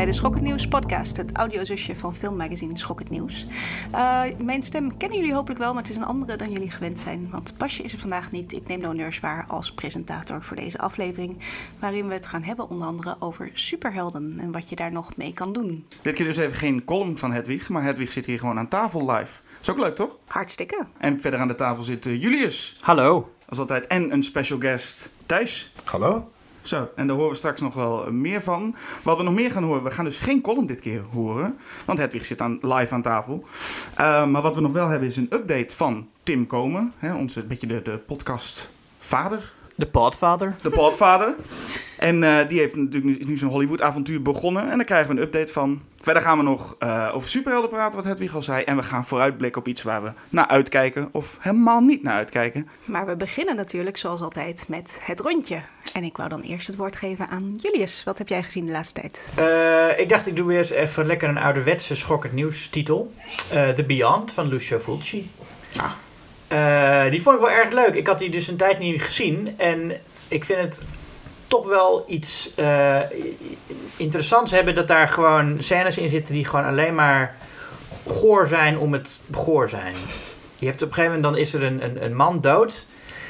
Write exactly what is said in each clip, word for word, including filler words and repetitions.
de Schok het Nieuws podcast, het audiozusje van filmmagazine Schok het Nieuws. Uh, mijn stem kennen jullie hopelijk wel, maar het is een andere dan jullie gewend zijn. Want Basje is er vandaag niet. Ik neem de honneurs waar als presentator voor deze aflevering, waarin we het gaan hebben onder andere over superhelden en wat je daar nog mee kan doen. Dit keer dus even geen column van Hedwig, maar Hedwig zit hier gewoon aan tafel live. Is ook leuk, toch? Hartstikke. En verder aan de tafel zit uh, Julius. Hallo. Als altijd. En een special guest, Thijs. Hallo. Zo, en daar horen we straks nog wel meer van. Wat we nog meer gaan horen, we gaan dus geen column dit keer horen. Want Hedwig zit aan, live aan tafel. Uh, maar wat we nog wel hebben is een update van Tim Komen. Hè, onze beetje de, de podcastvader. De podvader. De podvader. En uh, die heeft natuurlijk nu, nu zijn Hollywood-avontuur begonnen. En daar krijgen we een update van. Verder gaan we nog uh, over superhelden praten, wat Hedwig al zei. En we gaan vooruitblikken op iets waar we naar uitkijken. Of helemaal niet naar uitkijken. Maar we beginnen natuurlijk, zoals altijd, met het rondje. En ik wou dan eerst het woord geven aan Julius. Wat heb jij gezien de laatste tijd? Uh, ik dacht, ik doe weer eens even lekker een ouderwetse Schok het Nieuws titel. Uh, The Beyond van Lucio Fulci. Ah. Uh, die vond ik wel erg leuk. Ik had die dus een tijd niet gezien. En ik vind het toch wel iets uh, interessants hebben dat daar gewoon scènes in zitten die gewoon alleen maar goor zijn om het goor zijn. Je hebt op een gegeven moment, dan is er een, een, een man dood.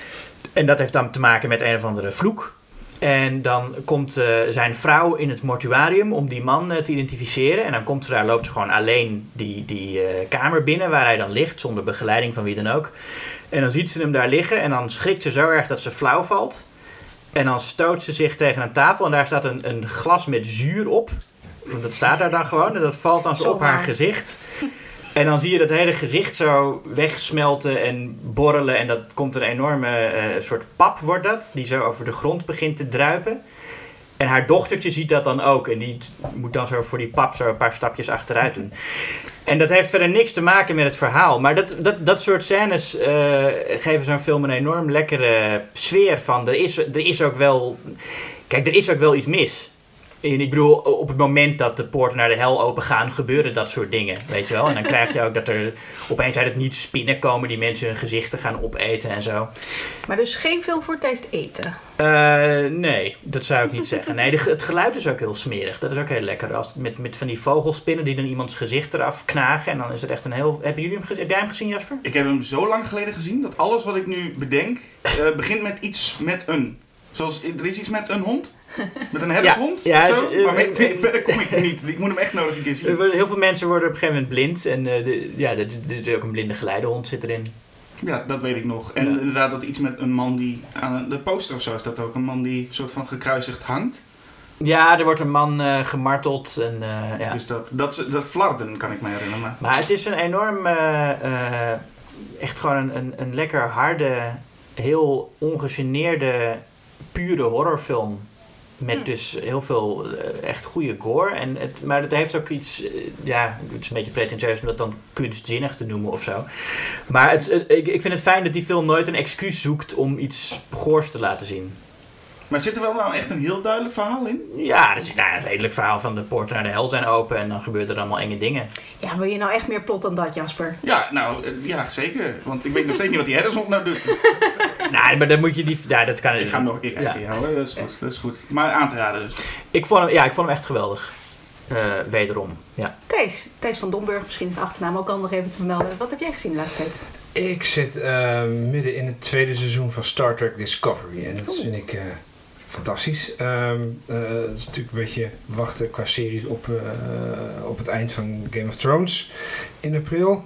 En dat heeft dan te maken met een of andere vloek. En dan komt uh, zijn vrouw in het mortuarium om die man uh, te identificeren. En dan komt ze daar, loopt ze gewoon alleen die, die uh, kamer binnen waar hij dan ligt, zonder begeleiding van wie dan ook. En dan ziet ze hem daar liggen en dan schrikt ze zo erg dat ze flauw valt. En dan stoot ze zich tegen een tafel en daar staat een, een glas met zuur op. Want dat staat daar dan gewoon en dat valt dan zo op haar gezicht. En dan zie je dat hele gezicht zo wegsmelten en borrelen. En dat komt een enorme uh, soort pap, wordt dat. Die zo over de grond begint te druipen. En haar dochtertje ziet dat dan ook. En die moet dan zo voor die pap zo een paar stapjes achteruit doen. En dat heeft verder niks te maken met het verhaal. Maar dat, dat, dat soort scènes uh, geven zo'n film een enorm lekkere sfeer van. Er is, er is ook wel... Kijk, er is ook wel iets mis. En ik bedoel, op het moment dat de poorten naar de hel open gaan, gebeuren dat soort dingen, weet je wel. En dan krijg je ook dat er opeens uit het niets spinnen komen die mensen hun gezichten gaan opeten en zo. Maar dus geen film voor tijdens eten? Uh, nee, dat zou ik niet zeggen. Nee, de, het geluid is ook heel smerig. Dat is ook heel lekker. Als, met, met van die vogelspinnen die dan iemands gezicht eraf knagen. En dan is het echt een heel... Hebben jullie hem, heb jij hem gezien, Jasper? Ik heb hem zo lang geleden gezien dat alles wat ik nu bedenk uh, begint met iets met een. Zoals, er is iets met een hond. Met een herdershond ja, ja, of zo. Uh, maar mee, mee, verder kom ik niet. Ik moet hem echt nodig een keer zien. Heel veel mensen worden op een gegeven moment blind. En uh, de, ja, er is ook een blinde geleidehond zit erin. Ja, dat weet ik nog. En ja. Inderdaad dat iets met een man die... Aan de poster of zo is dat ook. Een man die soort van gekruisigd hangt. Ja, er wordt een man uh, gemarteld. En, uh, ja. Dus dat, dat, dat flarden kan ik me herinneren. Maar, maar het is een enorm... Uh, uh, echt gewoon een, een, een lekker harde, heel ongegeneerde, pure horrorfilm. Met dus heel veel uh, echt goede gore. En het, maar het heeft ook iets... Uh, ja, het is een beetje pretentieus om dat dan kunstzinnig te noemen of zo. Maar het, het, ik, ik vind het fijn dat die film nooit een excuus zoekt om iets goors te laten zien. Maar zit er wel nou echt een heel duidelijk verhaal in? Ja, er zit nou, een redelijk verhaal van de poorten naar de hel zijn open en dan gebeuren er allemaal enge dingen. Ja, wil je nou echt meer plot dan dat, Jasper? Ja, nou, ja, zeker. Want ik weet nog steeds niet wat die herdershond nou doet. Nee, maar dan moet je die... Ja, dat kan... Ik ga hem nog een keer kijken, ja. ja dat is goed, dat is goed. Maar aan te raden dus. Ik vond hem, ja, ik vond hem echt geweldig. Uh, wederom, ja. Thijs, Thijs van Domburg, misschien is de achternaam ook handig even te vermelden. Wat heb jij gezien de laatste tijd? Ik zit uh, midden in het tweede seizoen van Star Trek Discovery. En dat Oeh. vind ik... Uh, Fantastisch. Um, uh, het is natuurlijk een beetje wachten qua series op, uh, op het eind van Game of Thrones in april.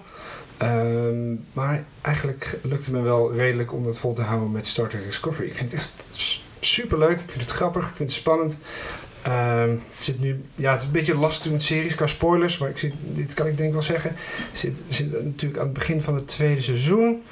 Um, maar eigenlijk lukt het me wel redelijk om dat vol te houden met Star Trek Discovery. Ik vind het echt super leuk. Ik vind het grappig. Ik vind het spannend. Um, zit nu, ja, het is een beetje lastig met series qua spoilers, maar ik zit, dit kan ik denk wel zeggen. Zit, zit natuurlijk aan het begin van het tweede seizoen.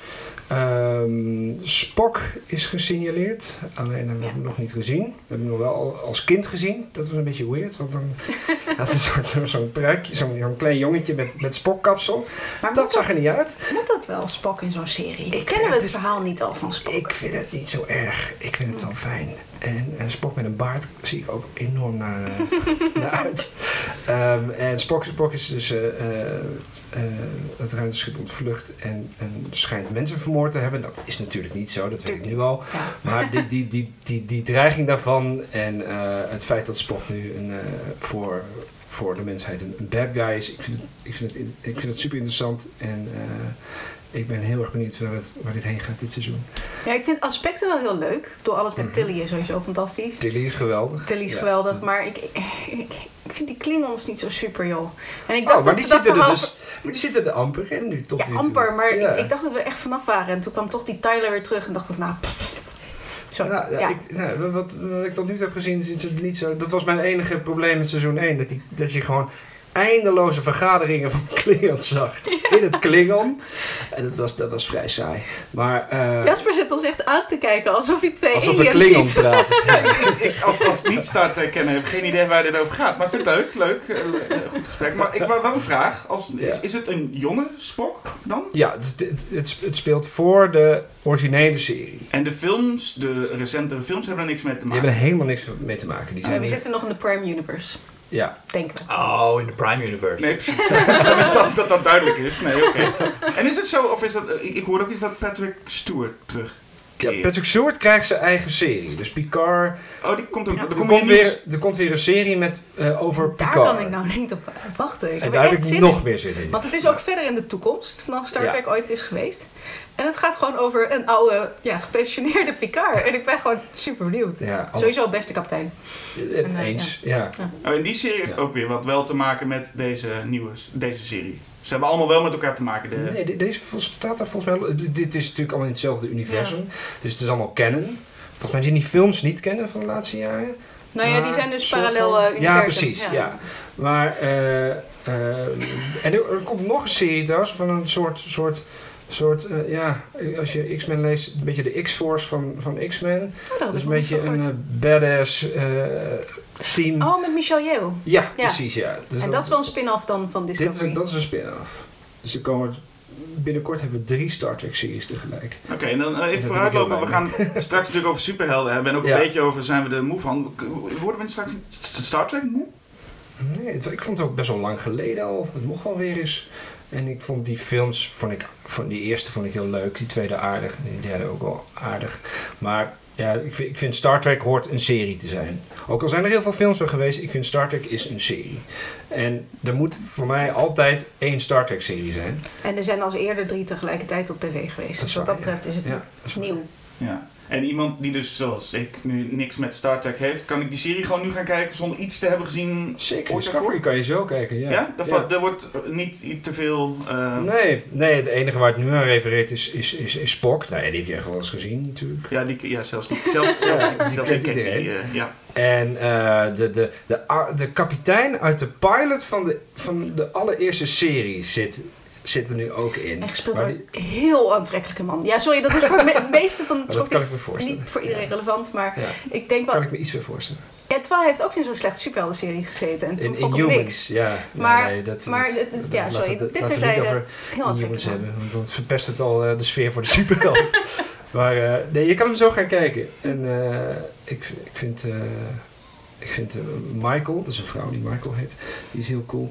Um, Spock is gesignaleerd, alleen hebben we ja. hem nog niet gezien. We hebben hem nog wel als kind gezien. Dat was een beetje weird, want dan had een soort zo, zo'n pruikje, zo'n, zo'n klein jongetje met, met Spock-kapsel. Maar dat zag dat, er niet uit. Moet dat wel, Spock in zo'n serie? Ik Kennen we het dus, verhaal niet al van Spock? Ik vind het niet zo erg. Ik vind het wel fijn. En, en Spock met een baard zie ik ook enorm naar, uh, naar uit. Um, en Spock, Spock is dus uh, uh, uh, het ruimteschip ontvlucht en, en schijnt mensen vermoord te hebben. Nou, dat is natuurlijk niet zo, dat weet ik nu al. Ja. Maar die, die, die, die, die dreiging daarvan en uh, het feit dat Spock nu een, uh, voor, voor de mensheid een, een bad guy is. Ik vind het, ik vind het, ik vind het super interessant en uh, ik ben heel erg benieuwd waar, het, waar dit heen gaat dit seizoen. Ja, ik vind aspecten wel heel leuk. Door alles met Mm-hmm. Tilly is sowieso fantastisch. Tilly is geweldig. Tilly is Ja. geweldig, maar ik, ik, ik, ik vind die Klingons niet zo super, joh. En ik dacht Oh, maar, dat die ze dat zitten er verhaal... dus, maar die zitten er amper in nu tot Ja, nu toe. amper, maar Ja. ik, ik dacht dat we er echt vanaf waren. En toen kwam toch die Tyler weer terug en dacht ik, nou... pff, Sorry, Nou, ja, ja. Ik, nou, wat, wat ik tot nu toe heb gezien, is het niet zo. Dat was mijn enige probleem met seizoen één. Dat, die, dat je gewoon eindeloze vergaderingen van Klingons zag. Ja. In het Klingon. En dat was, dat was vrij saai. Maar, uh, Jasper zit ons echt aan te kijken alsof hij twee alsof we aliens Klingon ziet. praten. ik, ik, als, als niet-Star Trek kenner heb ik geen idee waar dit over gaat. Maar ik vind het leuk, leuk, uh, goed gesprek. Maar ik wou wel een vraag. Als, is, Ja. is het een jonge Spock dan? Ja, het, het, het, het speelt voor de originele serie. En de films, de recentere films, hebben er niks mee te Die maken? hebben er helemaal niks mee te maken. Die Ja, zijn we echt- zitten nog in de Prime Universe, Ja, denken we. Oh, in de Prime Universe. Nee, precies. Dan is dat, dat dat duidelijk is. Nee, oké. Okay. En is het zo, of is dat... Ik, ik hoorde ook eens dat Patrick Stewart terug. ja Patrick Stewart krijgt zijn eigen serie. Dus Picard... Oh, die komt ook... Ja. er Er komt komt, weer weer, er komt weer een serie met, uh, over Daar Picard. kan ik nou niet op wachten. Ik en heb daar er heb echt ik zin nog in. meer zin in. Want het is ook verder in de toekomst dan Star Ja. Trek ooit is geweest. En het gaat gewoon over een oude, ja, gepensioneerde Picard. En ik ben gewoon super benieuwd. Ja, al- Sowieso beste kapitein. Eh, En, uh, eens, ja. Oh, en die serie heeft Ja. ook weer wat wel te maken met deze nieuwe... Deze serie. Ze hebben allemaal wel met elkaar te maken. De... Nee, de- deze vol- staat er volgens mij... Dit, dit is natuurlijk allemaal in hetzelfde universum. Dus het is allemaal canon. Volgens mij zijn die films niet kennen van de laatste jaren. Nou ja, die Maar zijn dus soort parallel van- uh, universum. Ja, precies. Ja. Maar... eh, eh, en er, er komt nog een serie trouwens van een soort... soort soort, uh, ja, als je X-Men leest, een beetje de X-Force van, van X-Men. Oh, dat Dus is een beetje een uh, badass uh, team. Oh, met Michelle Yeoh. Ja, Ja. precies, ja. Dus En dat is wel een spin-off dan van dit Discovery. is, dat is een spin-off. Dus er komen, binnenkort hebben we drie Star Trek series tegelijk. Oké, okay, en dan uh, even ben ik vooruitlopen. heel We blij gaan straks natuurlijk over superhelden hebben. En ook Ja. een beetje over zijn we er moe van. Worden we straks Star Trek moe? Nee, het, ik vond het ook best wel lang geleden al. Het mocht wel weer eens. En ik vond die films, vond ik, van die eerste vond ik heel leuk. Die tweede aardig. En die derde ook wel aardig. Maar ja, ik vind, ik vind Star Trek hoort een serie te zijn. Ook al zijn er heel veel films van geweest. Ik vind Star Trek is een serie. En er moet voor mij altijd één Star Trek serie zijn. En er zijn als eerder drie tegelijkertijd op tv geweest. Dat Dus is wat waar, dat betreft is het Ja, dat is waar. nieuw. Ja. En iemand die dus, zoals ik, nu niks met Star Trek heeft, kan ik die serie gewoon nu gaan kijken zonder iets te hebben gezien? Zeker, ooit Discovery daarvoor? kan je zo kijken. Ja, Ja? Er, Ja. er wordt niet te veel... Uh... Nee, nee, het enige waar het nu aan refereert is, is, is, is Spock. Nou ja, die heb je echt wel eens gezien natuurlijk. Ja, die, ja, zelfs niet. Zelfs, zelfs, Ja, die zelfs kent ik ken iedereen. die, uh, ja. En uh, de, de, de, de kapitein uit de pilot van de, van de allereerste serie zit, zit er nu ook in. En gespeeld Maar door die- een heel aantrekkelijke man. Ja, sorry, dat is voor me- het meeste van het Maar dat soort kan ik me voorstellen. niet voor iedereen Ja. relevant, maar Ja, ik denk wel... kan ik me iets meer voorstellen. Ja, terwijl hij heeft ook in zo'n slechte superhelden-serie gezeten en toen In vond ik hem Inhumans, niks. ja. Maar- nee, dat, maar dat, het- het- dat- ja, laten sorry, we het- dit laten we het terzijde. niet over Heel Inhumans aantrekkelijk. hebben, want dan verpest het al uh, de sfeer voor de superhelden. Maar uh, nee, je kan hem zo gaan kijken. En uh, ik, ik vind, uh, ik vind uh, Michael, dat is een vrouw die Michael heet, die is heel cool.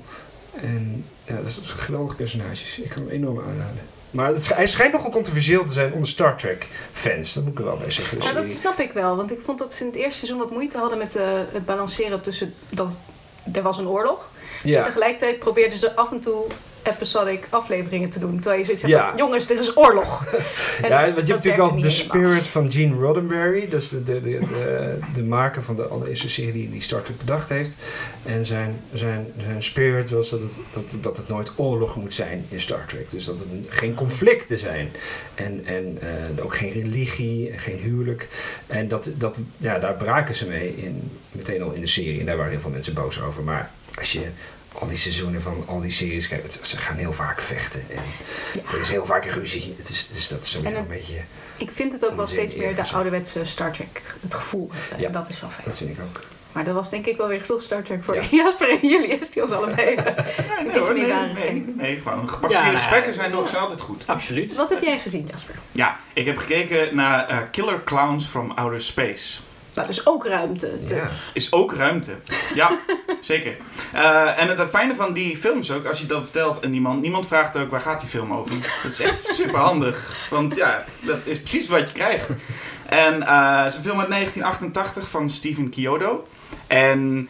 En ja, dat is een geweldig personage. Ik kan hem enorm aanraden. Maar het, hij schijnt nogal controversieel te zijn onder Star Trek fans. Dat moet ik er wel bij zeggen. de Ja, dat serie. snap ik wel, want ik vond dat ze in het eerste seizoen wat moeite hadden met uh, het balanceren tussen dat er was een oorlog. Ja. En tegelijkertijd probeerden ze af en toe episodic afleveringen te doen. Terwijl je zoiets hebt Ja. van, jongens, er is oorlog. En Ja, want je hebt dat natuurlijk werkte al niet de helemaal. spirit van Gene Roddenberry. Dat is de, de, de, de, de maker van de allereerste serie die, die Star Trek bedacht heeft. En zijn, zijn, zijn spirit was dat het, dat, dat het nooit oorlog moet zijn in Star Trek. Dus dat het geen conflicten zijn. En, en uh, ook geen religie en geen huwelijk. En dat, dat, ja, daar braken ze mee in, meteen al in de serie. En daar waren heel veel mensen boos over. Maar als je al die seizoenen van al die series kijkt, het- ze gaan heel vaak vechten. En Ja. er is heel vaak een ruzie. Het is, dus dat is sowieso En een het- beetje... Ik vind het ook wel Die steeds zin meer de ingezet. ouderwetse Star Trek. Het gevoel hebben. Ja. En dat is wel fijn. Dat vind ik ook. Maar dat was denk ik wel weer genoeg Star Trek voor Ja. Jasper en Julius, die ons allebei. Nee, vind nee, hoor, je nee, meewarig nee, kijken. nee, gewoon gepasseerde Ja, nou, gesprekken zijn, nog, zijn altijd goed. Absoluut. Wat heb jij gezien, Jasper? Ja, ik heb gekeken naar uh, Killer Clowns from Outer Space. Nou, dus ook ruimte. Ja. Dus. Is ook ruimte. Ja, zeker. Uh, en het, het fijne van die films ook, als je dat vertelt aan iemand, niemand vraagt ook waar gaat die film over. Dat is echt super handig. Want ja, dat is precies wat je krijgt. En uh, het is een film uit negentien achtentachtig van Steven Chiodo. En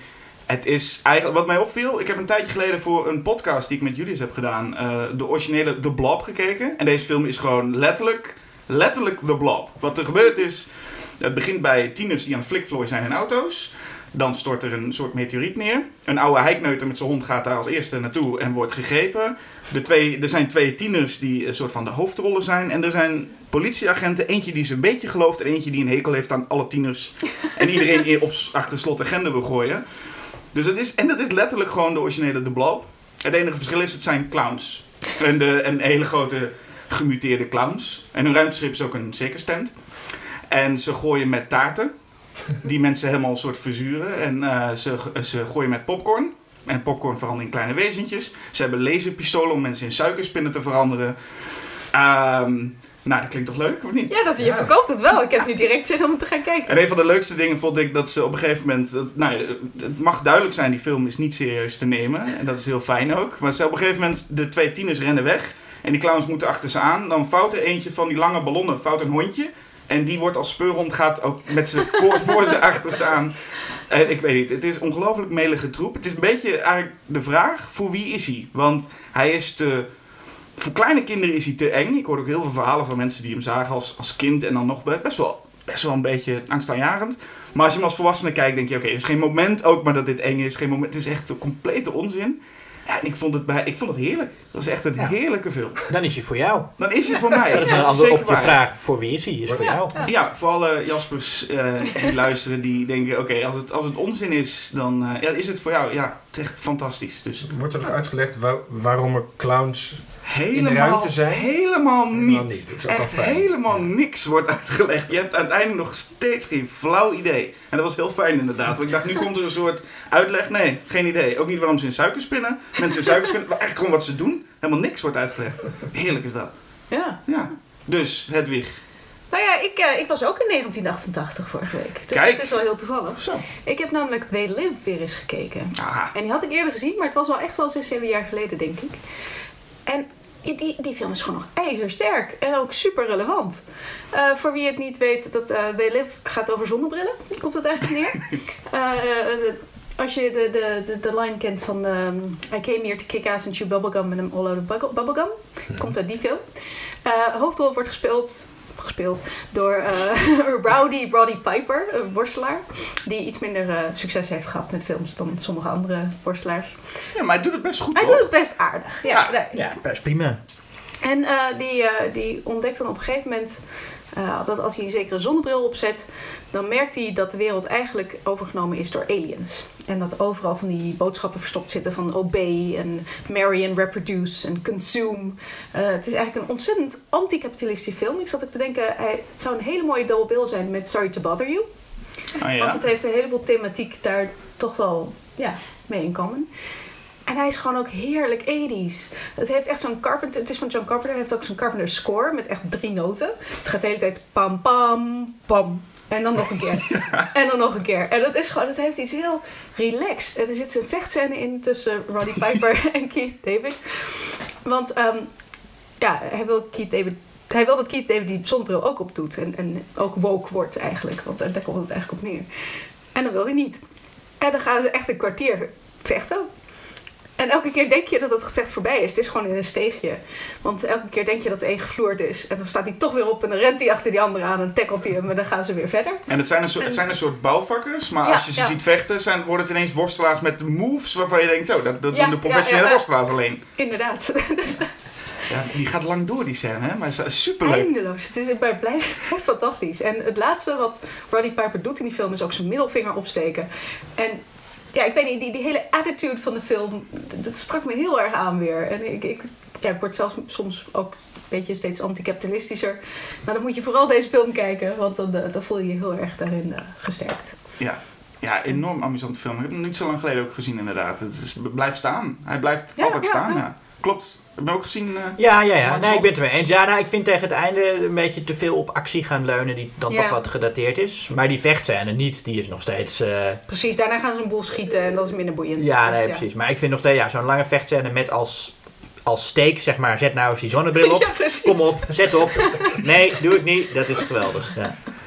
Het is eigenlijk, wat mij opviel, ik heb een tijdje geleden voor een podcast die ik met Julius heb gedaan, uh, de originele The Blob gekeken. En deze film is gewoon letterlijk, letterlijk The Blob. Wat er gebeurt is, het begint bij tieners die aan het flikvlooien zijn in auto's. Dan stort er een soort meteoriet neer. Een oude heikneuter met zijn hond gaat daar als eerste naartoe en wordt gegrepen. De twee, er zijn twee tieners die een soort van de hoofdrollen zijn. En er zijn politieagenten. Eentje die ze een beetje gelooft en eentje die een hekel heeft aan alle tieners. En iedereen op, achter slot en grendel wil gooien. Dus het is, en dat is letterlijk gewoon de originele The Blob. Het enige verschil is, het zijn clowns. En, de, en hele grote gemuteerde clowns. En hun ruimteschip is ook een circus-tent. En ze gooien met taarten. Die mensen helemaal een soort verzuren. En uh, ze, ze gooien met popcorn. En popcorn veranderen in kleine wezentjes. Ze hebben laserpistolen om mensen in suikerspinnen te veranderen. Um, nou, dat klinkt toch leuk, of niet? Ja, dat, je Ja. verkoopt het wel. Ik heb nu direct zin om het te gaan kijken. En een van de leukste dingen vond ik dat ze op een gegeven moment... Dat, nou, het mag duidelijk zijn, die film is niet serieus te nemen. En dat is heel fijn ook. Maar ze op een gegeven moment, de twee tieners rennen weg. En die clowns moeten achter ze aan. Dan vouwt er eentje van die lange ballonnen, vouwt een hondje. En die wordt als speurhond, gaat ook met ze voor, voor ze achter ze aan. En ik weet niet, het is ongelooflijk melige troep. Het is een beetje eigenlijk de vraag, voor wie is hij? Want hij is te... Voor kleine kinderen is hij te eng. Ik hoorde ook heel veel verhalen van mensen die hem zagen als, als kind en dan nog best wel, best wel een beetje angstaanjagend. Maar als je hem als volwassene kijkt, denk je, oké, okay, er is geen moment ook maar dat dit eng is. Geen moment, het is echt een complete onzin. Ja, en ik vond het, bij, ik vond het heerlijk. Dat was echt een Ja. heerlijke film. Dan is hij voor jou. Dan is hij voor mij. Dat is Ja, een dat antwoord zeker op je waar. vraag. Voor wie is hij? Is voor Ja, jou. ja. Ja, voor alle Jaspers uh, die luisteren, die denken, oké, okay, als, het, als het onzin is, dan uh, ja, is het voor jou. Ja, het is echt fantastisch. Dus Wordt er nog uitgelegd waar, waarom er clowns... helemaal, ruimte zijn? Helemaal niet. Helemaal niet. Dat is ook Echt wel fijn. helemaal niks wordt uitgelegd. Je hebt uiteindelijk nog steeds geen flauw idee. En dat was heel fijn inderdaad. Want ik dacht, nu komt er een soort uitleg. Nee, geen idee. Ook niet waarom ze in suiker spinnen. Mensen in suiker spinnen. Eigenlijk gewoon wat ze doen. Helemaal niks wordt uitgelegd. Heerlijk is dat. Ja. Ja. Dus, Hedwig. Nou ja, ik, uh, ik was ook in negentien achtentachtig vorige week. Dus Kijk. dat is wel heel toevallig. Zo. Ik heb namelijk They Live weer eens gekeken. Aha. En die had ik eerder gezien, maar het was wel echt wel zes, zeven jaar geleden, denk ik. En die, die film is gewoon nog ijzersterk en ook super relevant. Uh, voor wie het niet weet, dat uh, They Live gaat over zonnebrillen. Komt dat eigenlijk neer? uh, uh, als je de, de, de, de line kent van um, I came here to kick ass and chew bubblegum and I'm all out of bubble- bubblegum. Komt uit die film. Uh, hoofdrol wordt gespeeld... gespeeld door uh, Rowdy Roddy Piper, een worstelaar. Die iets minder uh, succes heeft gehad met films dan sommige andere worstelaars. Ja, maar hij doet het best goed, Hij toch? doet het best aardig. Ja, Ja. nee. Ja, dat is prima. En uh, die, uh, die ontdekt dan op een gegeven moment uh, dat als hij een zekere zonnebril opzet, dan merkt hij dat de wereld eigenlijk overgenomen is door aliens. En dat overal van die boodschappen verstopt zitten van obey en marry and reproduce en consume. Uh, het is eigenlijk een ontzettend anti-kapitalistische film. Ik zat ook te denken, hij, het zou een hele mooie double bill zijn met Sorry to Bother You. Ah, ja. Want het heeft een heleboel thematiek daar toch wel ja, mee in common. En hij is gewoon ook heerlijk tachtiger. Het heeft echt zo'n Carpenter... Het is van John Carpenter. Hij heeft ook zo'n Carpenter score met echt drie noten. Het gaat de hele tijd pam, pam, pam. En dan nog een keer. En dan nog een keer. En dat is gewoon... Het heeft iets heel relaxed. En er zit een vechtscène in tussen Roddy Piper en Keith David. Want um, ja, hij wil Keith David... Hij wil dat Keith David die zonnebril ook opdoet. En, en ook woke wordt eigenlijk. Want daar komt het eigenlijk op neer. En dat wil hij niet. En dan gaan ze echt een kwartier vechten. En elke keer denk je dat het gevecht voorbij is. Het is gewoon in een steegje. Want elke keer denk je dat er één gevloerd is. En dan staat hij toch weer op en dan rent hij achter die andere aan en tackelt hij hem. En dan gaan ze weer verder. En het zijn een soort, het zijn een soort bouwvakkers, maar Ja, als je ze ja. ziet vechten, zijn, worden het ineens worstelaars met moves waarvan je denkt, oh, dat, dat Ja, doen de professionele ja, ja. worstelaars alleen. Inderdaad. Dus Ja, die gaat lang door, die scène, hè? Maar het is superleuk. eindeloos. Het, is, het blijft fantastisch. En het laatste wat Roddy Piper doet in die film is ook zijn middelvinger opsteken. En ja, ik weet niet, die, die hele attitude van de film, dat, dat sprak me heel erg aan weer. En ik, ik, ja, ik word zelfs soms ook een beetje steeds anticapitalistischer. Nou, dan moet je vooral deze film kijken, want dan, dan voel je je heel erg daarin uh, gesterkt. Ja. Ja, enorm amusante film. Ik heb hem niet zo lang geleden ook gezien, inderdaad. Het is, blijft staan. Hij blijft Ja, altijd ja, staan, ja. ja. Klopt. Heb je hem ook gezien? Uh, Ja, ja, ja. Max Nee, ik Hoff? ben het ermee eens. Ja, nou, ik vind tegen het einde een beetje te veel op actie gaan leunen die dan Ja. toch wat gedateerd is. Maar die vechtscène niet, die is nog steeds... uh, Precies, daarna gaan ze een boel schieten en dat is minder boeiend. ja, Dus, nee, precies. Maar ik vind nog steeds ja, zo'n lange vechtscène met als, als steek, zeg maar, zet nou eens die zonnebril op. Ja, precies. Kom op, zet op. Nee, doe ik niet. Dat is geweldig. Ja.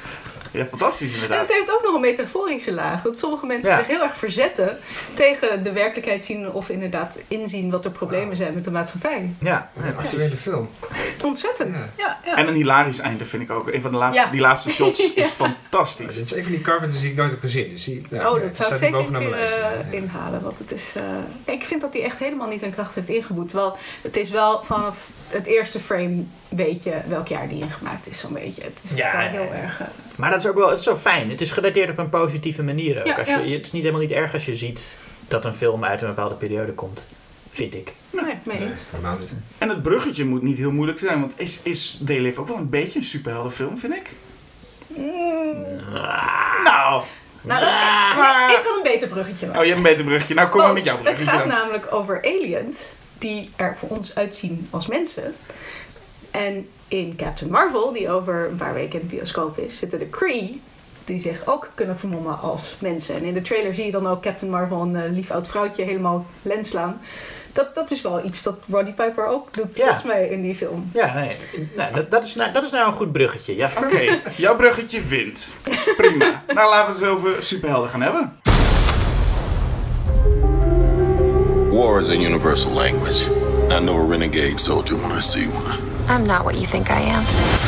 Ja, fantastisch En inderdaad. het heeft ook nog een metaforische laag. Dat sommige mensen Ja. zich heel erg verzetten tegen de werkelijkheid zien of inderdaad inzien wat er problemen zijn met de maatschappij. Ja, ja, Een precies. actuele film. Ontzettend. Ja. Ja, ja. En een hilarisch einde vind ik ook. Een van de laatste, Ja. die laatste shots is Ja. fantastisch. Dit is een van die Carpenters die ik nooit heb gezien. Dus die, ja, Oh, ja, dat zou ik staat zeker een bovenaan keer mijn lijstje. eh, Ja. inhalen. Want het is, eh, ik vind dat hij echt helemaal niet aan kracht heeft ingeboet. Terwijl het is wel vanaf het eerste frame weet je welk jaar die ingemaakt is, zo'n beetje. Het is Ja, wel ja, heel ja. erg... eh, Maar dat is ook wel het is zo fijn. Het is gedateerd op een positieve manier ook. Ja, Als je, ja. Het is niet helemaal niet erg als je ziet dat een film uit een bepaalde periode komt. Vind ik. nee, mee Nee, eens. helemaal niet. En het bruggetje moet niet heel moeilijk zijn, want is, is They Live ook wel een beetje een superheldenfilm, vind ik? Mm, Nou, nou, dat, ik, ik kan een beter bruggetje maken. oh, je hebt een beter bruggetje. Nou, kom maar Want met jouw het bruggetje gaat dan. namelijk over aliens die er voor ons uitzien als mensen. En in Captain Marvel, die over een paar weken in de bioscoop is, zitten de Kree die zich ook kunnen vermommen als mensen. En in de trailer zie je dan ook Captain Marvel, een uh, lief oud vrouwtje, helemaal lens slaan. Dat, dat is wel iets dat Roddy Piper ook doet, Ja. volgens mij, in die film. Ja, nee. Nou, dat, dat, is nou, dat is nou een goed bruggetje. Jasper. Oké, jouw bruggetje wint. Prima. Nou, laten we het eens over superhelden gaan hebben. War is a universal language. I know a renegade soldier when I see one. I'm not what you think I am.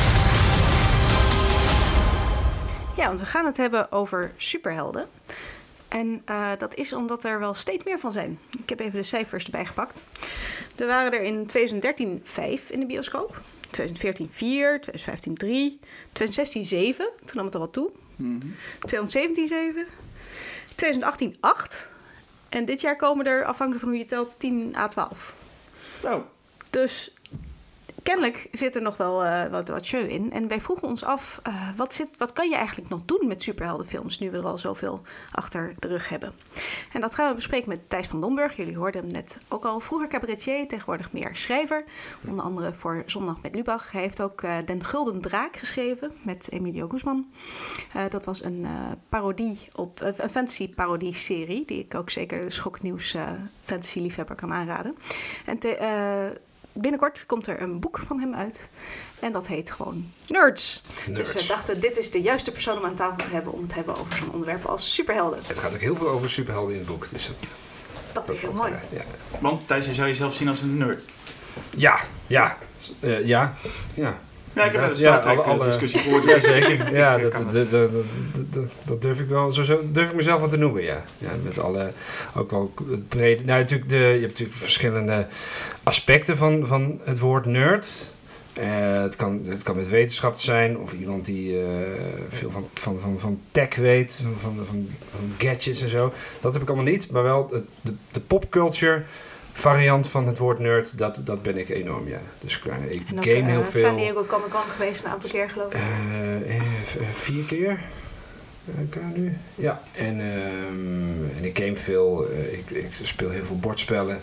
Ja, want we gaan het hebben over superhelden. En uh, dat is omdat er wel steeds meer van zijn. Ik heb even de cijfers erbij gepakt. Er waren er in twintig dertien vijf in de bioscoop. twintig veertien vier, twintig vijftien drie, twintig zestien zeven. Toen nam het al wat toe. Mm-hmm. twintig zeventien zeven. twintig achttien acht. En dit jaar komen er, afhankelijk van hoe je telt, tien à twaalf. Oh, Dus kennelijk zit er nog wel uh, wat, wat show in. En wij vroegen ons af, uh, wat, zit, wat kan je eigenlijk nog doen met superheldenfilms, nu we er al zoveel achter de rug hebben? En dat gaan we bespreken met Thijs van Domburg. Jullie hoorden hem net ook al. Vroeger cabaretier, tegenwoordig meer schrijver. Onder andere voor Zondag met Lubach. Hij heeft ook uh, Den Gulden Draak geschreven met Emilio Guzman. Uh, dat was een uh, parodie op uh, een fantasy parodie serie, die ik ook zeker de Schoknieuws uh, fantasy liefhebber kan aanraden. En te, uh, binnenkort komt er een boek van hem uit. En dat heet gewoon Nerds. Nerds. Dus we dachten, dit is de juiste persoon om aan tafel te hebben om het te hebben over zo'n onderwerp als superhelden. Het gaat ook heel veel over superhelden in het boek. Dus dat, Dat, dat is heel valt mooi. wel, ja. want Thijs, je zou jezelf zien als een nerd. Ja, ja, uh, ja, ja. Ja, ik heb net een Ja, Star Trek alle- alle- discussie gehoord. Ja, zeker. Ja, Ik, dat, kan dat, het. dat, dat, dat, dat durf ik wel, zo, zo durf ik mezelf wel te noemen, ja. Ja, met alle, ook wel het brede, nou natuurlijk, de, je hebt natuurlijk verschillende aspecten van, van het woord nerd. Uh, het, kan, het kan met wetenschap zijn, of iemand die uh, veel van, van, van, van tech weet, van, van, van, van gadgets en zo. Dat heb ik allemaal niet, maar wel het, de, de popculture variant van het woord nerd, dat, dat ben ik enorm, ja. Dus uh, ik En ook game uh, heel veel. San Diego Comic Con geweest een aantal keer geloof ik. Uh, eh, vier keer. Uh, nu. Ja. En, um, en ik game veel. Uh, ik, ik speel heel veel bordspellen.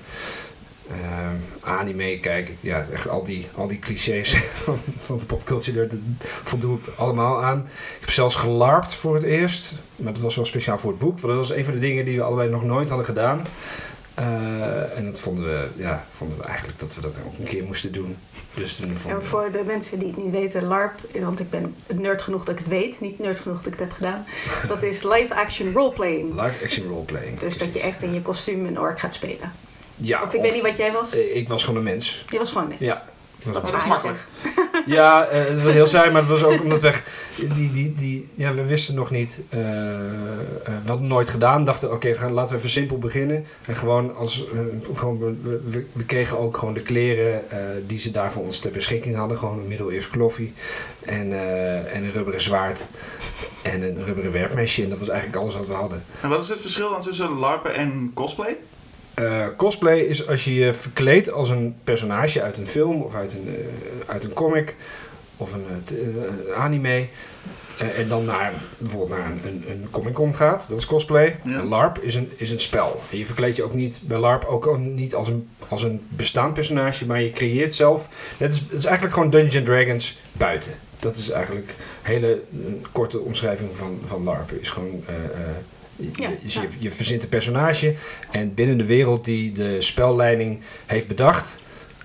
Um, anime kijk ik. Ja, echt al die, al die clichés van, van de popculture, daar voldoe ik allemaal aan. Ik heb zelfs gelarpt voor het eerst. Maar dat was wel speciaal voor het boek. Want dat was een van de dingen die we allebei nog nooit hadden gedaan. Uh, en dat vonden we, ja, vonden we eigenlijk dat we dat ook een keer moesten doen. Dus toen vonden En we... voor de mensen die het niet weten, LARP, want ik ben nerd genoeg dat ik het weet, niet nerd genoeg dat ik het heb gedaan. Dat is live action roleplaying. Live action roleplaying. Dus dat je echt in je kostuum een ork gaat spelen. Ja, Of ik weet niet wat jij was. Ik was gewoon een mens. Je was gewoon een mens. Ja. Ik was Dat een is is mens. makkelijk. Ja, uh, het was heel saai, maar het was ook omdat we... Die, die, die, ja, we wisten nog niet... Uh, uh, we hadden nooit gedaan. Dachten, oké, okay, laten we even simpel beginnen. En gewoon, als, uh, gewoon we, we, we kregen ook gewoon de kleren uh, die ze daar voor ons ter beschikking hadden. Gewoon een middeleeuws kloffie. En, uh, en een rubberen zwaard. En een rubberen werpmesje. En dat was eigenlijk alles wat we hadden. En wat is het verschil dan tussen larpen en cosplay? Uh, cosplay is als je je verkleedt als een personage uit een film of uit een, uh, uit een comic of een, uh, uh, anime. Uh, en dan naar, bijvoorbeeld naar een, een, een Comic-Con gaat. Dat is cosplay. Ja. Een LARP is een, is een spel. En je verkleedt je ook niet bij LARP ook niet als een, als een bestaand personage, maar je creëert zelf. Het is, het is eigenlijk gewoon Dungeons and Dragons buiten. Dat is eigenlijk een hele een korte omschrijving van, van LARP. Is gewoon... Uh, uh, Ja, je, ja. je, je verzint een personage en binnen de wereld die de spelleiding heeft bedacht,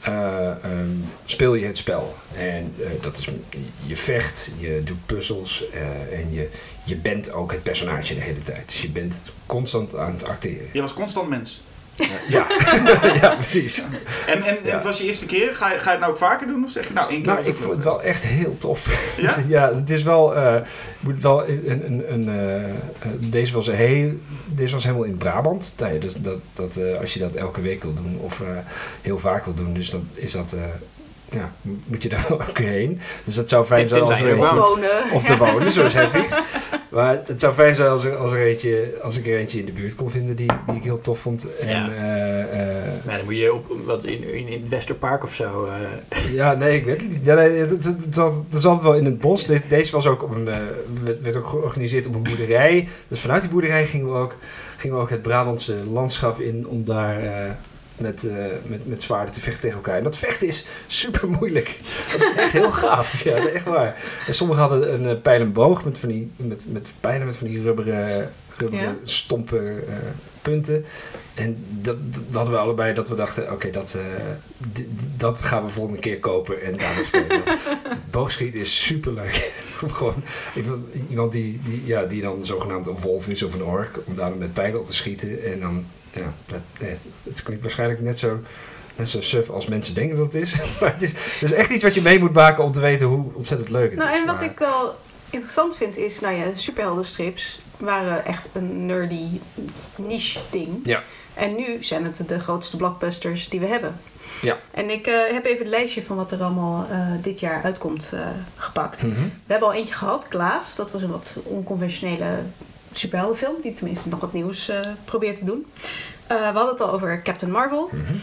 uh, um, speel je het spel. En uh, dat is, je vecht, je doet puzzels uh, en je, je bent ook het personage de hele tijd. Dus je bent constant aan het acteren. Je was constant mens. Uh, ja. ja, precies. En, en, ja. en het was je eerste keer? Ga je, ga je het nou ook vaker doen? Of zeg je nou één keer? Nou, ik vond het wel echt heel tof. Ja? ja, het is wel... Uh, moet wel een, een, een, uh, deze, was een heel, deze was helemaal in Brabant. Nou ja, dus dat, dat, uh, als je dat elke week wil doen of uh, heel vaak wil doen, dus dan is dat... Uh, ja, moet je daar wel ook heen. Dus dat zou fijn zijn als er eentje... wonen. Of te wonen, zoals Hedwig. Maar het zou fijn zijn als, er, als, er eentje, als ik er eentje in de buurt kon vinden die, die ik heel tof vond. En, ja. Uh, uh, maar dan moet je op wat in, in, in het Westerpark of zo. Uh. Ja, nee, ik weet het niet. Ja, nee, het, het, het, het, zat, het zat wel in het bos. De, deze was ook op een, uh, werd, werd ook georganiseerd op een boerderij. Dus vanuit die boerderij gingen we ook, gingen we ook het Brabantse landschap in om daar... Uh, Met, uh, met, met zwaarden te vechten tegen elkaar. En dat vechten is super moeilijk. Dat is echt heel gaaf. Ja, echt waar. En sommigen hadden een uh, pijl en boog met, van die, met, met pijlen met van die rubberen, rubberen ja. stompe uh, punten. En dat, dat hadden we allebei dat we dachten, oké, okay, dat, uh, d- d- dat gaan we volgende keer kopen en daarmee spelen. Het boogschieten is super leuk. Gewoon ik, iemand die, die, ja, die dan zogenaamd een wolf is of een ork, om daar met pijlen op te schieten en dan ja, dat, nee, het klinkt waarschijnlijk net zo, net zo suf als mensen denken dat het is. Maar het is, het is echt iets wat je mee moet maken om te weten hoe ontzettend leuk het nou, is. En wat maar... ik wel interessant vind is, nou ja, superheldenstrips waren echt een nerdy niche ding. Ja. En nu zijn het de grootste blockbusters die we hebben. Ja. En ik uh, heb even het lijstje van wat er allemaal uh, dit jaar uitkomt uh, gepakt. Mm-hmm. We hebben al eentje gehad, Klaas. Dat was een wat onconventionele superheldenfilm die tenminste nog wat nieuws uh, probeert te doen. Uh, we hadden het al over Captain Marvel. Mm-hmm.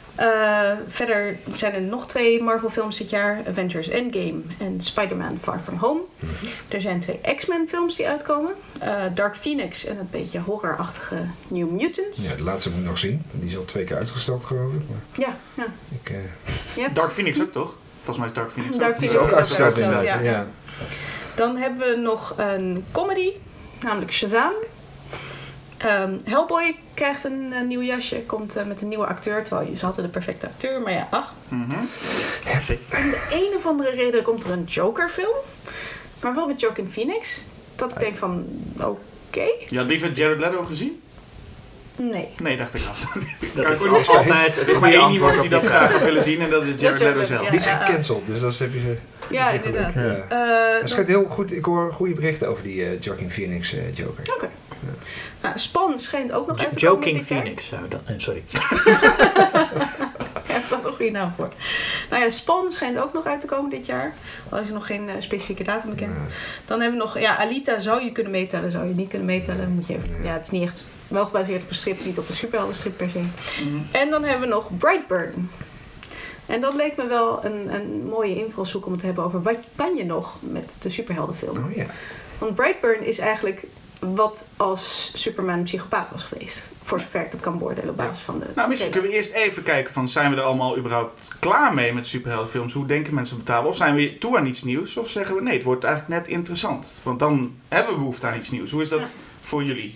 Uh, verder zijn er nog twee Marvel films dit jaar. Avengers Endgame en Spider-Man Far From Home. Mm-hmm. Er zijn twee X-Men films die uitkomen. Uh, Dark Phoenix en een beetje horrorachtige New Mutants. Ja, de laatste moet ik nog zien. Die is al twee keer uitgesteld geloof ik. Maar Ja, ja. ik uh... Yep. Dark Phoenix ook toch? Volgens mij is Dark Phoenix Dark ook. Phoenix is ook is ook uitgesteld uitgesteld, inderdaad. ja. Ja. Dan hebben we nog een comedy, namelijk Shazam. Um, Hellboy krijgt een uh, nieuw jasje, komt uh, met een nieuwe acteur. Terwijl ze hadden de perfecte acteur, maar ja, ach. Mm-hmm. Om de een of andere reden komt er een Joker film. Maar wel met Joaquin Phoenix. Dat ik denk van, oké. Okay. Je had liever Jared Leto gezien? Nee. Nee, dacht ik al. Dat is al, altijd Er is maar één iemand die dat graag had willen zien en dat is Jared Leto zelf. Ja, Die is ja, gecanceld, dus dat heb je ze. Ja, heb je inderdaad. geluk. Ja. Uh, Het schijnt heel goed, ik hoor goede berichten over die uh, Joaquin Phoenix uh, Joker. Oké. Okay. Ja. Nou, Spawn schijnt ook nog J- uit te komen Joking dit jaar. Phoenix, zou dat... Uh, sorry. Hij heeft wel een goede naam voor. Nou ja, Spawn schijnt ook nog uit te komen dit jaar. Al is er nog geen uh, specifieke datum bekend. Ja. Dan hebben we nog, ja, Alita zou je kunnen meetellen, zou je niet kunnen meetellen. Moet je even, ja, het is niet echt wel gebaseerd op een strip, niet op een superheldenstrip per se. Mm-hmm. En dan hebben we nog Brightburn. En dat leek me wel een, een mooie invalshoek om het te hebben over wat kan je nog met de superheldenfilm. Oh ja. Want Brightburn is eigenlijk wat als Superman een psychopaat was geweest. Voor zover ik dat kan beoordelen op basis van de... Nou, misschien kunnen we eerst even kijken van, zijn we er allemaal überhaupt klaar mee met superheldenfilms? Hoe denken mensen betalen? Of zijn we toe aan iets nieuws? Of zeggen we nee, het wordt eigenlijk net interessant. Want dan hebben we behoefte aan iets nieuws. Hoe is dat ja. voor jullie?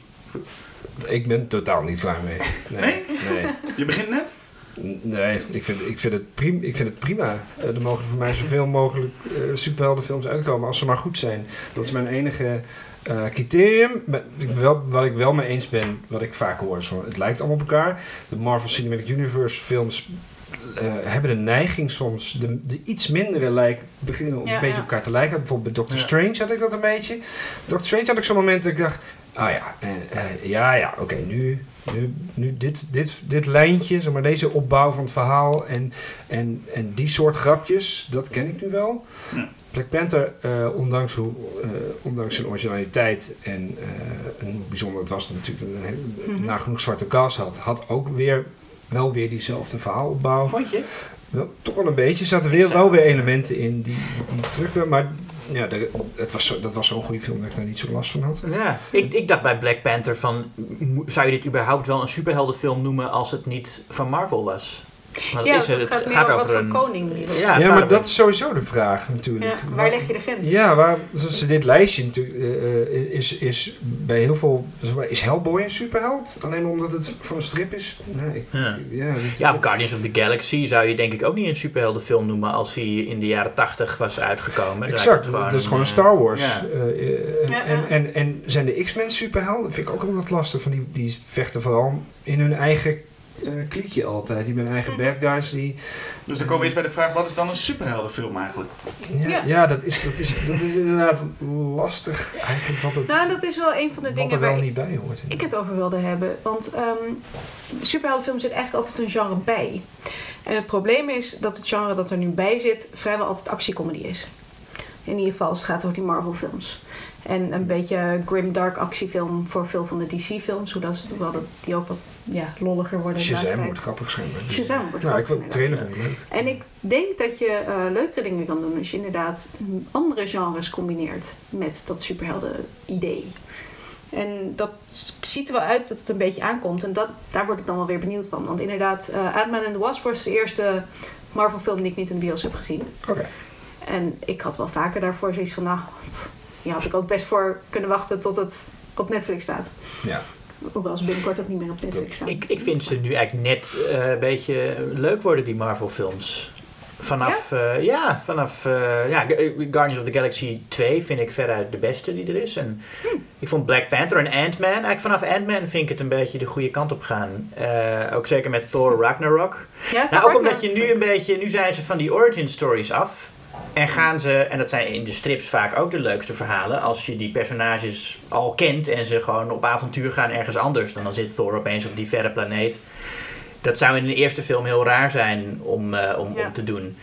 Ik ben totaal niet klaar mee. Nee? Nee? nee. Je begint net? Nee, ik vind, ik vind, het, prim, ik vind het prima. Uh, er mogen voor mij zoveel mogelijk uh, superheldenfilms uitkomen als ze maar goed zijn. Dat is mijn enige uh, criterium. Maar ik wel, wat ik wel mee eens ben, wat ik vaak hoor, is van, het lijkt allemaal op elkaar. De Marvel Cinematic Universe films uh, hebben de neiging soms, de, de iets mindere lijken, beginnen ja, een beetje ja. op elkaar te lijken. Bijvoorbeeld bij Doctor ja. Strange had ik dat een beetje. Doctor Strange had ik zo'n moment dat ik dacht, ah ja, uh, uh, ja, ja, oké, okay, nu... Nu, nu dit, dit, dit lijntje, zeg maar, deze opbouw van het verhaal en, en, en die soort grapjes, dat ken ik nu wel. Ja. Black Panther, uh, ondanks, hoe, uh, ondanks zijn originaliteit en, uh, en hoe bijzonder het was, dat natuurlijk een mm-hmm. nagenoeg zwarte cast had, had ook weer wel weer diezelfde verhaalopbouw. Vond je? Wel, toch wel een beetje. Er zaten weer, wel weer elementen in die, die terugkwamen, maar ja, de, het was zo, dat was zo'n goede film dat ik daar niet zo last van had. Ja, ik, ik dacht bij Black Panther van, zou je dit überhaupt wel een superheldenfilm noemen als het niet van Marvel was? Maar Ja, is, dat het gaat meer gaat over wat over voor een... koning je wilt. Ja, het Ja, gaat maar over- dat is sowieso de vraag natuurlijk. Ja, waar leg je de grens? Ja, waar, zoals dit lijstje natuurlijk uh, is, is bij heel veel... Is Hellboy een superheld? Alleen omdat het voor een strip is? Nee. ik- Ja. Ja, dit- Ja, of Guardians of the Galaxy zou je denk ik ook niet een superheldenfilm noemen als hij in de jaren tachtig was uitgekomen. Dan Exact, lijkt het dat is gewoon een eh, Star Wars. ja. Uh, uh, en, Ja, ja. En, en, en zijn de X-Men superhelden? Dat vind ik ook altijd lastig. Van die, die vechten vooral in hun eigen uh, kliekje altijd. Die hebben hun eigen bad guys. Die, Dus dan komen we eens bij de vraag, wat is dan een superheldenfilm eigenlijk? ja, Ja. ja, dat, is, dat, is, dat is inderdaad lastig eigenlijk. Wat, het, Nou, dat is wel een van de wat dingen er wel waar niet bij hoort. ik het over wilde hebben. Want um, superheldenfilm zit eigenlijk altijd een genre bij. En het probleem is dat het genre dat er nu bij zit vrijwel altijd actiecomedy is. In ieder geval als het gaat over die Marvel films. En een beetje grimdark actiefilm voor veel van de D C-films. Zodat hoewel dat die ook wat ja, lolliger worden de laatste Shazam tijd. wordt grappig schijnbaar. Shazam wordt Ja, ik grappig, vond de trailer inderdaad. vond ik leuk. En ik denk dat je uh, leukere dingen kan doen als je inderdaad andere genres combineert met dat superhelden-idee. En dat ziet er wel uit dat het een beetje aankomt. En dat, daar word ik dan wel weer benieuwd van. Want inderdaad, uh, Ant-Man and the Wasp was de eerste Marvel-film die ik niet in de bios heb gezien. Oké. En ik had wel vaker daarvoor zoiets van, nou, pff, hier had ik ook best voor kunnen wachten tot het op Netflix staat. Ja. Hoewel ze binnenkort ook niet meer op Netflix staan. Ik, ik vind ze nu eigenlijk net uh, een beetje leuk worden, die Marvel films. Vanaf, ja, uh, ja, vanaf uh, ja, Guardians of the Galaxy twee vind ik veruit de beste die er is. En hm. ik vond Black Panther en Ant-Man, eigenlijk vanaf Ant-Man vind ik het een beetje de goede kant op gaan. Uh, ook zeker met Thor Ragnarok. Ja, nou, ook omdat je nu een beetje, nu zijn ze van die origin stories af. En gaan ze, en dat zijn in de strips vaak ook de leukste verhalen, als je die personages al kent en ze gewoon op avontuur gaan ergens anders. Dan, dan zit Thor opeens op die verre planeet. Dat zou in de eerste film heel raar zijn om, uh, om, ja. om te doen.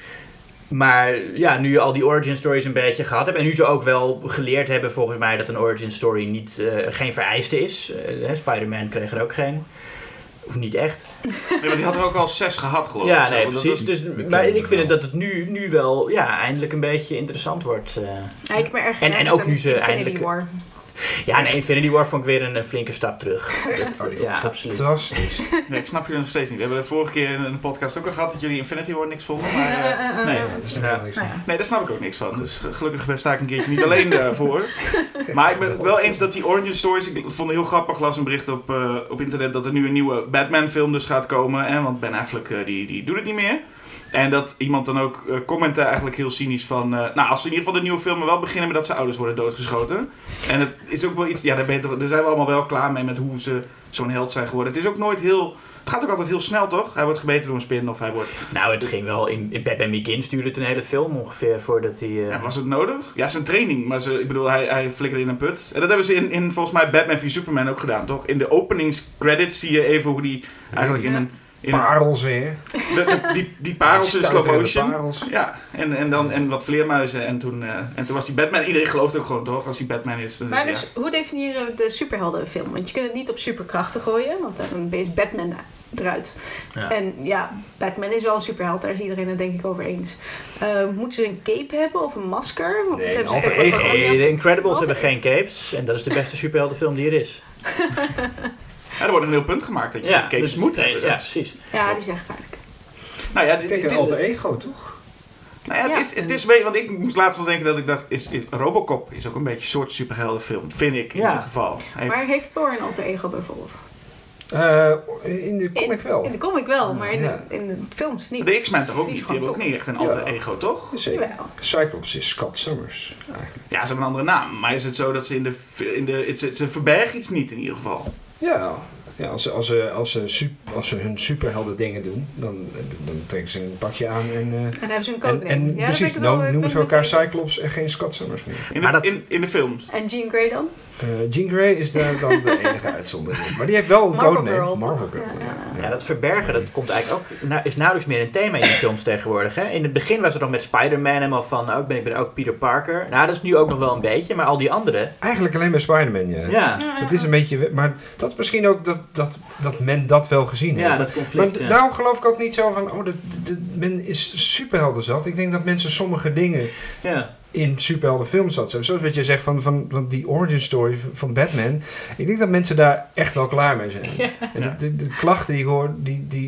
Maar ja, nu je al die origin stories een beetje gehad hebt en nu ze ook wel geleerd hebben volgens mij dat een origin story niet, uh, geen vereiste is. Uh, Spider-Man kreeg er ook geen. Of niet echt. Nee, maar die had er ook al zes gehad, geloof ik. Ja, nee, dat, precies. dat, Dus, maar ik vind het dat het nu, nu wel ja, eindelijk een beetje interessant wordt. Uh. Ja, ik ben erg en, en ook nu ze Infinity eindelijk... War. Ja, nee, Infinity War vond ik weer een, een flinke stap terug. Oh, die ja, absoluut. Fantastisch. Nee, ik snap jullie nog steeds niet. We hebben de vorige keer in een podcast ook al gehad dat jullie Infinity War niks vonden. Maar uh, uh, uh, nee. uh, Ja, dat is er Ja. niks van. nee, daar snap ik ook niks van. Dus gelukkig sta ik een keertje niet alleen uh, voor. Maar ik ben het wel eens dat die origin stories, ik vond het heel grappig, las een bericht op, uh, op internet dat er nu een nieuwe Batman film dus gaat komen. Hè, want Ben Affleck uh, die, die doet het niet meer. En dat iemand dan ook uh, commentte eigenlijk heel cynisch van... Uh, nou, als ze in ieder geval de nieuwe filmen wel beginnen met dat zijn ouders worden doodgeschoten. En het is ook wel iets... Ja, daar, ben je toch, daar zijn we allemaal wel klaar mee met hoe ze zo'n held zijn geworden. Het is ook nooit heel... Het gaat ook altijd heel snel, toch? Hij wordt gebeten door een spin of hij wordt... Nou, het ging wel... In, in Batman Begins duurde het een hele film ongeveer voordat hij... Uh... Ja, was het nodig? Ja, zijn training. Maar ze, ik bedoel, hij, hij flikkerde in een put. En dat hebben ze in, in volgens mij Batman v Superman ook gedaan, toch? In de openingscredits zie je even hoe die eigenlijk in een... In Parels weer. De, de, die, die parels in slow Stuiterende motion. parels. Ja, en, en, dan, en wat vleermuizen. En toen, uh, en toen was die Batman. Iedereen gelooft ook gewoon, toch? Als die Batman is. Dan, Maar ja. dus, hoe definiëren we de superheldenfilm? Want je kunt het niet op superkrachten gooien, want dan is Batman eruit. Ja. En ja, Batman is wel een superheld, daar is iedereen het denk ik over eens. Uh, moeten ze een cape hebben of een masker? Want Nee, dat hebben ze alter tegenwoordig ego. ook niet Nee, de altijd. Incredibles Alter hebben geen capes. En dat is de beste superheldenfilm die er is. Ja, er wordt een heel punt gemaakt dat je Ja, capes dus moet nee, hebben. Ja, zelfs. precies. Ja, die zijn gevaarlijk. Nou ja, Ik dit, denk dit, een dit- alter ego, toch? nou ja, het, Ja. is, het is een beetje, want ik moest laatst wel denken dat ik dacht, is, is Robocop is ook een beetje een soort superheldenfilm, vind ik in Ja. ieder geval. Hij heeft- Maar heeft Thor een alter ego bijvoorbeeld? Uh, in de comic wel. In de comic wel, maar in, Ja. de, in de films niet. de X-Men toch ook Die is niet? Die hebben ook gewoon niet echt een alter Ja. ego, toch? Zeker. Jawel. Cyclops is Scott Summers, eigenlijk. Ja, ze hebben een andere naam. Maar is het zo dat ze in de... In de het, het, ze verbergen iets niet in ieder geval. Ja, ja als, ze, als, ze, als, ze super, als ze hun superhelden dingen doen, dan, dan trekken ze een pakje aan en... Uh, En dan hebben ze een en, codename. en Ja, dan ben precies, ik het nou wel- noemen ben ze ik elkaar met je eens. Cyclops en geen Scott Summers meer. In de, Maar dat- in, in de films. En Jean Grey dan? Uh, Jean Grey is daar dan de enige uitzondering. Maar die heeft wel een Marvel codename. Girl, toch? Marvel Girl, Ja, ja. Ja, dat verbergen, dat komt eigenlijk ook, nou, is nauwelijks meer een thema in de films tegenwoordig. Hè? In het begin was het nog met Spider-Man helemaal van, oh, ik, ben, ik ben ook Peter Parker. Nou, dat is nu ook nog wel een beetje, maar al die anderen. Eigenlijk alleen bij Spider-Man, ja. Ja, Het is een beetje... Maar dat is misschien ook dat, dat, dat men dat wel gezien ja heeft. dat conflict. Maar ja. daarom geloof ik ook niet zo van, oh, dat, dat, men is superhelden zat. Ik denk dat mensen sommige dingen ja. in superheldenfilms zat. Zoals wat je zegt van, van, van die origin story van Batman. Ik denk dat mensen daar echt wel klaar mee zijn. Ja. En de, de, de klachten die ik hoor, die, die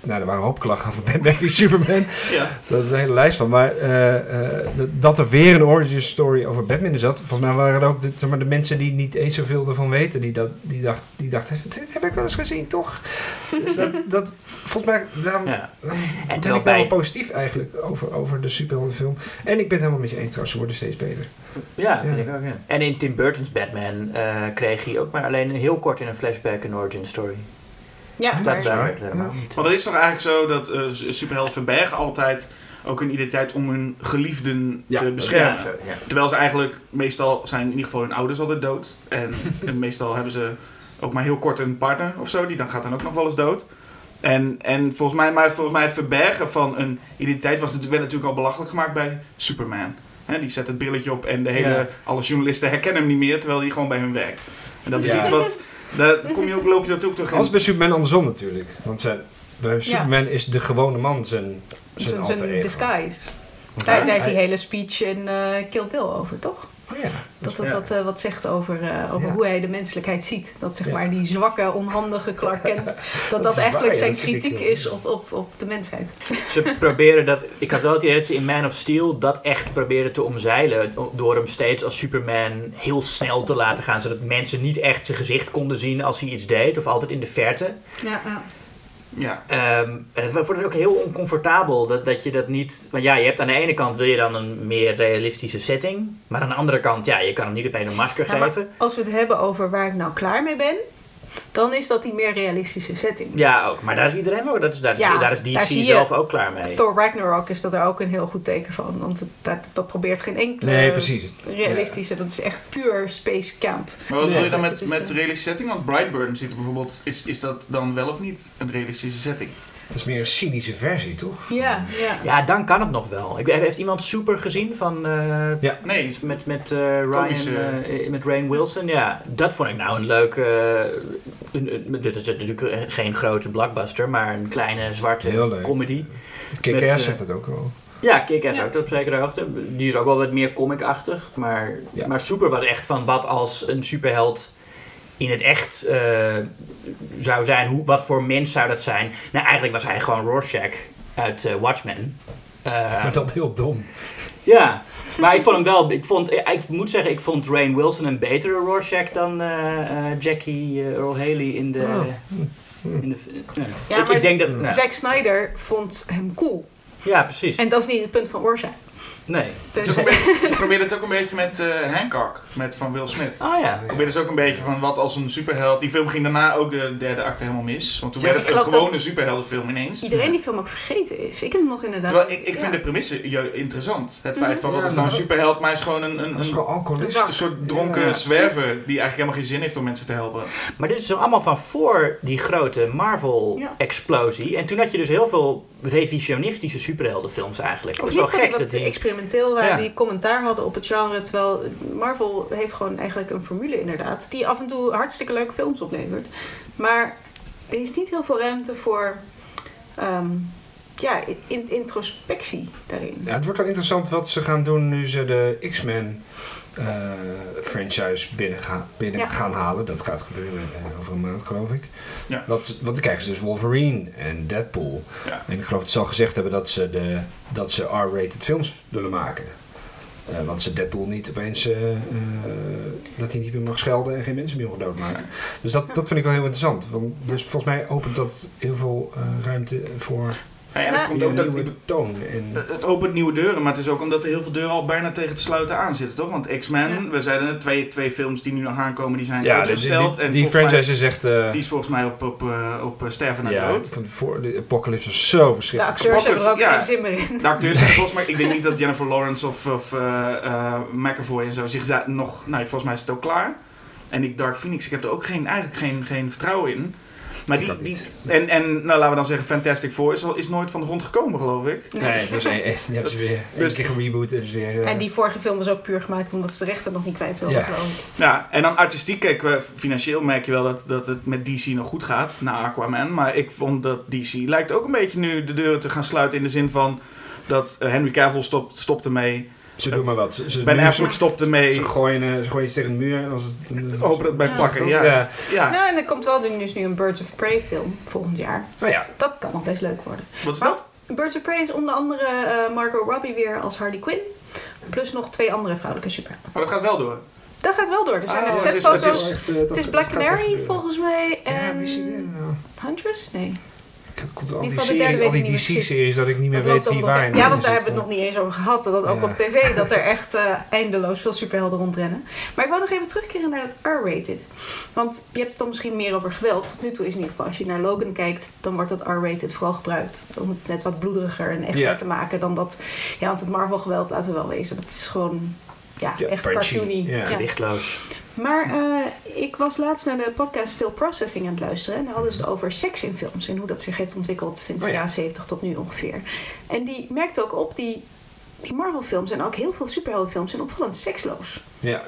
nou, er waren een hoop klachten over Batman v Superman. Ja. Dat is een hele lijst van. Maar uh, uh, d- dat er weer een origin story over Batman in zat. Volgens mij waren er ook de, zeg maar, de mensen die niet eens zoveel ervan weten. Die, dat, die, dacht, die dachten, dit heb ik wel eens gezien, toch? Dus dat, dat volgens mij, daarom Ja. ben En ik terwijl wel bij... wel positief eigenlijk over, over de superheldenfilm. En ik ben het helemaal met je eens trouwens, ze worden steeds beter. Ja, vind Ja. ik ook, ja. En in Tim Burton's Batman uh, kreeg hij ook maar alleen heel kort in een flashback een origin story. Ja, Dat maar... daar werd helemaal niet. Want het is toch eigenlijk zo dat uh, superhelden verbergen altijd ook een identiteit om hun geliefden Ja, te beschermen. Ja, zo, ja. Terwijl ze eigenlijk, meestal zijn in ieder geval hun ouders altijd dood. En, en meestal hebben ze ook maar heel kort een partner of zo, die dan gaat dan ook nog wel eens dood. En, en volgens mij, maar volgens mij het verbergen van een identiteit was, werd natuurlijk al belachelijk gemaakt bij Superman. He, die zet het brilletje op en de hele, Ja. alle journalisten herkennen hem niet meer, terwijl hij gewoon bij hun werkt. En dat is Ja. iets wat, daar kom je ook, loop je dat ook terug in. Als bij Superman andersom natuurlijk. Want zij, bij Superman is de gewone man zijn, zijn Zijn alter zijn ego. disguise. Want Daar, hij- daar is die hij- hele speech in uh, Kill Bill over, toch? Oh ja. Dat dat Ja. wat, uh, wat zegt over, uh, over Ja. hoe hij de menselijkheid ziet. Dat zeg Ja. maar die zwakke, onhandige Clark Kent, dat dat, Dat is eigenlijk waar, ja, zijn dat zit ik kritiek wel. is op, op, op de mensheid. Ze proberen dat... Ik had wel het idee dat ze in Man of Steel dat echt proberen te omzeilen. Door hem steeds als Superman heel snel te laten gaan. Zodat mensen niet echt zijn gezicht konden zien als hij iets deed. Of altijd in de verte. Ja, ja. Ja. Um, en het wordt ook heel oncomfortabel dat, dat je dat niet... Want ja, je hebt aan de ene kant wil je dan een meer realistische setting. Maar aan de andere kant, ja, je kan hem niet opeens een masker Ja, maar geven. als we het hebben over waar ik nou klaar mee ben, dan is dat die meer realistische setting. Ja, ook. Maar daar is iedereen ook. Dat is, daar, is, Ja, daar is daar D C zie je- zelf ook klaar mee. Thor Ragnarok is dat er ook een heel goed teken van. Want het, dat, dat probeert geen enkele Nee, precies. realistische. Dat is echt puur space camp. Maar wat Nee. wil je dan Het met, is, met eh, realistische setting? Want Brightburn ziet er bijvoorbeeld, is, is dat dan wel of niet een realistische setting? Het is meer een cynische versie, toch? Ja, ja. Ja, dan kan het nog wel. Ik, heeft iemand Super gezien van... uh, Ja. Nee. Met, met uh, Ryan, Komische. uh, met Rainn Wilson. Ja, dat vond ik nou een leuke... Uh, een, een, dit is natuurlijk geen grote blockbuster, maar een kleine zwarte Heel leuk. comedy. Kick-Ass Met, uh, heeft dat ook wel. Ja, Kick-Ass Ja. ook op zekere hoogte. Die is ook wel wat meer comic-achtig. Maar, Ja. maar Super was echt van wat als een superheld in het echt uh, zou zijn. Hoe, wat voor mens zou dat zijn? Nou, eigenlijk was hij gewoon Rorschach uit uh, Watchmen. Uh, Maar dat heel dom. ja, maar ik vond hem wel... Ik, vond, ik moet zeggen, ik vond Rainn Wilson een betere Rorschach dan uh, uh, Jackie uh, Earl Haley in de... Oh. In de ja. Ja, ik, maar ik denk dat... nou, Zack Snyder vond hem cool. ja, precies. En dat is niet het punt van Rorschach. Nee. Dus, Ze probeerden ze probeerden het ook een beetje met uh, Hancock, met van Will Smith. Oh ja. Probeerden ze ook een beetje van wat als een superheld. Die film ging daarna ook de derde acte helemaal mis. Want toen Ja, werd ik het een geloof gewone superheldenfilm ineens. iedereen die film ook vergeten is. Ik heb hem nog inderdaad... Terwijl ik, ik vind ja. de premisse ju- interessant. Het Mhm. feit van wat Ja, is nou een maar- superheld, maar hij is gewoon een, een, Dat is een, gewoon alcoholist. Een een soort dronken Ja. zwerver die eigenlijk helemaal geen zin heeft om mensen te helpen. Maar dit is toch allemaal van voor die grote Ja. Marvel-explosie. En toen had je dus heel veel revisionistische superheldenfilms eigenlijk. Of Dat in is ieder wel geval gek die dat wat die... experimenteel waren, Ja. die commentaar hadden op het genre. Terwijl Marvel heeft gewoon eigenlijk een formule inderdaad. Die af en toe hartstikke leuke films oplevert. Maar er is niet heel veel ruimte voor um, ja, in, introspectie daarin. Ja, het wordt wel interessant wat ze gaan doen nu ze de X-Men uh, franchise binnen, gaan, binnen Ja. gaan halen. Dat gaat gebeuren uh, over een maand, geloof ik. Ja. Dat, ze- want dan krijgen ze dus Wolverine en Deadpool. Ja. En ik geloof dat ze al gezegd hebben dat ze, de, dat ze R-rated films willen maken. Uh, want ze Deadpool niet opeens... Uh, uh, dat hij niet meer mag schelden en geen mensen meer mag doodmaken. Dus dat, dat vind ik wel heel interessant. Want, dus volgens mij opent dat heel veel uh, ruimte voor Ja, en dat Ja. komt een ook dat, nieuwe toon. En, het opent nieuwe deuren, maar het is ook omdat er heel veel deuren al bijna tegen te sluiten aan zitten, toch? Want X-Men, Ja. we zeiden het, twee, twee films die nu nog aankomen, die zijn ja, die, die, uitgesteld. die, en die volgens franchise is echt... Uh, mij, die is volgens mij op, op, uh, op uh, sterven naar ja, dood. van de, voor, de Apocalypse was zo De verschrikkelijk. acteurs hebben er ook Ja. geen zin meer in. De acteurs zijn volgens mij, ik denk niet dat Jennifer Lawrence of, of uh, uh, McAvoy en zo zich daar nog, nou volgens mij is het ook klaar. En die Dark Phoenix, ik heb er ook geen, eigenlijk geen, geen vertrouwen in. Maar Ik die, ook die, niet. en, en nou, laten we dan zeggen, Fantastic Four is, al- is nooit van de grond gekomen, geloof ik. Nee, het was een, die hebben ze weer Dus- een keer gereboot en is weer... Uh, En die vorige film was ook puur gemaakt omdat ze de rechten nog niet kwijt wilden, Ja. geloof ik. Ja, en dan artistiek, kijk, we- financieel merk je wel dat, dat het met D C nog goed gaat, na Aquaman. Maar ik vond dat D C lijkt ook een beetje nu de deuren te gaan sluiten in de zin van dat uh, Henry Cavill stopt, stopt ermee. Ze doen maar wat. Ze, ze Ben doen- Affleck stopt ermee. Ze gooien, uh, ze gooien iets tegen de muur en als het... Uh, Hopen dat het bij Ja. plakken, ja. Ja. ja. Ja, en er komt wel dus nu een Birds of Prey film volgend jaar. Nou ja, Dat kan nog best leuk worden. Wat is dat? Birds of Prey is onder andere uh, Margot Robbie weer als Harley Quinn. Plus nog twee andere vrouwelijke superhelden. Maar dat gaat wel door. Dat gaat wel door. Er zijn Ah, net het is- setfoto's. het Het is- is, echt, uh, dat- Black dat gaat echt Canary gebeuren. volgens mij. En Ja, wie zit er nou? Huntress? Nee. Ik heb- komt al In die, ieder geval de serie, derde al die weet ik niet meer D C-series dat ik niet meer Dat weet loopt wie ook nog- waar in Ja, in want daar zit, hebben we het nog maar- niet eens over gehad. Dat ook Ja. op tv dat er echt uh, eindeloos veel superhelden rondrennen. Maar ik wou nog even terugkeren naar het R-rated. Want je hebt het dan misschien meer over geweld. Tot nu toe is in ieder geval, als je naar Logan kijkt, dan wordt dat R-rated vooral gebruikt. Om het net wat bloederiger en echter Ja. te maken dan dat. Ja, want het Marvel geweld, laten we wel wezen, dat is gewoon ja, Ja, echt punchy. cartoony. Ja. Ja. Gewichtloos. Maar uh, ik was laatst naar de podcast Still Processing aan het luisteren. En daar hadden ze het over seks in films. En hoe dat zich heeft ontwikkeld sinds Oh de ja. jaren zeventig tot nu ongeveer. En die merkte ook op, die, die Marvel films en ook heel veel superheldenfilms zijn opvallend seksloos. Ja.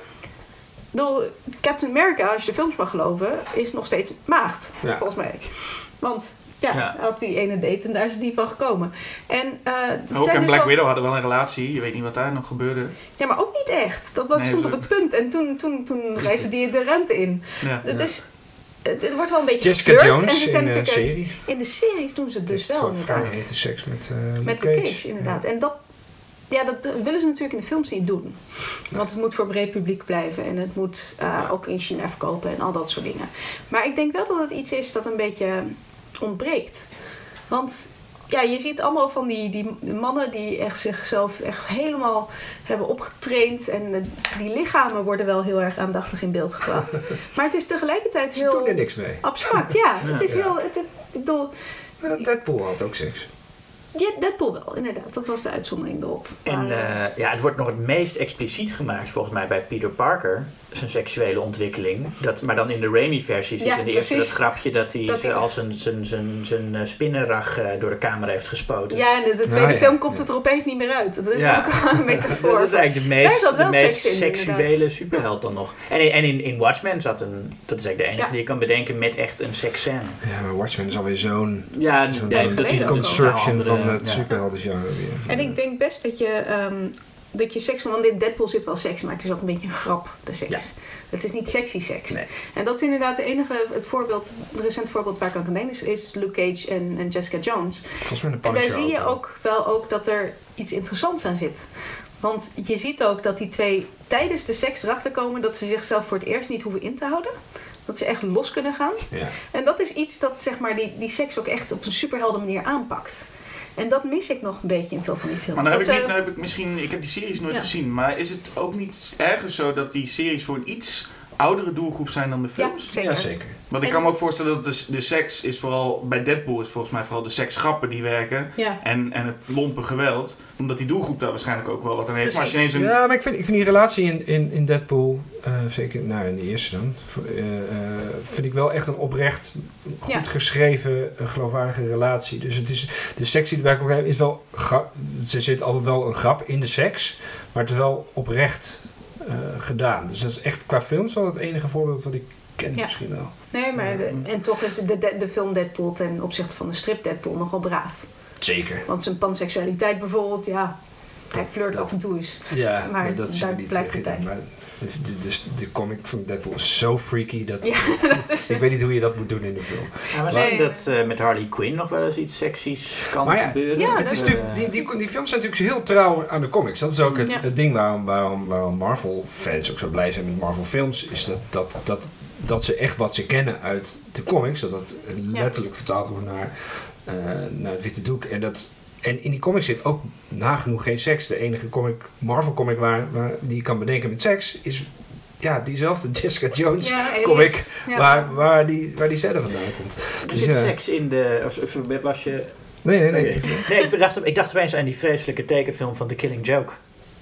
Ik bedoel, Captain America, als je de films mag geloven, is nog steeds maagd. Ja. Volgens mij. Want ja, Ja. hij had die ene date en daar is die van gekomen. En, uh, het Ook zijn en dus Black wel- Widow hadden wel een relatie. Je weet niet wat daar nog gebeurde. Ja, maar ook niet echt. Dat was, Nee, stond zo- op het punt. En toen, toen, toen reisde die de ruimte in. Ja. Het, Ja. is, het, het wordt wel een beetje Jessica geflirt. Jones En ze zijn in de natuurlijk serie. in de series doen ze het dus wel Vrij inderdaad. hete seks met uh, Met Luke Cage, inderdaad. En dat, ja, dat willen ze natuurlijk in de films niet doen. Want het moet voor breed publiek blijven. En het moet uh, ook in China verkopen en al dat soort dingen. Maar ik denk wel dat het iets is dat een beetje ontbreekt. Want ja, je ziet allemaal van die, die mannen die echt zichzelf echt helemaal hebben opgetraind. En uh, die lichamen worden wel heel erg aandachtig in beeld gebracht. Maar het is tegelijkertijd Ze doen er heel niks mee. abstract. Ja, het is Ja. heel... Het, het, ik bedoel, Uh, Deadpool had ook seks. ja, Deadpool wel, inderdaad. Dat was de uitzondering erop. En Maar, uh, uh, ja, het wordt nog het meest expliciet gemaakt volgens mij bij Peter Parker. Zijn seksuele ontwikkeling. Dat, maar dan in de Raimi-versie zit Ja, in de eerste precies. dat grapje dat hij Dat ze hij- als zijn, zijn, zijn, zijn uh, spinnenrag uh, door de camera heeft gespoten. Ja, en de, de tweede Ah, ja. film komt het er opeens niet meer uit. Dat is Ja. ook wel een metafoor. Dat is eigenlijk de Daar meest, zat de wel meest seks in, seksuele inderdaad. superheld dan nog. En, in, en in, in Watchmen zat een, dat is eigenlijk de enige Ja. die je kan bedenken met echt een seksscène. Ja, maar Watchmen is alweer zo'n Ja, zo'n nee, dat dat is is ook construction een andere- van het ja. superheldengenre weer. En ik denk best dat je, um, dat je seks... Want in Deadpool zit wel seks, maar het is ook een beetje een grap, de seks. Ja. Het is niet sexy seks. Nee. En dat is inderdaad de enige... Het voorbeeld, het recent voorbeeld waar ik aan kan denken is, is Luke Cage en, en Jessica Jones. Volgens mij de En daar Punisher zie je wel. ook wel ook dat er iets interessants aan zit. Want je ziet ook dat die twee tijdens de seks erachter komen dat ze zichzelf voor het eerst niet hoeven in te houden. Dat ze echt los kunnen gaan. Ja. En dat is iets dat zeg maar, die, die seks ook echt op een superhelden manier aanpakt. En dat mis ik nog een beetje in veel van die films. Maar dan heb, Dat ik niet, ze- dan heb ik misschien... Ik heb die series nooit Ja. gezien. Maar is het ook niet ergens zo dat die series voor een iets oudere doelgroep zijn dan de ja, films? zeker. Ja, zeker. Want ik En- kan me ook voorstellen dat de, de seks is vooral... Bij Deadpool is volgens mij vooral de seksgrappen die werken. Ja. En, en het lompe geweld. Omdat die doelgroep daar waarschijnlijk ook wel wat aan heeft. Maar als je Precies. ineens een... Ja, maar ik vind, ik vind die relatie in, in, in Deadpool, uh, zeker nou in de eerste dan, uh, uh, vind ik wel echt een oprecht goed Ja. geschreven, uh, geloofwaardige relatie. Dus het is, de seks die erbij komt kijken is wel, gra- er zit altijd wel een grap in de seks, maar het is wel oprecht uh, gedaan. Dus dat is echt qua films wel het enige voorbeeld wat ik ken Ja. misschien wel. Nee, maar de, en toch is de, de, de film Deadpool ten opzichte van de strip Deadpool nogal braaf. Zeker. Want zijn panseksualiteit bijvoorbeeld, ja, hij flirt Dat- af en toe eens. Ja, Maar maar, dat zit daar er niet blijft in. het bij. Maar de, de, de, de comic van Deadpool is zo freaky dat, Ja, dat is ik weet niet hoe je dat moet doen in de film. Ja, maar Nee. zijn dat uh, met Harley Quinn nog wel eens iets seksies kan Maar ja, gebeuren? ja, Dat, Het is uh, natuurlijk, die, die, die films zijn natuurlijk heel trouw aan de comics. Dat is ook het, Ja. het ding waarom, waarom, waarom Marvel-fans ook zo blij zijn met Marvel-films. Is dat, dat, dat, dat ze echt wat ze kennen uit de comics, dat dat letterlijk vertaald wordt naar, uh, naar het witte doek. En, dat, en in die comics zit ook nagenoeg geen seks. De enige comic, Marvel-comic waar, waar, die je kan bedenken met seks is ja, diezelfde Jessica Jones ja, aliens. comic Ja. waar, waar, die, waar die scène vandaan komt. er Dus zit ja. seks in de... Of, of was je... Nee, nee, nee. Nee, ik dacht, ik dacht opeens aan die vreselijke tekenfilm van The Killing Joke.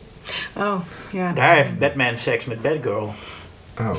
Oh, ja. Daar heeft Batman seks met Batgirl. Oh.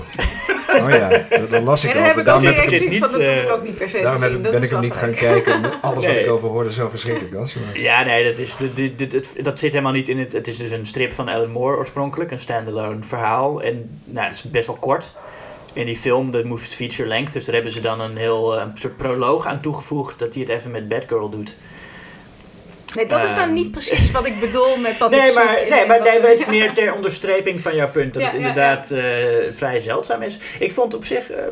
Oh ja, dat, dat las ik En al. dan heb ik ook Daarom weer heb ik- het echt zoiets van, niet, dat hoef ik eh, ook niet per se te Daarom heb zien. ik- Dat ben is ik hem wel niet gaan gelijk. kijken, omdat alles wat Nee. ik over hoorde zo verschrikkelijk was. Maar... Ja, nee, dat, is, dit, dit, dit, het- dat zit helemaal niet in het... Het is dus een strip van Alan Moore oorspronkelijk, een standalone verhaal. En nou, het is best wel kort. In die film, dat moest feature length, dus daar hebben ze dan een heel uh, een soort proloog aan toegevoegd dat hij het even met Batgirl doet. Nee, dat is nou Um, niet precies wat ik bedoel met wat Nee, ik zoek maar, in- nee, in maar dat- nee, maar het is meer ter onderstreping van jouw punt. Dat Ja, het ja, inderdaad eh, vrij zeldzaam is. Ik vond op zich... eh,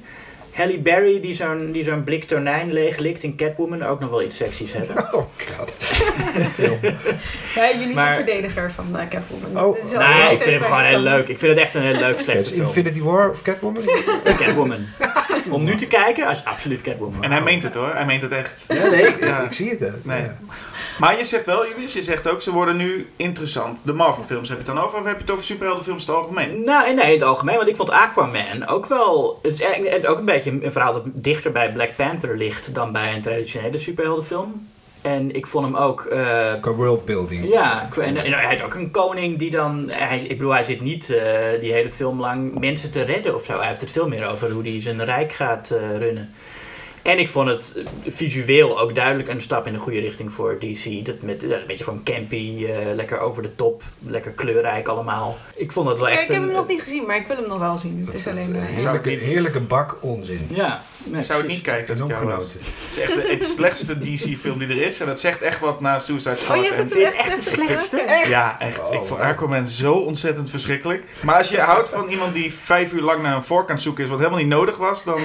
Halle Berry die zo'n, die zo'n blik tonijn leeglikt in Catwoman ook nog wel iets seksies hebben. Oh god. Film. Ja, jullie Maar- zijn verdediger van uh, Catwoman. Oh. Dat is wel Nee, heel ik vind hem gewoon heel tegenstrijdig. leuk. Ik vind het echt een heel leuk Ja, slechte is film. Infinity War of Catwoman? Catwoman. Om nu te kijken, is absoluut Catwoman. En hij meent het hoor, hij meent het echt. Ja, nee, ik, Ja. ik zie het. Hè. Nee. Ja. Maar je zegt wel, Julius, je zegt ook, ze worden nu interessant. De Marvel films heb je het dan over, of heb je het over superheldenfilms in het algemeen? Nou, nee, in het algemeen, want ik vond Aquaman ook wel... Het is eigenlijk- het is ook een beetje een verhaal dat dichter bij Black Panther ligt dan bij een traditionele superheldenfilm. En ik vond hem ook... eh, Qua worldbuilding. ja, en, en hij is ook een koning die dan... Hij, ik bedoel, hij zit niet eh, die hele film lang mensen te redden of zo. Hij heeft het veel meer over hoe hij zijn rijk gaat eh, runnen. En ik vond het visueel ook duidelijk een stap in de goede richting voor D C. Dat met ja, een beetje gewoon campy, eh, lekker over de top, lekker kleurrijk allemaal. Ik vond het wel Kijk, echt ik heb een... hem nog niet gezien, maar ik wil hem nog wel zien. Het Dat is is alleen... een eh, heerlijke, heerlijke bak onzin. Ja, nee, Ik zou het precies. niet kijken als En ik jou was. opgenoten. Het is echt de, het slechtste D C-film die er is. En dat zegt echt wat na Suicide Squad. Oh, je hebt en- het hem echt echt de echt slechtste? Oké. Ja, echt. Oh, ik vond wow. Aquaman zo ontzettend verschrikkelijk. Maar als je houdt van iemand die vijf uur lang naar een vork aan het zoeken is, wat helemaal niet nodig was, dan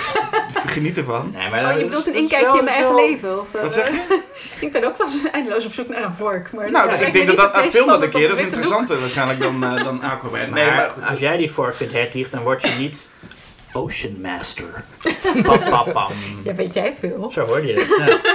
geniet ervan. Nee, maar Oh, dat je is- bedoelt een dat is inkijkje wel in mijn zo- eigen leven? Of, eh, Wat zeg je? Ik ben ook wel eens eindeloos op zoek naar een vork. Maar Nou, ja, ik lijkt denk me dat niet dat het een meest film dat een spannend keer, om dat is dit te doen. interessanter waarschijnlijk dan, eh, dan Aquaman. Maar, Nee, maar goed. als jij die vork vindt, Hertig, dan word je niet Ocean Master. Pam, pam, pam. Ja, weet jij veel. Zo hoorde je het. Ja.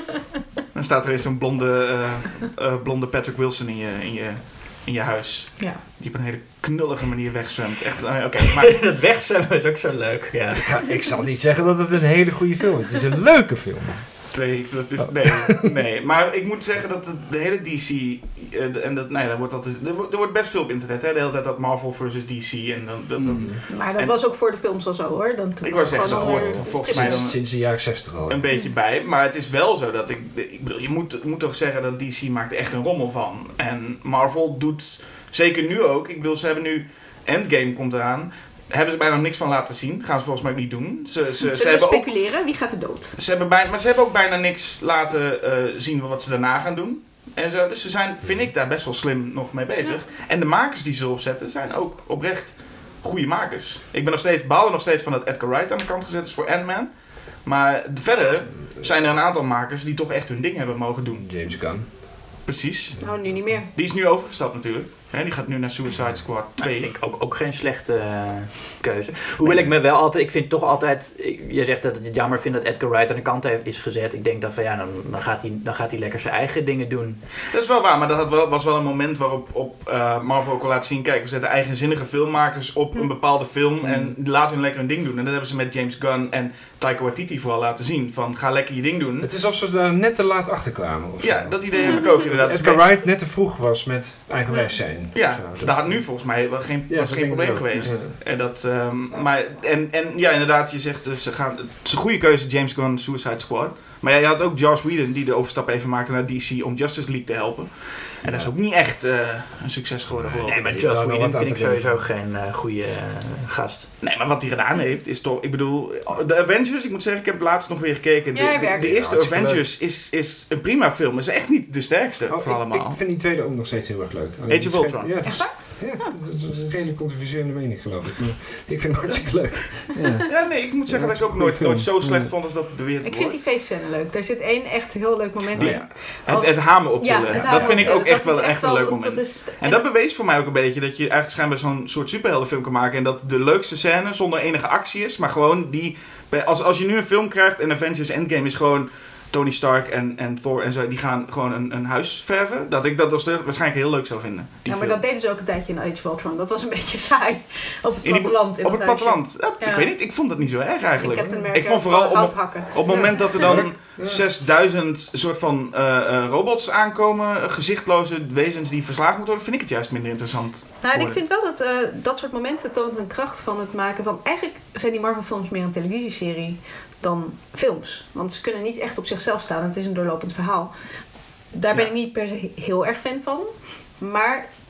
Dan staat er eens zo'n blonde, eh, eh, blonde Patrick Wilson in je, in, je, in je huis. Ja. Die op een hele knullige manier wegzwemt. Echt, eh, oké. maar Dat wegzwemmen is ook zo leuk. Ja. Ja, ik zal niet zeggen dat het een hele goede film is. Het is een leuke film. nee, dat is, nee, nee. Maar ik moet zeggen dat de, de hele D C... eh, de- en dat, nee, daar wordt altijd, er, wordt, er wordt best veel op internet. Hè? De hele tijd dat Marvel versus D C. En dan, dat, dat, Mm. Maar dat En- was ook voor de films al zo hoor. Dan toen Ik was wou het zeggen, gewoon dat onder hoort de volgens mij strips. dan- Sinds de jaren zestig al. een beetje bij. Maar het is wel zo dat ik... ik bedoel, je moet, moet toch zeggen dat D C maakt er echt een rommel van. En Marvel doet... Zeker nu ook. Ik bedoel, ze hebben nu... Endgame komt eraan. Hebben ze bijna nog niks van laten zien. Gaan ze volgens mij ook niet doen. Ze, ze, ze, Zullen we hebben ook, speculeren? Wie gaat er dood? ze hebben bijna, maar ze hebben ook bijna niks laten eh, zien wat ze daarna gaan doen. En zo. Dus ze zijn, vind ik, daar best wel slim nog mee bezig. En de makers die ze erop zetten zijn ook oprecht goede makers. Ik ben nog steeds, baal er nog steeds van dat Edgar Wright aan de kant gezet is voor Ant-Man. Maar verder zijn er een aantal makers die toch echt hun ding hebben mogen doen. James Gunn. Precies. Nou, nu niet meer. Die is nu overgestapt natuurlijk. Hè, die gaat nu naar Suicide Squad Dat twee. vind ik ook, ook geen slechte eh, keuze. Hoewel ik me wel altijd, ik vind toch altijd, ik- je zegt dat het jammer vindt dat Edgar Wright aan de kant heeft, is gezet. Ik denk dat van ja, dan, dan, gaat hij, dan gaat hij lekker zijn eigen dingen doen. Dat is wel waar, maar dat had wel, was wel een moment waarop op, eh, Marvel ook al laat zien... Kijk, we zetten eigenzinnige filmmakers op een bepaalde film en laten hun lekker hun ding doen. En dat hebben ze met James Gunn en Taika Waititi vooral laten zien. Van, ga lekker je ding doen. Het is alsof ze daar net te laat achter kwamen. Of Ja, zo. dat idee heb ik ook inderdaad. Dus Edgar kijk, Wright net te vroeg was met eigenwijs zijn. ja, Of zo. dat had nu volgens mij wel geen, Ja, was dat geen denk ik probleem ook. geweest. Ja. En, dat, ehm, maar, en, en ja, inderdaad, je zegt, eh, ze gaan, het is een goede keuze, James Gunn, Suicide Squad. Maar ja, je had ook Joss Whedon die de overstap even maakte naar D C om Justice League te helpen. En dat is ook niet echt eh, een succes geworden, geloof ik. Nee, maar die Joss daar wel Whedon wat aan vind ik te doen. sowieso geen eh, goede eh, gast. Nee, maar wat hij gedaan heeft is toch... Ik bedoel, de Avengers, ik moet zeggen, ik heb het laatst nog weer gekeken. De, Ja, hij de, werkt. de eerste Hartstikke Avengers is, is een prima film. Het is echt niet de sterkste Oh, van ik, allemaal. ik vind die tweede ook nog steeds heel erg leuk. Alleen Age of die Ultron. schijn- Ja, Echt waar? ja, dat is een redelijk controversiële mening geloof ik. Maar ik vind het hartstikke leuk. Ja. Ja, nee, ik moet zeggen Ja, dat ik ook dat is een nooit, goede nooit zo film. slecht Ja. vond als dat het beweerd Ik wordt. vind die feestscène leuk. Daar zit één echt heel leuk moment Oh, in. ja. Als- Het, het hamen optillen. Ja, het dat hamen vind ik ook optillen. echt Dat wel is echt een wel- leuk moment. dat is- En dat bewees voor mij ook een beetje dat je eigenlijk schijnbaar zo'n soort superheldenfilm kan maken. En dat de leukste scène zonder enige actie is. Maar gewoon die... bij- Als, als je nu een film krijgt en Avengers Endgame is gewoon... Tony Stark en, en Thor en zo, die gaan gewoon een, een huis verven. Dat ik dat als de- waarschijnlijk heel leuk zou vinden. Die Ja, maar film. dat deden ze ook een tijdje in Age of Ultron. Dat was een beetje saai. Op het In die- platteland. in Op dat het huisje. platteland. Ja, Ja. Ik weet niet, ik vond dat niet zo erg In eigenlijk. Captain America. Ik vond vooral op, hout op hakken. het moment dat er dan Ja. zesduizend soort van eh, eh, robots aankomen, eh, gezichtloze wezens die verslagen moeten worden, vind ik het juist minder interessant. Nou, en ik worden. vind wel dat eh, dat soort momenten toont een kracht van het maken van... Eigenlijk zijn die Marvel films meer een televisieserie dan films. Want ze kunnen niet echt op zichzelf staan. Het is een doorlopend verhaal. Daar ben Ja. ik niet per se heel erg fan van. Maar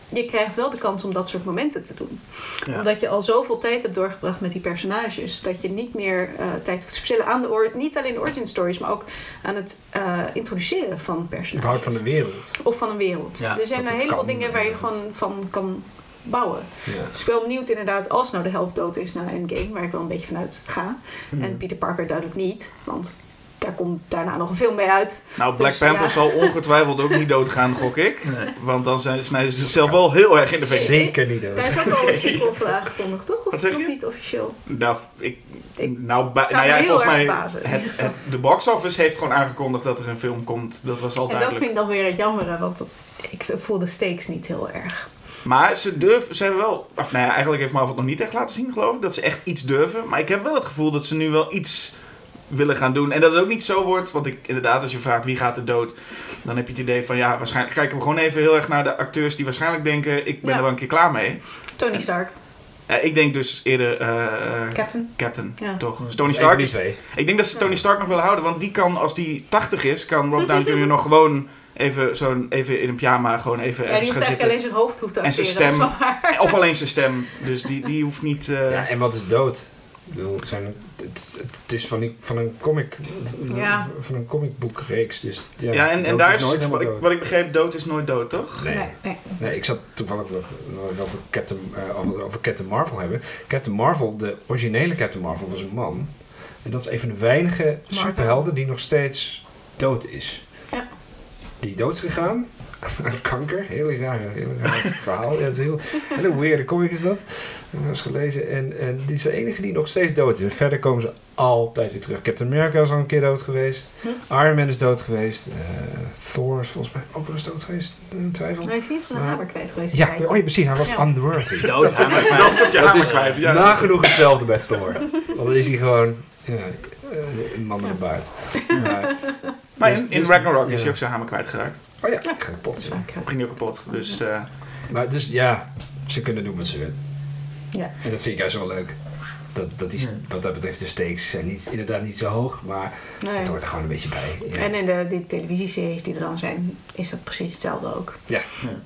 je krijgt wel de kans om dat soort momenten te doen. Ja. Omdat je al zoveel tijd hebt doorgebracht met die personages. Dat je niet meer uh, tijd hebt speciaal aan de or- niet alleen de origin stories, maar ook aan het uh, introduceren van personages. Überhaupt van de wereld. Of van een wereld. Ja, er zijn dat een het heleboel kan, dingen waar je ja, dat- van, van kan bouwen. Ja. Dus ik ben benieuwd inderdaad als nou de helft dood is na Endgame, waar ik wel een beetje vanuit ga. Hmm. En Peter Parker duidelijk niet, want daar komt daarna nog een film mee uit. Nou, Black Dus, Panther ja. zal ongetwijfeld ook niet doodgaan, gok ik. Nee. Want dan zijn, snijden ze zichzelf wel heel erg in de vingers. Zeker niet dood. Daar is ook al een sequel voor aangekondigd, toch? Of Wat zeg nog je? niet officieel? Nou, ik, Ik nou, bij- zou nou ja, me heel volgens erg mij, verbazen, in het, ieder geval. het, de box office heeft gewoon aangekondigd dat er een film komt. Dat was al En dat duidelijk. vind ik dan weer het jammere, want dat, ik voel de stakes niet heel erg. Maar ze durven, ze hebben wel, of nou ja, eigenlijk heeft Marvel het nog niet echt laten zien, geloof ik, dat ze echt iets durven. Maar ik heb wel het gevoel dat ze nu wel iets willen gaan doen. En dat het ook niet zo wordt, want ik, inderdaad, als je vraagt wie gaat er dood, dan heb je het idee van, ja, waarschijnlijk kijken we gewoon even heel erg naar de acteurs die waarschijnlijk denken, ik ben Ja. er wel een keer klaar mee. Tony Stark, Uh, ik denk dus eerder uh, Captain. Captain, Ja. toch? Dus Tony even Stark die is, twee. ik denk dat ze Tony Stark nog willen houden, want die kan, als die tachtig is, kan Robert Downey junior nog gewoon even, zo'n, even in een pyjama gewoon even Ja, die ergens hoeft gaan eigenlijk zitten. alleen zijn hoofd hoeft te En zijn acteren, dat is stem. wel waar. Of alleen zijn stem. Dus die, die hoeft niet... uh, Ja, en wat is dood? Ik bedoel, het, zijn, het, het is van, die, van een comic, Ja. van een comicboekreeks. Dus ja, Ja, en, en dood daar is is, nooit helemaal wat ik, dood. wat ik begreep, dood is nooit dood, toch? Nee. Nee, nee. Nee, ik zat toevallig nog nog over Captain, uh, over, over Captain Marvel hebben. Captain Marvel, de originele Captain Marvel, was een man. En dat is een van de weinige Marvel. superhelden die nog steeds dood is. Ja. Die dood is gegaan aan kanker. Heel raar, heel raar verhaal. Ja, het is een heel, hele weirde comic is dat. Ik heb eens gelezen. En, en die is de enige die nog steeds dood is. En verder komen ze altijd weer terug. Captain America is al een keer dood geweest. Hm. Iron Man is dood geweest. Uh, Thor is volgens mij ook wel eens dood geweest. In twijfel. Hij is niet van een Ja. hamer kwijt geweest. een Ja, tijdje. oh ja, precies. Hij was Ja. unworthy. Dood aan elkaar. Dood op je Dat hamer is kwijt. Ja. nagenoeg hetzelfde bij Thor. Want dan is hij gewoon ja, uh, een man met een baard. Maar, Maar dus- in, in dus- Ragnarok ja. is hij ook zijn hamer kwijtgeraakt. Oh ja, Ja. ga kapot. Dat is waar, ja. Ging hij ook kapot. Dus uh, Maar dus ja, ze kunnen doen wat ze willen. Ja. En dat vind ik juist wel leuk. Dat, dat die, Ja. wat dat betreft de stakes zijn niet, inderdaad niet zo hoog, maar Nee. het hoort er gewoon een beetje bij. Ja. En in de die televisieseries die er dan zijn, is dat precies hetzelfde ook. Ja.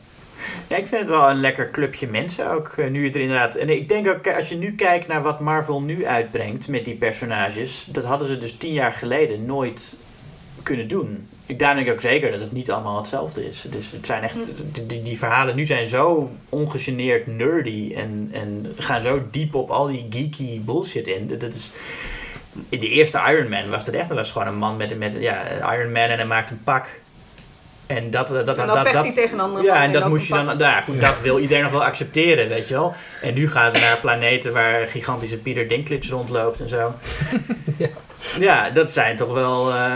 Ja, ik vind het wel een lekker clubje mensen ook, eh, nu het er inderdaad... En ik denk ook, als je nu kijkt naar wat Marvel nu uitbrengt met die personages, dat hadden ze dus tien jaar geleden nooit kunnen doen. Ik daar denk ik ook zeker dat het niet allemaal hetzelfde is. Dus het zijn echt, die, die, die verhalen nu zijn zo ongegeneerd nerdy en, en gaan zo diep op al die geeky bullshit in. Dat is... In de eerste Iron Man was het echt, dat was gewoon een man met, met ja, Iron Man en hij maakt een pak. En dat, dat, dat, En dan dat, vecht dat, hij tegen een andere ja, man en in dat ook moest een je dan, pak. nou ja, goed, dat wil iedereen nog wel accepteren, weet je wel. En nu gaan ze naar planeten waar gigantische Peter Dinklage rondloopt en zo. Ja. Ja, dat zijn toch wel uh,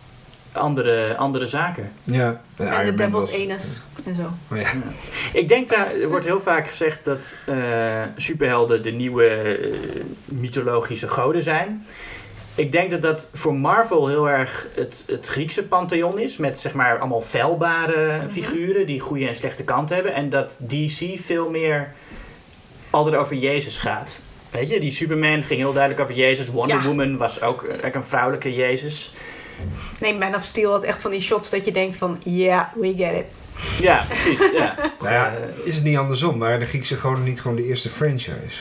andere, andere zaken. Ja. En Iron de Man Devil's was- Anus en zo. Oh, ja. Ik denk daar, er wordt heel vaak gezegd dat uh, superhelden de nieuwe uh, mythologische goden zijn. Ik denk dat dat voor Marvel heel erg het, het Griekse pantheon is. Met zeg maar allemaal feilbare Mhm. figuren die goede en slechte kanten hebben. En dat D C veel meer altijd over Jezus gaat. Weet je, die Superman ging heel duidelijk over Jezus. Wonder Ja. Woman was ook eigenlijk een vrouwelijke Jezus. Nee, Man of Steel had echt van die shots dat je denkt van, ja, yeah, we get it. Ja, precies. Ja. Nou ja, Uh, is het niet andersom, maar de Griekse goden niet gewoon de eerste franchise?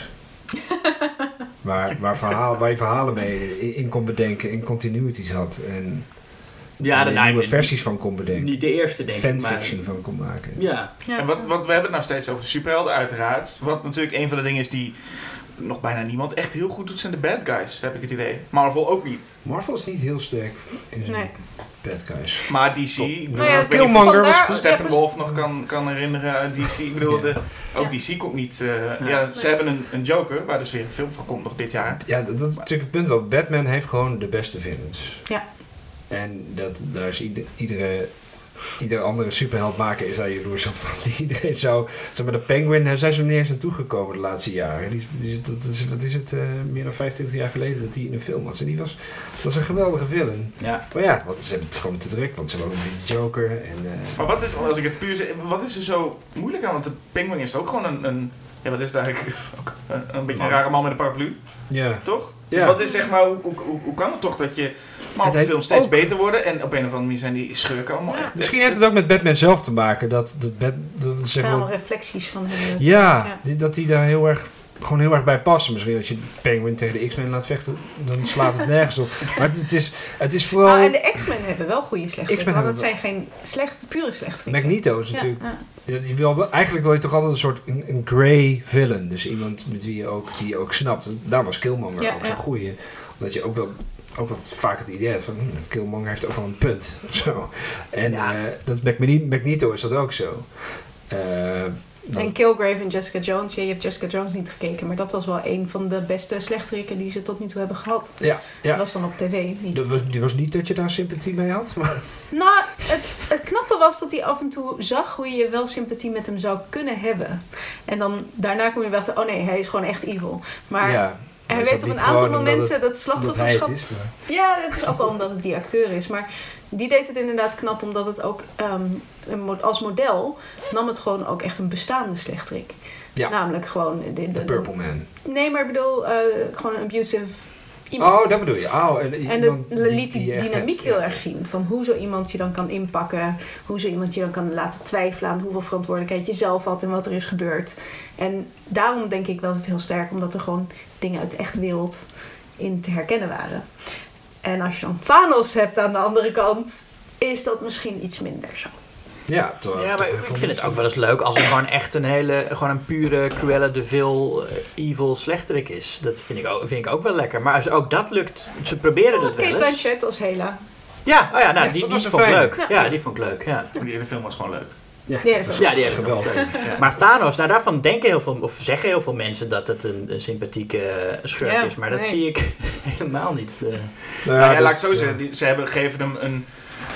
waar, waar, verhaal, waar je verhalen mee in, in kon bedenken, in continuities had. En, ja, en de, er nou, nieuwe versies van kon bedenken. Niet de eerste, denk ik. Maar, Fanfiction van kon maken. ja. Ja. En wat, wat we hebben het nou steeds over de superhelden uiteraard. Wat natuurlijk een van de dingen is die nog bijna niemand echt heel goed doet, zijn de bad guys, heb ik het idee. Marvel ook niet. Marvel is niet heel sterk in zijn Nee. bad guys. Maar D C, ik bedoel, Nou ja, ik weet niet of Killmonger je vandaar- Steppenwolf nog kan, kan herinneren uit D C. Ik bedoel, Ja. de, ook Ja. D C komt niet... uh, Ja. ja, ze hebben een, een Joker, waar dus weer een film van komt nog dit jaar. Ja, dat, dat is natuurlijk het punt dat Batman heeft gewoon de beste villains. Ja. En dat, daar is ieder, iedere, iedere andere superheld maken is daar jaloers op. Want iedereen zou... Zeg maar, de Penguin, daar zijn ze nog niet eens aan toegekomen de laatste jaren. Die, is- die, is- dat is, wat is het, uh, meer dan vijfentwintig jaar geleden dat hij in een film was. En die was, dat was een geweldige villain. Ja. Maar ja, want ze hebben het gewoon te druk, want ze hebben ook een Joker. En, uh, Maar wat is, als ik het puur zeg, wat is er zo moeilijk aan? Want de Penguin is ook gewoon een... een ja, wat is het eigenlijk? Ook Uh, een beetje een rare man met een paraplu. Ja. Toch? Ja. Dus wat is zeg maar, hoe, hoe, hoe, hoe kan het toch dat je Marvel-films steeds ook beter worden en op een of andere manier zijn die schurken allemaal Ja. echt... Misschien heeft het ook met Batman zelf te maken. Dat, dat, dat, dat Het zeg zijn maar, allemaal reflecties van hem. ja, Ja. Die, dat die daar heel erg, gewoon heel erg bij passen. Misschien als je Penguin tegen de X-Men laat vechten, dan slaat het nergens op. Maar het, het, is, het is vooral... Nou, en de X-Men hebben wel goede slechterikken, X-Men want dat hebben zijn geen slechte, pure slechterikken. Magneto is natuurlijk... Ja, ja. Ja, je wil, wel- eigenlijk wil je toch altijd een soort een, een grey villain. Dus iemand met wie je ook, die je ook snapt. Daar was Killmonger Ja, ook ja. zo'n goeie. Omdat je ook wel ook wat vaak het idee hebt van hm, Killmonger heeft ook wel een punt. Zo. En Ja. eh, dat met Magneto, Magneto is dat ook zo. Eh, dat- En Killgrave en Jessica Jones. Ja, je hebt Jessica Jones niet gekeken, maar dat was wel een van de beste slechterikken die ze tot nu toe hebben gehad. ja, ja. Dat was dan op tv. Niet. Dat was, die was niet dat je daar sympathie mee had. Maar, Nou, het, het knappe was dat hij af en toe zag hoe je wel sympathie met hem zou kunnen hebben. En dan daarna kom je weer achter, oh nee, hij is gewoon echt evil. Maar ja, hij is weet dat op een niet aantal gewoon omdat momenten het- dat omdat slachtofferschap... hij het is, maar- Ja, het is ook wel omdat het die acteur is. Maar die deed het inderdaad knap, omdat het ook ehm, een mo- als model nam het gewoon ook echt een bestaande slechterik. Ja. Namelijk gewoon... De, de, De Purple Man. Nee, maar ik bedoel, eh, gewoon een abusive iemand. Oh, dat bedoel je. Oh, en En de, iemand liet die, je echt dynamiek hebt. heel Ja. erg zien. Van hoe zo iemand je dan kan inpakken. Hoe zo iemand je dan kan laten twijfelen aan hoeveel verantwoordelijkheid je zelf had en wat er is gebeurd. En daarom denk ik wel dat het heel sterk, omdat er gewoon dingen uit de echte wereld in te herkennen waren. En als je dan Thanos hebt aan de andere kant, is dat misschien iets minder zo. Ja, toch, Ja, maar toch ik wel vind het ook wel eens leuk als er gewoon echt een hele, gewoon een pure Cruella de Vil uh, evil slechterik is. Dat vind ik, ook, vind ik ook wel lekker. Maar als ook dat lukt, ze proberen Oh, het wel Kate eens. Blanchett als Hela. Ja, oh ja, nou, Ja, die, dat die was een vond ik fijne. leuk. Ja. Ja, die vond ik leuk, ja. Die hele film was gewoon leuk. Ja, Die hele film. Ja, die hele film was geweldig. leuk. Ja. Maar Thanos, nou daarvan denken heel veel, of zeggen heel veel mensen dat het een, een sympathieke uh, schurk Ja, is. Maar dat nee. zie ik helemaal niet. Uh. Nou Nou ja, dus- laat ik zo zeggen, die, ze hebben, geven hem een...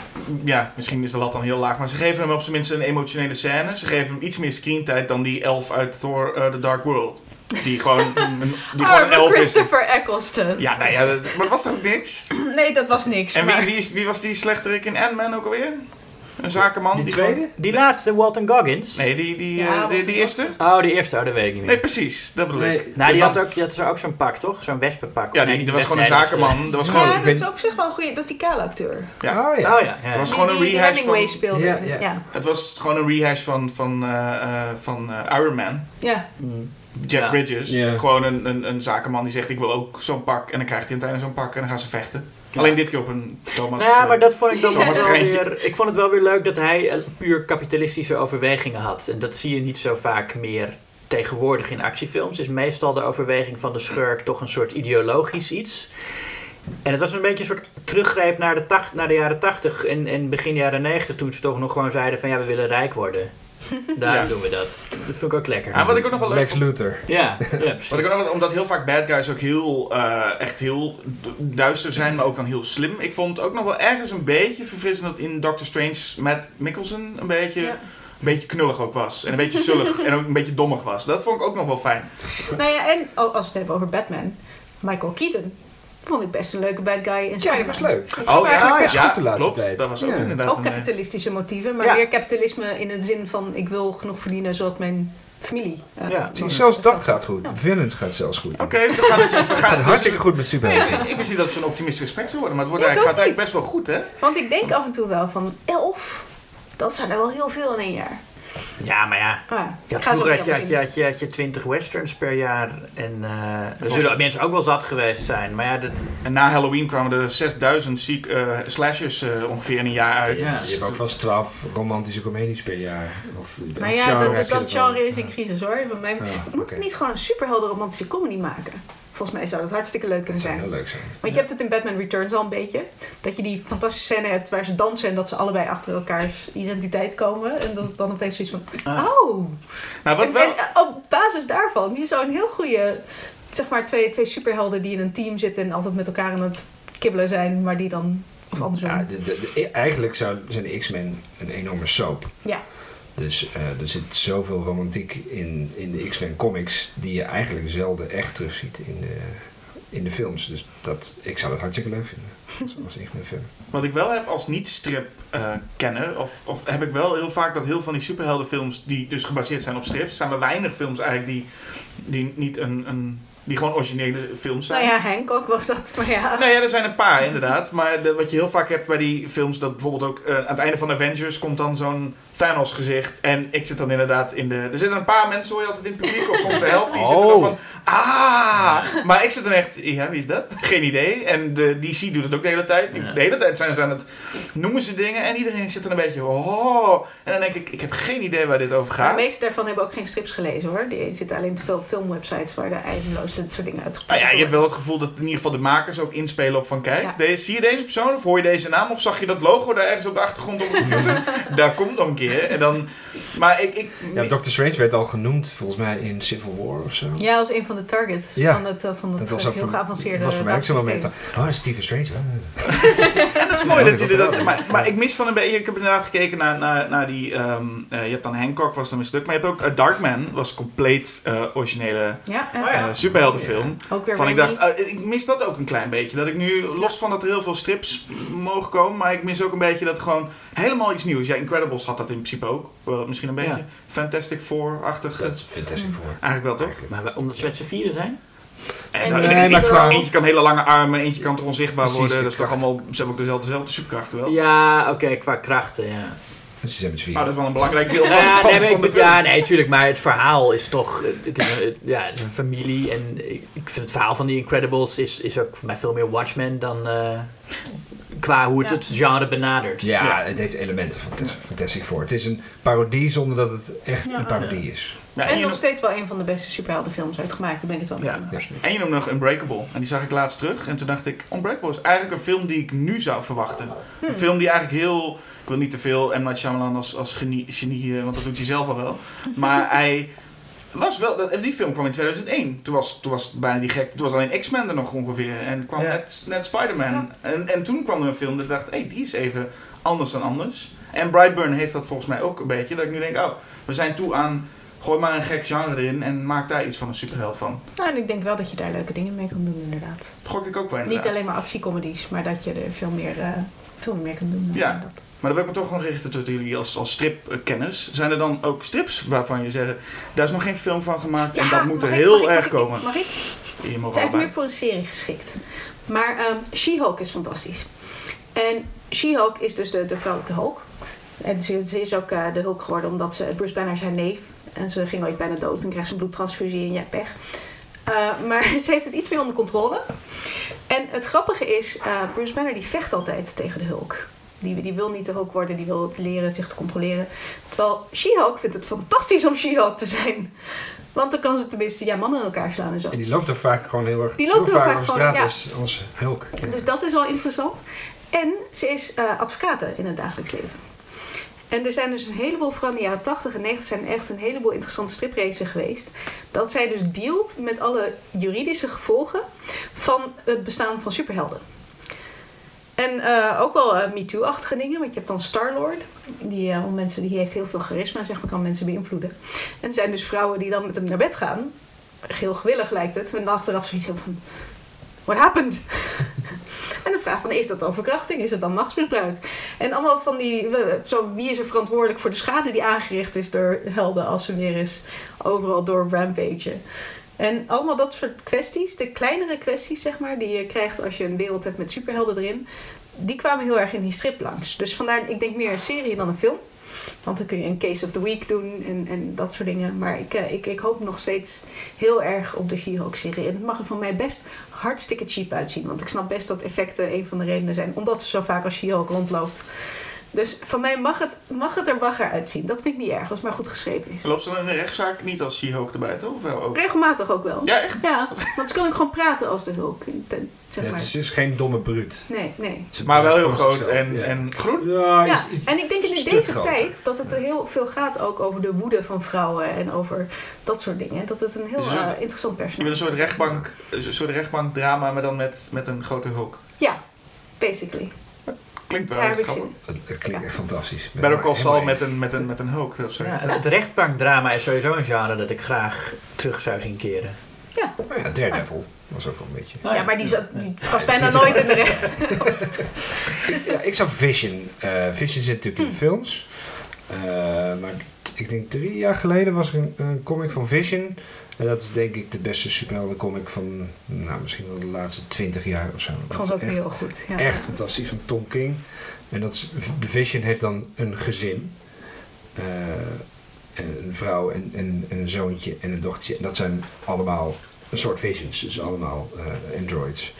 Ja, misschien is de lat dan heel laag, maar ze geven hem op zijn minst een emotionele scène. Ze geven hem iets meer screentijd dan die elf uit Thor uh, The Dark World. Die gewoon een, die gewoon een Arme elf is. Christopher Eccleston. Ja, nou ja, dat, maar dat was toch ook niks? Nee, dat was niks. En wie, maar... wie, is, wie was die slechterik in Ant-Man ook alweer? Een zakenman? Die gewoon- tweede? Die laatste, Walton Goggins. Nee, die, die, Ja, uh, die, Walton die eerste? Oh, die eerste, oh, dat weet ik niet meer. Nee, precies. Dat bedoel ik. Nee. Nou, die Dus had dan- ook, die had ook zo'n pak, toch? Zo'n wespenpak. Ja, Nee, die, niet dat was gewoon een wespen, nee, dat zakenman. Dat was gewoon, Ja, ik dat weet- is op zich wel een goeie. Dat is die kale acteur. ja. Oh ja. was- Oh ja, ja. Dat was Die, gewoon een die, die rehash Hemingway van... speelde. Ja, in- ja. ja. Het was gewoon een rehash van, van, uh, uh, van uh, Iron Man. Ja. Mm. Jeff Ja. Bridges. Ja. Gewoon een, een, een zakenman die zegt ik wil ook zo'n pak. En dan krijgt hij aan het einde zo'n pak en dan gaan ze vechten. Ja. Alleen dit keer op een Thomas... Nou ja, uh, maar dat vond ik dan Thomas wel Greintje. weer... Ik vond het wel weer leuk dat hij eh, puur kapitalistische overwegingen had. En dat zie je niet zo vaak meer tegenwoordig in actiefilms. Is meestal de overweging van de schurk toch een soort ideologisch iets. En het was een beetje een soort teruggreep naar de, tacht, naar de jaren tachtig en, en begin jaren negentig. Toen ze toch nog gewoon zeiden van ja, we willen rijk worden. Daarom Ja. doen we dat. Dat vind ik ook lekker. Ja, wat ik ook nog wel leuk Lex vond... Luthor. Ja, ja, precies. Wat ik ook nog wel, omdat heel vaak bad guys ook heel, uh, echt heel du- duister zijn, maar ook dan heel slim. Ik vond het ook nog wel ergens een beetje verfrissend dat in Doctor Strange Matt Mikkelsen een beetje, Ja. een beetje knullig ook was. En een beetje zullig en ook een beetje dommig was. Dat vond ik ook nog wel fijn. Nou ja, en oh, als we het hebben over Batman. Michael Keaton. Vond ik best een leuke bad guy in Ja, Spider-Man. dat was leuk. Dat Oh, vond ik ja, eigenlijk best ja, goed de laatste klopt. tijd. Dat was ook Ja. inderdaad ook een, uh, kapitalistische motieven, maar Ja. meer kapitalisme in de zin van ik wil genoeg verdienen zodat mijn familie... uh, Ja, Zie, uh, zelfs dat gaat goed. Ja. Villains gaat zelfs goed. Oké, we gaan dus... We Het gaan gaat hartstikke goed met Nee, superhelden. ik, ik wist niet dat ze een optimistisch gesprek zou worden, maar het, wordt Ik eigenlijk, ook gaat eigenlijk best niet. wel goed, hè? Want ik denk af en toe wel van elf, dat zijn er wel heel veel in één jaar. Ja, maar ja. Ah, ja. Je Ik had ga zo vroeger had je, niet had, je, anders had, je, had je twintig westerns per jaar. En uh, er zullen mensen ook wel zat geweest zijn. Maar ja, dat, En na Halloween kwamen er zesduizend ziek, uh, slashers uh, ongeveer in een jaar uit. Ja. Je hebt ook vast twaalf romantische comedies per jaar. Of, in. Maar ja, dat, dat, dat genre is in Ja. crisis hoor. Bij mij, Ja, moet oké. ik niet gewoon een superhelden romantische comedy maken? Volgens mij zou dat hartstikke leuk Dat kunnen zou zijn. heel leuk zijn. Want je hebt het in Batman Returns al een beetje. Dat je die fantastische scène hebt waar ze dansen en dat ze allebei achter elkaars identiteit komen. En dat het dan opeens zoiets van, Ah. oh. Nou, wat En, wel... en uh, op basis daarvan, je zou een heel goede, zeg maar twee, twee superhelden die in een team zitten en altijd met elkaar aan het kibbelen zijn, maar die dan, of andersom. Ja, de, de, de- eigenlijk zou, zijn de X-Men een enorme soap. Ja. Dus uh, er zit zoveel romantiek in, in de X-Men comics die je eigenlijk zelden echt terugziet in de, in de films. Dus dat, ik zou dat hartstikke leuk vinden. Als, als ik mijn film. Wat ik wel heb als niet-strip-kenner, uh, of, of heb ik wel heel vaak dat heel veel van die superheldenfilms die dus gebaseerd zijn op strips, zijn maar weinig films eigenlijk die, die niet een, een die gewoon originele films zijn. Nou ja, Hancock was dat, maar ja. Nee, ja, er zijn een paar inderdaad. Maar de, wat je heel vaak hebt bij die films, dat bijvoorbeeld ook uh, aan het einde van Avengers komt dan zo'n Thanos gezicht. En ik zit dan inderdaad in de... Er zitten een paar mensen, hoor je altijd in het publiek, of soms de helft, die oh. zitten dan van... Ah! Maar ik zit dan echt... Ja, wie is dat? Geen idee. En de D C doet het ook de hele tijd. Ja. De hele tijd zijn ze aan het... Noemen ze dingen en iedereen zit er een beetje... Oh! En dan denk ik, ik heb geen idee waar dit over gaat. Maar de meeste daarvan hebben ook geen strips gelezen, hoor. Die zitten alleen te veel filmwebsites waar de eindeloos dit soort dingen uitgekomen nou ja, je hebt wel het gevoel dat in ieder geval de makers ook inspelen op van... Kijk, ja. deze, zie je deze persoon? Of hoor je deze naam? Of zag je dat logo daar ergens op de achtergrond op de computer? Daar komt nog een keer. En dan... Maar ik... ik ja, Doctor Strange werd al genoemd, volgens mij, in Civil War of zo. Ja, als een van de targets ja. van het, van het dat was uh, heel geavanceerde... Dat was voor mij ook zo'n moment van, oh, Stephen Strange. Ja, dat is mooi. dat, dat, dat, maar, maar ik mis dan een beetje... Ik heb inderdaad gekeken naar, naar, naar die... Um, uh, je hebt dan Hancock, was dan een stuk. Maar je hebt ook uh, Darkman, was compleet uh, originele ja, uh, uh, superheldenfilm. Ja. Ook weer van, ik dacht, uh, ik mis dat ook een klein beetje. Dat ik nu, los van dat er heel veel strips mogen komen, maar ik mis ook een beetje dat gewoon helemaal iets nieuws. Ja, Incredibles had dat in principe ook. Wel, misschien een beetje ja. Fantastic Four-achtig. Dat is Fantastic Four. Eigenlijk wel, toch? Eigenlijk. Maar omdat ze met z'n vieren zijn? En, en, en, en, en gewoon... Eentje kan hele lange armen, eentje kan toch onzichtbaar Precies, worden. Dat is toch allemaal, ze hebben ook dezelfde, dezelfde superkrachten wel. Ja, oké, okay, qua krachten, ja. Dus ze zijn met z'n vieren. Oh, dat is wel een belangrijk deel van, ja, van, nee, van ik, de film. Ja, nee, natuurlijk, maar het verhaal is toch... Het is een, ja, het is een familie en ik vind het verhaal van die Incredibles is, is ook voor mij veel meer Watchmen dan... Uh, qua hoe het, ja. het genre benadert. Ja, ja, het heeft elementen van Fantastic Four. Het is een parodie zonder dat het echt ja. een parodie is. Ja, en, en nog steeds wel een van de beste superheldenfilms uitgemaakt. Daar ben ik het wel mee ja. eens. En je noemde nog Unbreakable. En die zag ik laatst terug. En toen dacht ik, Unbreakable is eigenlijk een film die ik nu zou verwachten. Hmm. Een film die eigenlijk heel... Ik wil niet te veel M. Night Shyamalan als, als genie, genie, want dat doet hij zelf al wel. Maar hij... Was wel, dat, die film kwam in tweeduizend één. Toen was, toen was bijna die gek. Toen was alleen X-Men er nog ongeveer. En kwam ja. net, net Spider-Man. Ja. En, en toen kwam er een film dat ik dacht, hé, hey, die is even anders dan anders. En Brightburn heeft dat volgens mij ook een beetje. Dat ik nu denk, oh, we zijn toe aan... Gooi maar een gek genre erin en maak daar iets van een superheld van. Nou, en ik denk wel dat je daar leuke dingen mee kan doen, inderdaad. Dat gok ik ook wel, inderdaad. Niet alleen maar actiecomedies, maar dat je er veel meer, uh, veel meer kan doen. Ja. Dat. Maar dan wil ik me toch gewoon richten tot jullie als, als stripkenners. Zijn er dan ook strips waarvan je zegt, daar is nog geen film van gemaakt ja, en dat moet er ik, heel ik, erg ik, komen? Mag ik? Het is eigenlijk meer voor een serie geschikt. Maar um, She-Hulk is fantastisch. En She-Hulk is dus de, de vrouwelijke Hulk. En ze, ze is ook uh, de Hulk geworden omdat ze... Bruce Banner is haar neef. En ze ging ooit bijna dood. En kreeg ze een bloedtransfusie en ja, pech. Uh, maar ze heeft het iets meer onder controle. En het grappige is, uh, Bruce Banner die vecht altijd tegen de Hulk. Die, die wil niet de Hulk worden, die wil leren zich te controleren. Terwijl She-Hulk vindt het fantastisch om She-Hulk te zijn. Want dan kan ze tenminste ja, mannen in elkaar slaan en zo. En die loopt er vaak gewoon heel erg die loopt heel er vaak vaak op straat ja. als, als Hulk. Ja. Dus dat is wel interessant. En ze is uh, advocate in het dagelijks leven. En er zijn dus een heleboel, vooral in de jaren tachtig en negentig zijn echt een heleboel interessante stripracen geweest. Dat zij dus dealt met alle juridische gevolgen van het bestaan van superhelden. En uh, ook wel uh, MeToo-achtige dingen, want je hebt dan Star-Lord. Die, uh, mensen, die heeft heel veel charisma, zeg maar, kan mensen beïnvloeden. En er zijn dus vrouwen die dan met hem naar bed gaan. Heel gewillig lijkt het. En dan achteraf zoiets van, what happened? En de vraag van, is dat dan verkrachting? Is het dan machtsmisbruik? En allemaal van die, zo, wie is er verantwoordelijk voor de schade die aangericht is door helden als ze weer eens overal door rampagen? En allemaal dat soort kwesties, de kleinere kwesties zeg maar, die je krijgt als je een wereld hebt met superhelden erin, die kwamen heel erg in die strip langs. Dus vandaar, ik denk meer een serie dan een film. Want dan kun je een Case of the Week doen en, en dat soort dingen. Maar ik, ik, ik hoop nog steeds heel erg op de She-Hulk-serie. En het mag er van mij best hartstikke cheap uitzien. Want ik snap best dat effecten een van de redenen zijn. Omdat ze zo vaak als She-Hulk rondloopt. Dus van mij mag het, mag het er bagger uitzien. Dat vind ik niet erg, als het maar goed geschreven is. Loopt ze dan in de rechtszaak niet als She-Hulk erbij, toch? Of wel ook? Regelmatig ook wel. Ja, echt? Ja, want ze kan ook gewoon praten als de Hulk. Ten, zeg ja, maar. Het is geen domme bruut. Nee, nee. Maar wel heel groot en, ja. en groen. Ja, ja. Is, is en ik denk in deze groter. tijd dat het er heel veel gaat ook over de woede van vrouwen en over dat soort dingen. Dat het een heel dus uh, interessant personage is. Je wil een soort rechtbank, een soort rechtbankdrama, maar dan met, met een grote Hulk. Ja, basically. Klinkt wel echt grappig. Het, het klinkt ja. echt fantastisch. Better Call Saul met een, met, een, met een Hulk. Of zo. Ja, het, het rechtbankdrama is sowieso een genre dat ik graag terug zou zien keren. Ja. Nou ja, Daredevil was ook wel een beetje... Ja, maar die, zat, die was Ja, bijna die- nooit in de rest. Ja, ik zag Vision. Uh, Vision zit natuurlijk in de films. Uh, maar t- ik denk drie jaar geleden was er een, een comic van Vision. En dat is denk ik de beste superheldencomic van, nou, misschien wel de laatste twintig jaar of zo. Ik Dat vond is het ook echt, heel goed. Ja. echt fantastisch, van Tom King. En dat is, de Vision heeft dan een gezin. Uh, een vrouw en, en, en een zoontje en een dochtertje. En dat zijn allemaal een soort Visions. Dus allemaal uh, androids.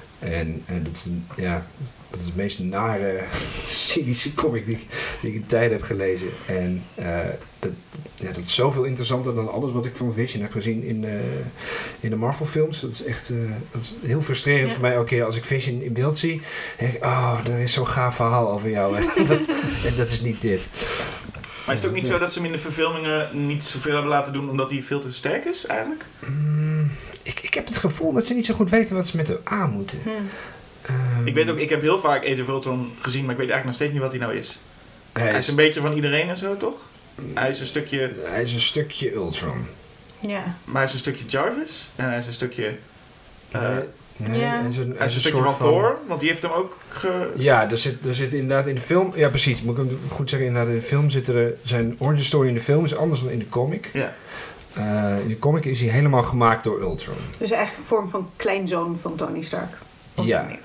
En, en dat, is een, ja, dat is de meest nare, cynische comic die, die ik in tijden heb gelezen. En uh, dat, ja, dat is zoveel interessanter dan alles wat ik van Vision heb gezien in, uh, in de Marvel films. Dat is echt uh, dat is heel frustrerend ja. voor mij elke keer als ik Vision in beeld zie. Denk ik, oh, er is zo'n gaaf verhaal over jou. En dat, en dat is niet dit. Maar is het ook niet zo dat ze hem in de verfilmingen niet zoveel hebben laten doen omdat hij veel te sterk is eigenlijk? Mm, ik, ik heb het gevoel dat ze niet zo goed weten wat ze met hem aan moeten. Hm. Um, Ik weet ook, ik heb heel vaak Age of Ultron gezien, maar ik weet eigenlijk nog steeds niet wat hij nou is. hij, Hij is, is een beetje van iedereen en zo, toch? Hij is een stukje, hij is een stukje Ultron. Ja. maar hij is een stukje Jarvis en hij is een stukje, uh, Nee, nee, Ja. hij is een, hij is een stukje soort van Thor, want die heeft hem ook ge... Ja, er zit, er zit inderdaad in de film... Ja, precies. Moet ik hem goed zeggen. Inderdaad, in de film zit er... Zijn origin story in de film is anders dan in de comic. Ja. Uh, in de comic is hij helemaal gemaakt door Ultron. Dus eigenlijk een vorm van kleinzoon van Tony Stark. Op Ja. die manier.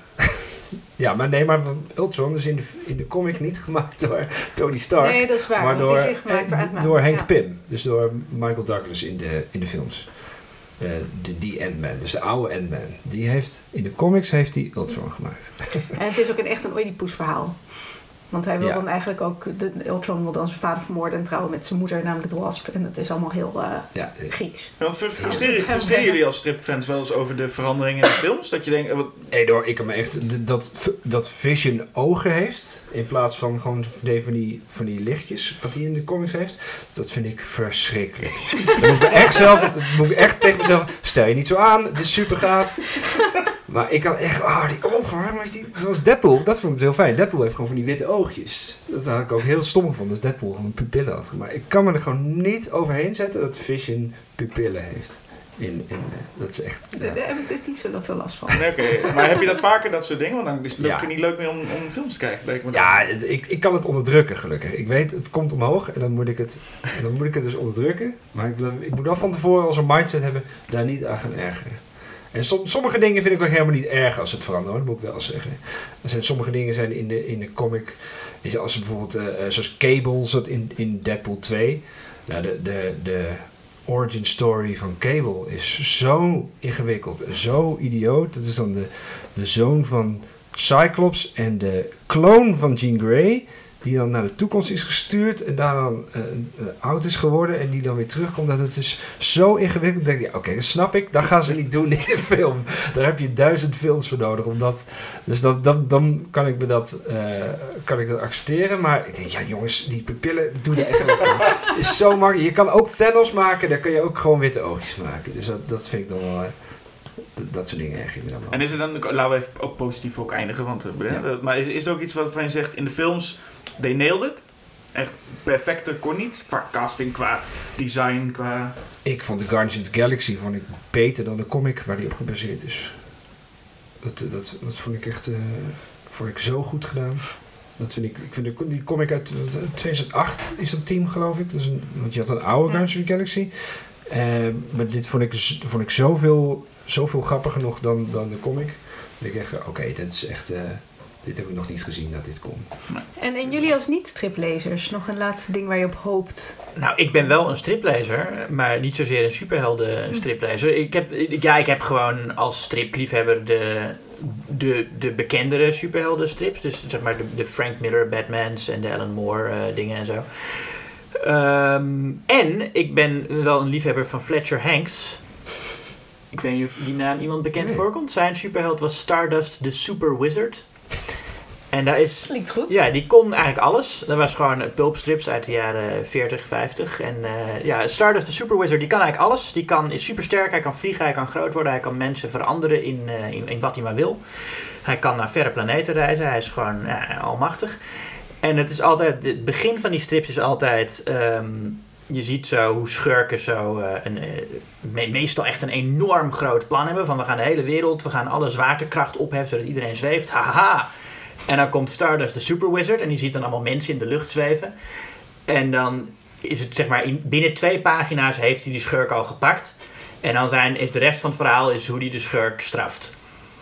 Ja, maar nee, maar Ultron is in de, in de comic niet gemaakt door Tony Stark. Nee, dat is waar. maar want door, die is gemaakt door eh, Ant-Man. door Hank Ja. Pym. Dus door Michael Douglas in de, in de films. Uh, de, die Ant-Man, dus de oude Ant-Man. Die heeft, in de comics heeft hij Ultron gemaakt. En het is ook een, echt een Oedipus verhaal. Want hij wil Ja. dan eigenlijk ook... De, Ultron wil dan zijn vader vermoorden en trouwen met zijn moeder, namelijk de Wasp. En dat is allemaal heel uh, Ja, Grieks. Ja, want frus- Ja. frustreren, frustreren jullie als stripfans wel eens over de veranderingen in de films? Dat je denkt, eh, wat, nee, door, ik kan me echt... d- Dat, dat Vision ogen heeft, in plaats van gewoon van die, van die lichtjes, wat hij in de comics heeft, dat vind ik verschrikkelijk. Dan moet ik echt zelf, dan moet ik echt tegen mezelf, stel je niet zo aan, het is super gaaf. Maar ik had echt, ah, oh, die ogen, waarom heeft die... Zoals Deadpool, dat vond ik heel fijn. Deadpool heeft gewoon van die witte oogjes. Dat had ik ook heel stom gevonden, dus Deadpool gewoon pupillen had. Maar ik kan me er gewoon niet overheen zetten dat Vision pupillen heeft. In, in, dat is echt... Ja. Daar heb ik dus niet zo veel last van. nee, oké. Maar heb je dat vaker, dat soort dingen? Want dan is het Ja. ook niet leuk meer om, om films te kijken. Denk ik, want Ja, het- ik, ik kan het onderdrukken gelukkig. Ik weet, het komt omhoog en dan moet ik het, en dan moet ik het dus onderdrukken. Maar ik, ik moet wel van tevoren als een mindset hebben, daar niet aan gaan ergeren. En som, sommige dingen vind ik ook helemaal niet erg als het verandert, dat moet ik wel zeggen. Er zijn, sommige dingen zijn in de, in de comic, weet je, als ze bijvoorbeeld, uh, zoals Cable zat in, in Deadpool twee. Nou, de, de, de origin story van Cable is zo ingewikkeld en zo idioot. Dat is dan de, de zoon van Cyclops en de kloon van Jean Grey, die dan naar de toekomst is gestuurd en daar dan uh, uh, oud is geworden en die dan weer terugkomt. Dat het is zo ingewikkeld. Dan denk ik, ja, oké, okay, dat snap ik. Dat gaan ze niet doen in een film. Daar heb je duizend films voor nodig. Omdat, dus dat, dat, dan kan ik, me dat, uh, kan ik dat accepteren. Maar ik denk, ja jongens, die pupillen, doe er even wat aan. Het is zo makkelijk. Je kan ook Thanos maken, daar kun je ook gewoon witte oogjes maken. Dus dat, dat vind ik dan wel... Uh, Dat, dat soort dingen erg ik me dan wel. En is er dan, laten we even ook positief ook eindigen, want, uh, Ja. maar is, is er ook iets wat je zegt in de films, they nailed it? Echt perfecter kon niet, qua casting, qua design, qua... Ik vond de Guardians of the Galaxy vond ik beter dan de comic waar die op gebaseerd is. Dat, dat, dat vond ik echt uh, vond ik zo goed gedaan. Dat vind ik, ik vind de, die comic uit tweeduizend acht is dat team, geloof ik. Dat is een, want je had een oude Guardians of the Galaxy. Uh, maar dit vond ik, vond ik zoveel, zoveel grappiger nog dan, dan de comic. Dat ik echt, oké, okay, dit is echt... Uh, dit heb ik nog niet gezien dat dit kon. En, en jullie als niet-striplezers, nog een laatste ding waar je op hoopt? Nou, ik ben wel een striplezer, maar niet zozeer een superhelden striplezer. Ik heb, ja, ik heb gewoon als stripliefhebber de, de, de bekendere superhelden strips. Dus zeg maar de, de Frank Miller Batmans en de Alan Moore uh, dingen en zo. Um, en ik ben wel een liefhebber van Fletcher Hanks. Ik weet niet of die naam iemand bekend nee. voorkomt. Zijn superheld was Stardust the Super Wizard. En daar is... Klinkt goed. Ja, die kon eigenlijk alles. Dat was gewoon pulpstrips uit de jaren veertig, vijftig. En uh, ja, Stardust the Super Wizard, die kan eigenlijk alles. Die kan, is super sterk, hij kan vliegen, hij kan groot worden. Hij kan mensen veranderen in, uh, in, in wat hij maar wil. Hij kan naar verre planeten reizen. Hij is gewoon ja, almachtig. En het is altijd... Het begin van die strips is altijd... Um, je ziet zo hoe schurken zo uh, een, uh, me- meestal echt een enorm groot plan hebben. Van we gaan de hele wereld, we gaan alle zwaartekracht opheffen zodat iedereen zweeft. Haha. En dan komt Stardust de Super Wizard en die ziet dan allemaal mensen in de lucht zweven. En dan is het zeg maar in, binnen twee pagina's heeft hij die schurk al gepakt. En dan zijn, is de rest van het verhaal is hoe hij de schurk straft.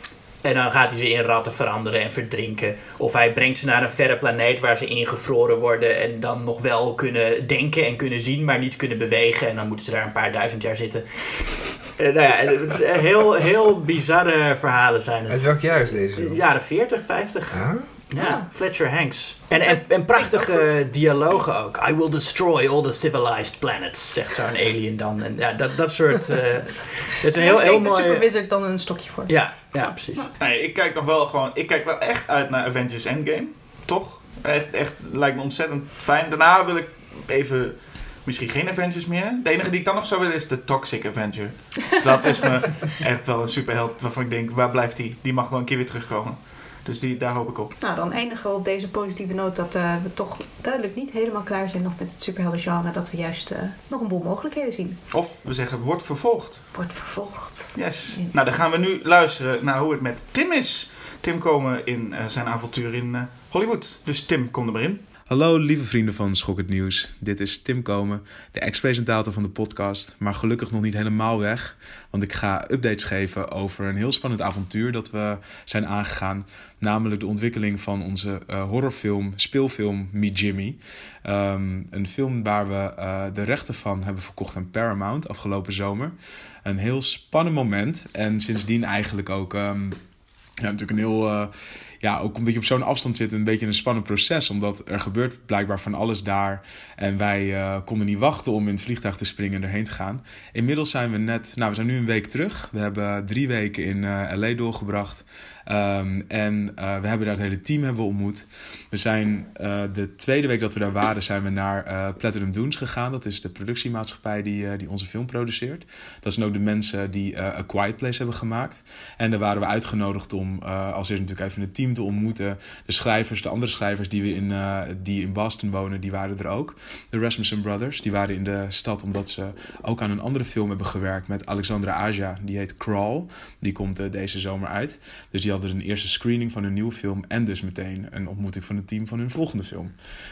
En dan gaat hij ze in ratten veranderen en verdrinken. Of hij brengt ze naar een verre planeet waar ze ingevroren worden. En dan nog wel kunnen denken en kunnen zien, maar niet kunnen bewegen. En dan moeten ze daar een paar duizend jaar zitten. Uh, nou ja, het is heel, heel bizarre verhalen zijn het. Uit welk jaar is deze film? Jaren veertig, vijftig. Ah? Ja, Fletcher Hanks. En, en, en prachtige dialogen ook. I will destroy all the civilized planets, zegt zo'n alien dan. En ja, dat, dat soort... Uh, dat is een heel, heel mooi... mooi... Super Wizard dan een stokje voor. Ja, ja, precies. Nee, ik kijk nog wel gewoon... Ik kijk wel echt uit naar Avengers Endgame. Toch? Echt, echt lijkt me ontzettend fijn. Daarna wil ik even... Misschien geen Avengers meer. De enige die ik dan nog zou willen is de Toxic Avenger. Dat is me echt wel een superheld waarvan ik denk, waar blijft die? Die mag wel een keer weer terugkomen. Dus die, daar hoop ik op. Nou, dan eindigen we op deze positieve noot dat uh, we toch duidelijk niet helemaal klaar zijn nog met het superheldengenre. Dat we juist uh, nog een boel mogelijkheden zien. Of we zeggen, wordt vervolgd. Wordt vervolgd. Yes. In... Nou, dan gaan we nu luisteren naar hoe het met Tim is. Tim Komen in uh, zijn avontuur in uh, Hollywood. Dus Tim, kom er maar in. Hallo lieve vrienden van Schok het Nieuws. Dit is Tim Komen, de ex-presentator van de podcast. Maar gelukkig nog niet helemaal weg. Want ik ga updates geven over een heel spannend avontuur dat we zijn aangegaan. Namelijk de ontwikkeling van onze uh, horrorfilm, speelfilm Meet Jimmy. Um, een film waar we uh, de rechten van hebben verkocht aan Paramount afgelopen zomer. Een heel spannend moment. En sindsdien eigenlijk ook... Um, ja, natuurlijk een heel... Uh, Ja, ook omdat je op zo'n afstand zit, een beetje een spannend proces. Omdat er gebeurt blijkbaar van alles daar. En wij uh, konden niet wachten om in het vliegtuig te springen en erheen te gaan. Inmiddels zijn we net... Nou, we zijn nu een week terug. We hebben drie weken in uh, L A doorgebracht. Um, en uh, we hebben daar het hele team hebben we ontmoet. We zijn uh, de tweede week dat we daar waren, zijn we naar uh, Platinum Dunes gegaan. Dat is de productiemaatschappij die, uh, die onze film produceert. Dat zijn ook de mensen die uh, A Quiet Place hebben gemaakt. En daar waren we uitgenodigd om uh, als eerst natuurlijk even het team te ontmoeten. De schrijvers, de andere schrijvers die, we in, uh, die in Boston wonen, die waren er ook. De Rasmussen Brothers, die waren in de stad omdat ze ook aan een andere film hebben gewerkt met Alexandra Aja. Die heet Crawl. Die komt uh, deze zomer uit. Dus die hadden een eerste screening van hun nieuwe film en dus meteen een ontmoeting van het team van hun volgende film.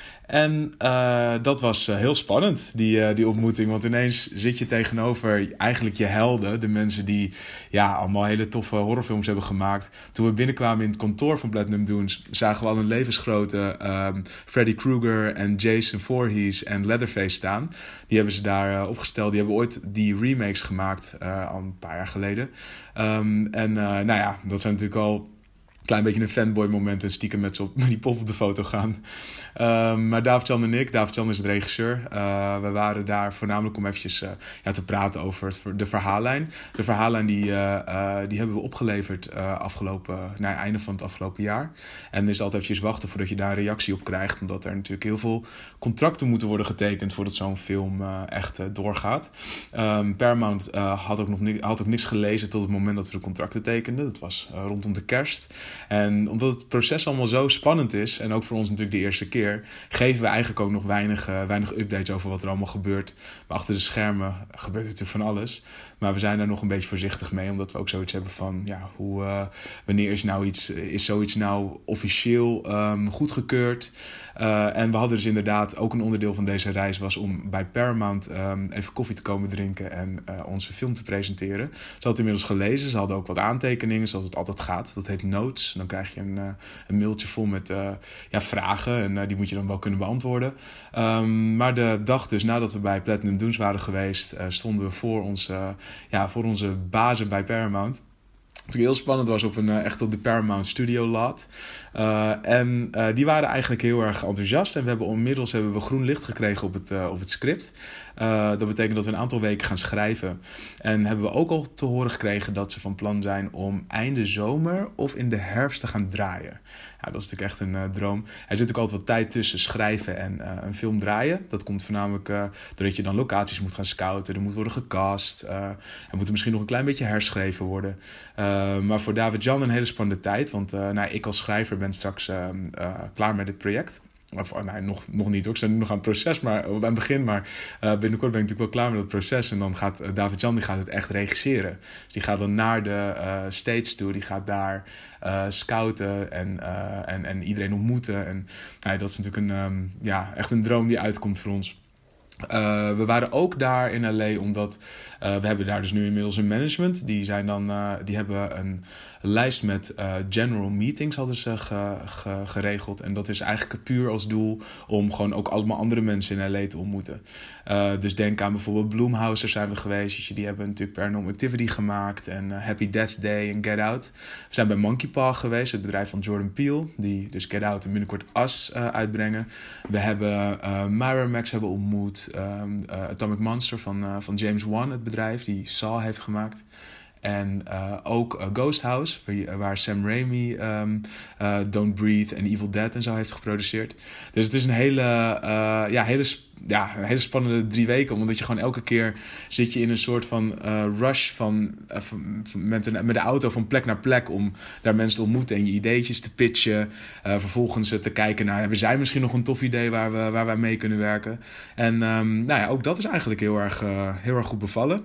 En uh, dat was uh, heel spannend, die, uh, die ontmoeting. Want ineens zit je tegenover eigenlijk je helden. De mensen die ja, allemaal hele toffe horrorfilms hebben gemaakt. Toen we binnenkwamen in het kantoor van Platinum Dunes, zagen we al een levensgrote um, Freddy Krueger en Jason Voorhees en Leatherface staan. Die hebben ze daar uh, opgesteld. Die hebben ooit die remakes gemaakt, uh, al een paar jaar geleden. Um, en uh, nou ja, dat zijn natuurlijk al... Klein beetje een fanboy moment en stiekem met, zo, met die pop op de foto gaan. Um, maar David-Jan en ik, David-Jan is de regisseur. Uh, we waren daar voornamelijk om eventjes uh, ja, te praten over het, de verhaallijn. De verhaallijn die, uh, uh, die hebben we opgeleverd uh, afgelopen, naar het einde van het afgelopen jaar. En er is altijd eventjes wachten voordat je daar een reactie op krijgt. Omdat er natuurlijk heel veel contracten moeten worden getekend voordat zo'n film uh, echt uh, doorgaat. Um, Paramount uh, had, ook nog ni- had ook niks gelezen tot het moment dat we de contracten tekenden. Dat was uh, rondom de kerst. En omdat het proces allemaal zo spannend is, en ook voor ons natuurlijk de eerste keer, geven we eigenlijk ook nog weinig, uh, weinig updates over wat er allemaal gebeurt. Maar achter de schermen gebeurt natuurlijk van alles. Maar we zijn daar nog een beetje voorzichtig mee, omdat we ook zoiets hebben van, ja, hoe, uh, wanneer is, nou iets, is zoiets nou officieel um, goedgekeurd? Uh, en we hadden dus inderdaad ook een onderdeel van deze reis was om bij Paramount um, even koffie te komen drinken en uh, onze film te presenteren. Ze hadden het inmiddels gelezen, ze hadden ook wat aantekeningen, zoals het altijd gaat. Dat heet notes. Dan krijg je een, uh, een mailtje vol met uh, ja, vragen en uh, die moet je dan wel kunnen beantwoorden. Um, maar de dag dus nadat we bij Platinum Dunes waren geweest, uh, stonden we voor, ons, uh, ja, voor onze bazen bij Paramount. Wat heel spannend was op een uh, echt op de Paramount Studio lot. Uh, en uh, die waren eigenlijk heel erg enthousiast. En we hebben inmiddels hebben we groen licht gekregen op het, uh, op het script. Uh, dat betekent dat we een aantal weken gaan schrijven. En hebben we ook al te horen gekregen dat ze van plan zijn om einde zomer of in de herfst te gaan draaien. Ja, dat is natuurlijk echt een uh, droom. Er zit ook altijd wat tijd tussen schrijven en uh, een film draaien. Dat komt voornamelijk uh, doordat je dan locaties moet gaan scouten. Er moet worden gecast. Uh, er moet er misschien nog een klein beetje herschreven worden. Uh, maar voor David-Jan een hele spannende tijd. Want uh, nou, ik als schrijver ben straks uh, uh, klaar met dit project. Of, oh, nee, nog, nog niet hoor. Ik sta nu nog aan het proces, maar aan het begin. Maar uh, binnenkort ben ik natuurlijk wel klaar met dat proces. En dan gaat uh, David-Jan die gaat het echt regisseren. Dus die gaat dan naar de uh, States toe. Die gaat daar uh, scouten en, uh, en, en iedereen ontmoeten. En uh, dat is natuurlijk een, um, ja, echt een droom die uitkomt voor ons. Uh, we waren ook daar in L A omdat uh, we hebben daar dus nu inmiddels een management. Die zijn dan, uh, die hebben een lijst met uh, general meetings hadden ze ge, ge, geregeld. En dat is eigenlijk puur als doel om gewoon ook allemaal andere mensen in L A te ontmoeten. Uh, dus denk aan bijvoorbeeld Blumhouse, daar zijn we geweest. Die hebben natuurlijk Paranormal Activity gemaakt en uh, Happy Death Day en Get Out. We zijn bij Monkey Paw geweest, het bedrijf van Jordan Peele, die dus Get Out en binnenkort Us uh, uitbrengen. We hebben uh, Miramax hebben ontmoet. Um, uh, Atomic Monster van, uh, van James Wan, het bedrijf die Saw heeft gemaakt. En uh, ook uh, Ghost House, waar, waar Sam Raimi um, uh, Don't Breathe en Evil Dead en zo heeft geproduceerd. Dus het is een hele, uh, ja, hele, ja, een hele spannende drie weken. Omdat je gewoon elke keer zit je in een soort van uh, rush van, uh, van, met, een, met de auto van plek naar plek om daar mensen te ontmoeten en je ideetjes te pitchen. Uh, vervolgens te kijken naar, hebben zij misschien nog een tof idee waar we, waar wij mee kunnen werken. En um, nou ja, ook dat is eigenlijk heel erg, uh, heel erg goed bevallen.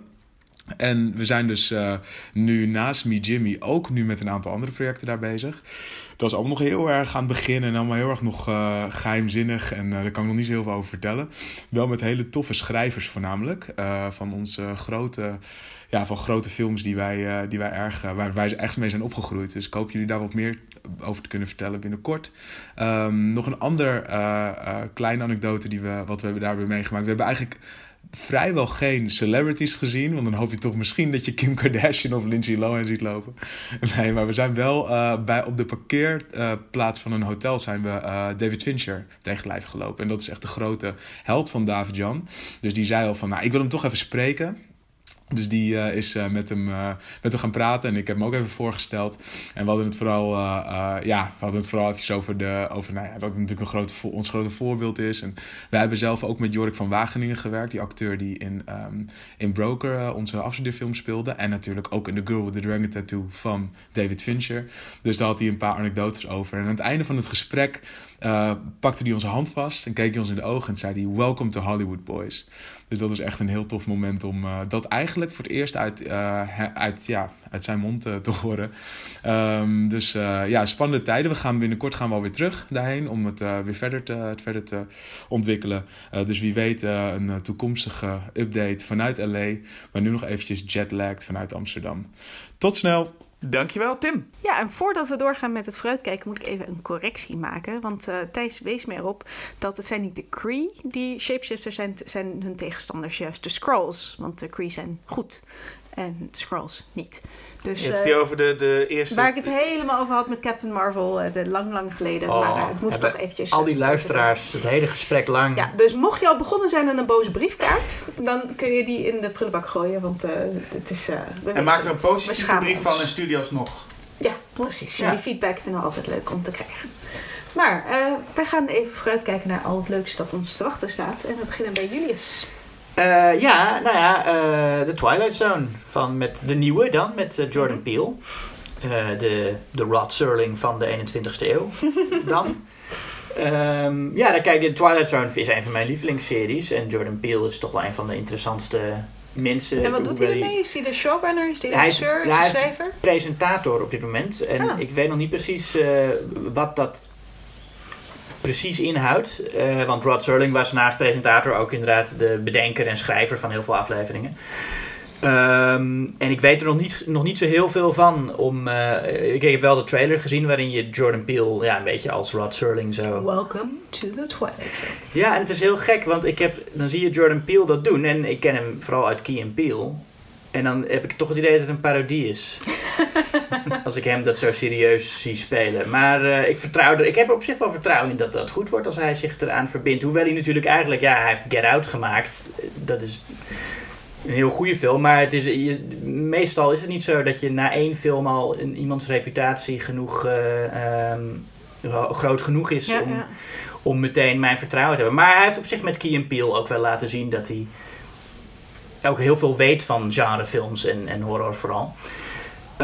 En we zijn dus uh, nu naast Me Jimmy ook nu met een aantal andere projecten daar bezig. Dat is allemaal nog heel erg aan het begin en allemaal heel erg nog uh, geheimzinnig. En uh, daar kan ik nog niet zo heel veel over vertellen. Wel met hele toffe schrijvers voornamelijk. Uh, van onze grote, ja, van grote films die wij, uh, die wij erg, uh, waar wij echt mee zijn opgegroeid. Dus ik hoop jullie daar wat meer over te kunnen vertellen binnenkort. Um, nog een ander uh, uh, kleine anekdote die we, wat we hebben daar weer meegemaakt. We hebben eigenlijk vrijwel geen celebrities gezien. Want dan hoop je toch misschien dat je Kim Kardashian of Lindsay Lohan ziet lopen. Nee, maar we zijn wel uh, bij, op de parkeerplaats uh, van een hotel zijn we uh, David Fincher tegen lijf gelopen. En dat is echt de grote held van David-Jan. Dus die zei al van, nou, ik wil hem toch even spreken. Dus die uh, is uh, met, hem, uh, met hem gaan praten en ik heb hem ook even voorgesteld. En we hadden het vooral, uh, uh, ja, we hadden het vooral even over, de, over nou ja, dat het natuurlijk een grote, ons grote voorbeeld is. En wij hebben zelf ook met Jorik van Wageningen gewerkt, die acteur die in, um, in Broker uh, onze afstudeerfilm speelde. En natuurlijk ook in The Girl with the Dragon Tattoo van David Fincher. Dus daar had hij een paar anekdotes over. En aan het einde van het gesprek uh, pakte hij onze hand vast en keek hij ons in de ogen en zei hij, welcome to Hollywood, boys. Dus dat is echt een heel tof moment om uh, dat eigenlijk voor het eerst uit, uh, uit, ja, uit zijn mond uh, te horen. Um, dus uh, ja, spannende tijden. We gaan binnenkort gaan we alweer terug daarheen om het uh, weer verder te, het verder te ontwikkelen. Uh, dus wie weet uh, een uh, toekomstige update vanuit L A. Maar nu nog eventjes jetlagged vanuit Amsterdam. Tot snel! Dankjewel, Tim. Ja, en voordat we doorgaan met het vooruitkijken moet ik even een correctie maken. Want uh, Thijs wees me erop dat het zijn niet de Kree die shapeshifters zijn, zijn hun tegenstanders, juist de Skrulls. Want de Kree zijn goed en de Skrulls niet. Dus, je hebt het hier over de, de eerste... Waar ik het helemaal over had met Captain Marvel, uh, de lang, lang geleden. Oh, maar uh, het moest toch eventjes... Al die luisteraars, het hele gesprek lang. Ja, dus mocht je al begonnen zijn aan een boze briefkaart, dan kun je die in de prullenbak gooien, want uh, het is... Uh, en maak er een positieve brief ons. van en stuur die alsnog. Ja, precies. Jullie ja. feedback vinden we altijd leuk om te krijgen. Maar uh, wij gaan even vooruitkijken naar al het leuks dat ons te wachten staat. En we beginnen bij Julius. Uh, ja, nou ja, uh, The Twilight Zone. Van met de nieuwe dan, met uh, Jordan Peele. Uh, de, de Rod Serling van de eenentwintigste eeuw dan. Um, ja, dan kijk, de Twilight Zone is een van mijn lievelingsseries. En Jordan Peele is toch wel een van de interessantste mensen. En wat doet hij ermee? Is hij de showrunner? Is hij de hij is, regisseur? Is hij hij is schrijver? presentator op dit moment. En ah. ik weet nog niet precies uh, wat dat precies inhoudt. Uh, want Rod Serling was naast presentator ook inderdaad de bedenker en schrijver van heel veel afleveringen. Um, en ik weet er nog niet, nog niet zo heel veel van. Om, uh, ik heb wel de trailer gezien waarin je Jordan Peele ja, een beetje als Rod Serling zo... Welcome to the Twilight Zone. Ja, en het is heel gek, want ik heb, dan zie je Jordan Peele dat doen. En ik ken hem vooral uit Key and Peele. En dan heb ik toch het idee dat het een parodie is. Als ik hem dat zo serieus zie spelen. Maar uh, ik vertrouw er, ik heb er op zich wel vertrouwen in dat dat goed wordt als hij zich eraan verbindt. Hoewel hij natuurlijk eigenlijk, ja, hij heeft Get Out gemaakt. Dat is een heel goede film, maar het is, je, meestal is het niet zo dat je na één film al in iemands reputatie genoeg uh, um, groot genoeg is ja, om, ja. om meteen mijn vertrouwen te hebben. Maar hij heeft op zich met Key and Peele ook wel laten zien dat hij ook heel veel weet van genrefilms en, en horror vooral.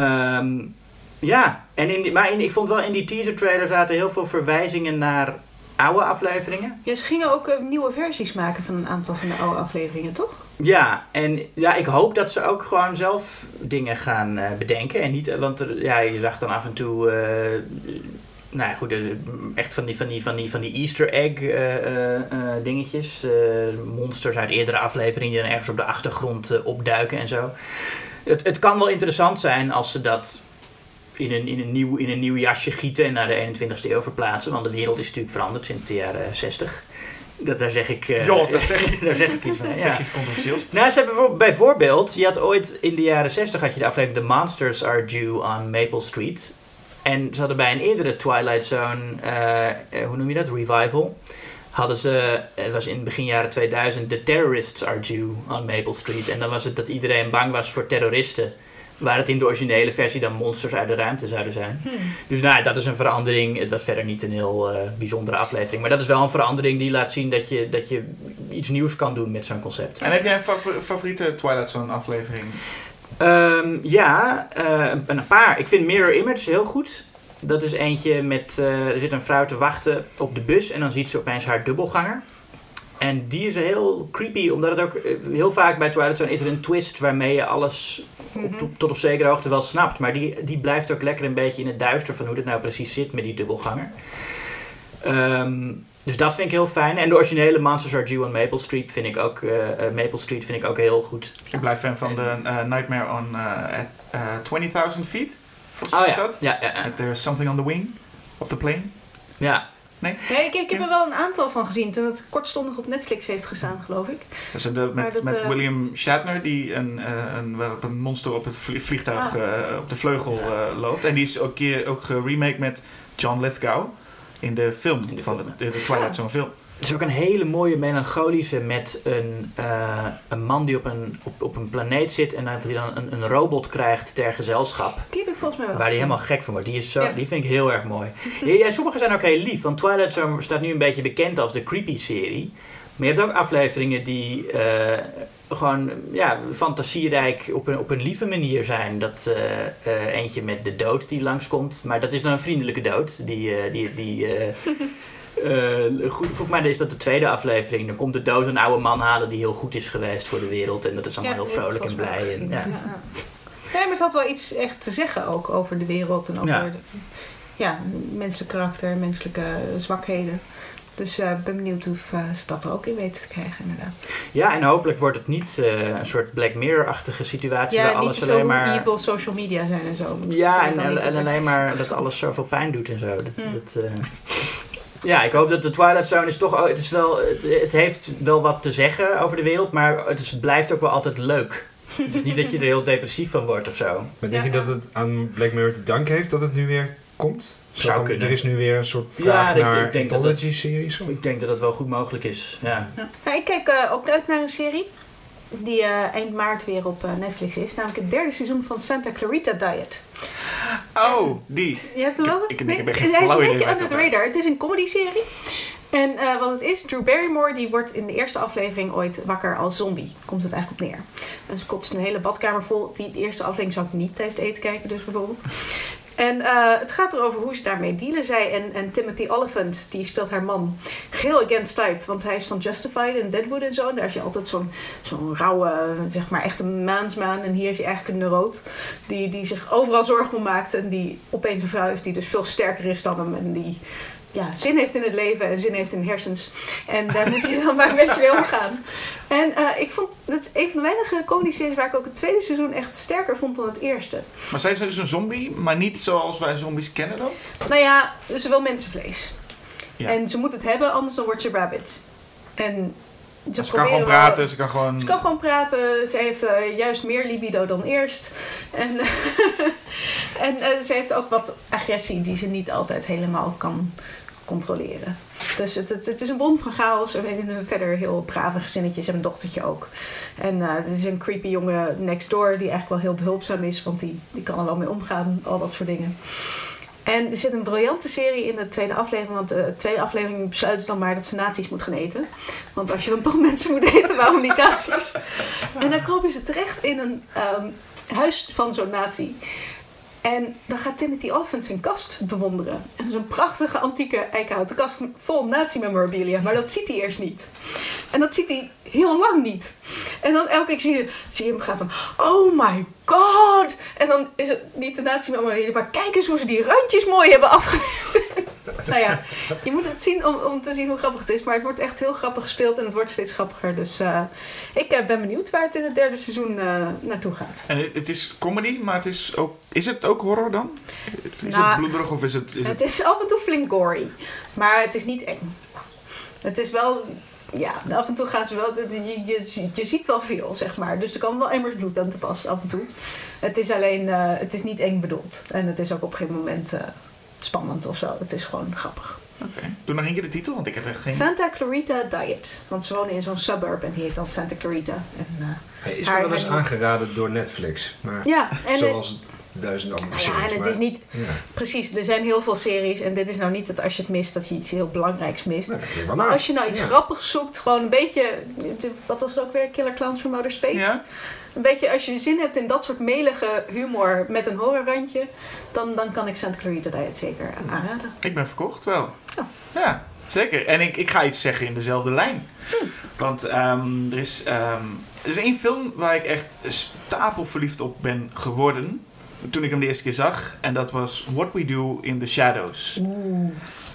Um, ja, en in die, maar in, ik vond wel in die teaser trailer zaten heel veel verwijzingen naar oude afleveringen. Ja, ze gingen ook uh, nieuwe versies maken van een aantal van de oude afleveringen, toch? Ja, en ja, ik hoop dat ze ook gewoon zelf dingen gaan uh, bedenken. En niet, want er, ja, je zag dan af en toe... Uh, nou ja, goed, de, echt van die, van die, van die, van die Easter egg uh, uh, uh, dingetjes. Uh, monsters uit eerdere afleveringen die dan ergens op de achtergrond uh, opduiken en zo. Het, het kan wel interessant zijn als ze dat in een, in, een nieuw, in een nieuw jasje gieten en naar de eenentwintigste eeuw verplaatsen. Want de wereld is natuurlijk veranderd sinds de jaren zestig. Dat, daar zeg ik, uh, Jo, daar zeg ik, daar zeg ik iets van. Ja. Zeg je iets controversieels? Nou, ze hebben bijvoorbeeld, je had ooit in de jaren zestig had je de aflevering The Monsters Are Due on Maple Street. En ze hadden bij een eerdere Twilight Zone, uh, hoe noem je dat, revival, hadden ze, het was in begin jaren tweeduizend, The Terrorists Are Due on Maple Street. En dan was het dat iedereen bang was voor terroristen. Waar het in de originele versie dan monsters uit de ruimte zouden zijn. Hmm. Dus nou, dat is een verandering. Het was verder niet een heel uh, bijzondere aflevering. Maar dat is wel een verandering die laat zien dat je, dat je iets nieuws kan doen met zo'n concept. En heb jij een favoriete Twilight Zone aflevering? Um, ja, uh, een, een paar. Ik vind Mirror Image heel goed. Dat is eentje met... Uh, er zit een vrouw te wachten op de bus en dan ziet ze opeens haar dubbelganger. En die is heel creepy, omdat het ook heel vaak bij Twilight Zone is er een twist waarmee je alles op, tot, tot op zekere hoogte wel snapt. Maar die, die blijft ook lekker een beetje in het duister van hoe het nou precies zit met die dubbelganger. Um, dus dat vind ik heel fijn. En de originele Monsters Are Due on Maple Street vind ik ook, uh, Maple Street vind ik ook heel goed. Ik blijf fan van de uh, Nightmare on uh, uh, twenty thousand feet. Volgens oh mij ja. is dat? Ja, ja, ja. There's something on the wing of the plane. Ja. Nee? Nee, ik, ik heb er wel een aantal van gezien toen het kortstondig op Netflix heeft gestaan, geloof ik. Dat is de, met, dat, met uh, William Shatner, die een, uh, een, waarop een monster op het vliegtuig, ah. uh, op de vleugel uh, loopt. En die is ook, keer, ook geremake met John Lithgow in de film, in de van film, de, de, de Twilight Zone film. Het is ook een hele mooie melancholische met een, uh, een man die op een, op, op een planeet zit en dat hij dan een, een robot krijgt ter gezelschap. Die heb ik volgens mij wel Waar hij helemaal gek van wordt. Die, is zo, ja. die vind ik heel erg mooi. Ja, ja, sommige zijn ook heel lief, want Twilight Zone staat nu een beetje bekend als de creepy serie. Maar je hebt ook afleveringen die uh, gewoon ja, fantasierijk op een, op een lieve manier zijn. Dat uh, uh, eentje met de dood die langskomt, maar dat is dan een vriendelijke dood. Die... Uh, die, die uh, Uh, goed, volgens mij is dat de tweede aflevering. Dan komt de dood een oude man halen die heel goed is geweest voor de wereld. En dat is allemaal ja, heel vrolijk en blij. En, ja. Ja, ja. Ja, maar het had wel iets echt te zeggen ook over de wereld. En over ja. de, ja, menselijk karakter, menselijke zwakheden. Dus ik uh, ben benieuwd of uh, ze dat er ook in weten te krijgen, inderdaad. Ja, en hopelijk wordt het niet uh, een soort Black Mirror-achtige situatie. Ja, waar niet alles te veel alleen maar evil social media zijn en zo. Ja, en, en, en alleen maar dat alles zoveel pijn doet en zo. Dat, hmm. dat, uh, ja, ik hoop dat de Twilight Zone is toch... Het, is wel, het heeft wel wat te zeggen over de wereld, maar het is, blijft ook wel altijd leuk. Het is niet dat je er heel depressief van wordt of zo. Maar denk ja. je dat het aan Black Mirror te danken heeft dat het nu weer komt? Zo Zou van, kunnen. Er is nu weer een soort vraag ja, naar anthology-series? Ik denk dat dat wel goed mogelijk is, ja. ja. Nou, ik kijk uh, ook uit naar een serie die uh, eind maart weer op uh, Netflix is. Namelijk het derde seizoen van Santa Clarita Diet. Oh, die. Je hebt hem wel? Ik, ik, ik, ik ben nee, geen hij is een idee beetje under the radar. Het is een comedy-serie. En uh, wat het is, Drew Barrymore die wordt in de eerste aflevering ooit wakker als zombie. Komt het eigenlijk op neer. En ze kotst een hele badkamer vol. Die de eerste aflevering zou ik niet tijdens het eten kijken, dus bijvoorbeeld. En uh, het gaat erover hoe ze daarmee dealen. Zij en, en Timothy Olyphant, die speelt haar man, geheel against type. Want hij is van Justified en Deadwood en zo. En daar is je altijd zo'n zo'n rauwe, zeg maar echt een maansmaan. En hier is je eigenlijk een neuroot. Die, die zich overal zorgen om maakt. En die opeens een vrouw heeft die dus veel sterker is dan hem. En die ja, zin heeft in het leven en zin heeft in hersens. En daar moet hij dan maar een beetje mee omgaan. En uh, ik vond, dat is een van de weinige comedy-series waar ik ook het tweede seizoen echt sterker vond dan het eerste. Maar zij is dus een zombie, maar niet zoals wij zombies kennen dan? Nou ja, ze wil mensenvlees. Ja. En ze moet het hebben, anders dan wordt ze rabbit. En ze, ze kan gewoon praten, wel, ze kan gewoon... Ze kan gewoon praten, ze heeft uh, juist meer libido dan eerst. En, en uh, ze heeft ook wat agressie die ze niet altijd helemaal kan controleren. Dus het, het, het is een bron van chaos. En in verder heel brave gezinnetjes. En een dochtertje ook. En uh, het is een creepy jongen next door die eigenlijk wel heel behulpzaam is. Want die, die kan er wel mee omgaan. Al dat soort dingen. En er zit een briljante serie in de tweede aflevering. Want de tweede aflevering besluiten ze dan maar dat ze nazi's moet gaan eten. Want als je dan toch mensen moet eten, waarom niet nazi's? En dan komen ze terecht in een um, huis van zo'n nazi. En dan gaat Timothy Olyphant zijn kast bewonderen. En dat is een prachtige antieke eikenhouten kast vol nazi-memorabilia. Maar dat ziet hij eerst niet. En dat ziet hij heel lang niet. En dan elke keer zie je, zie je hem gaan van... Oh my god! En dan is het niet de nazi-memorabilia, maar kijk eens hoe ze die randjes mooi hebben afgewerkt. Nou ja, je moet het zien om, om te zien hoe grappig het is. Maar het wordt echt heel grappig gespeeld en het wordt steeds grappiger. Dus uh, ik uh, ben benieuwd waar het in het derde seizoen uh, naartoe gaat. En het is comedy, maar het is ook... Is het ook horror dan? Is nou, het bloederig of is het... Is het... het is af en toe flink gory. Maar het is niet eng. Het is wel... Ja, af en toe gaan ze wel... Je, je, je ziet wel veel, zeg maar. Dus er kan wel emmers bloed aan te pas af en toe. Het is alleen... Uh, het is niet eng bedoeld. En het is ook op geen moment... Uh, spannend of zo. Het is gewoon grappig. Oké. Okay. Doe nog een keer de titel, want ik heb echt geen... Santa Clarita Diet. Want ze wonen in zo'n suburb en die heet dan Santa Clarita. En, uh, Hij is wel eens aangeraden door Netflix. Maar ja, en zoals duizend andere nou series. Ja, en het maar, is niet... Ja. Precies, er zijn heel veel series. En dit is nou niet dat als je het mist, dat je iets heel belangrijks mist. Nee, maar als je nou iets ja. grappigs zoekt, gewoon een beetje... Wat was het ook weer? Killer Clowns from Outer Space? Ja. Een beetje, als je zin hebt in dat soort melige humor met een horrorrandje, dan, dan kan ik Santa Clarita Diet zeker aanraden. Ik ben verkocht, wel. Oh. Ja, zeker. En ik, ik ga iets zeggen in dezelfde lijn. Hm. Want um, er, is, um, er is één film waar ik echt stapelverliefd op ben geworden toen ik hem de eerste keer zag. En dat was What We Do in the Shadows. Oeh.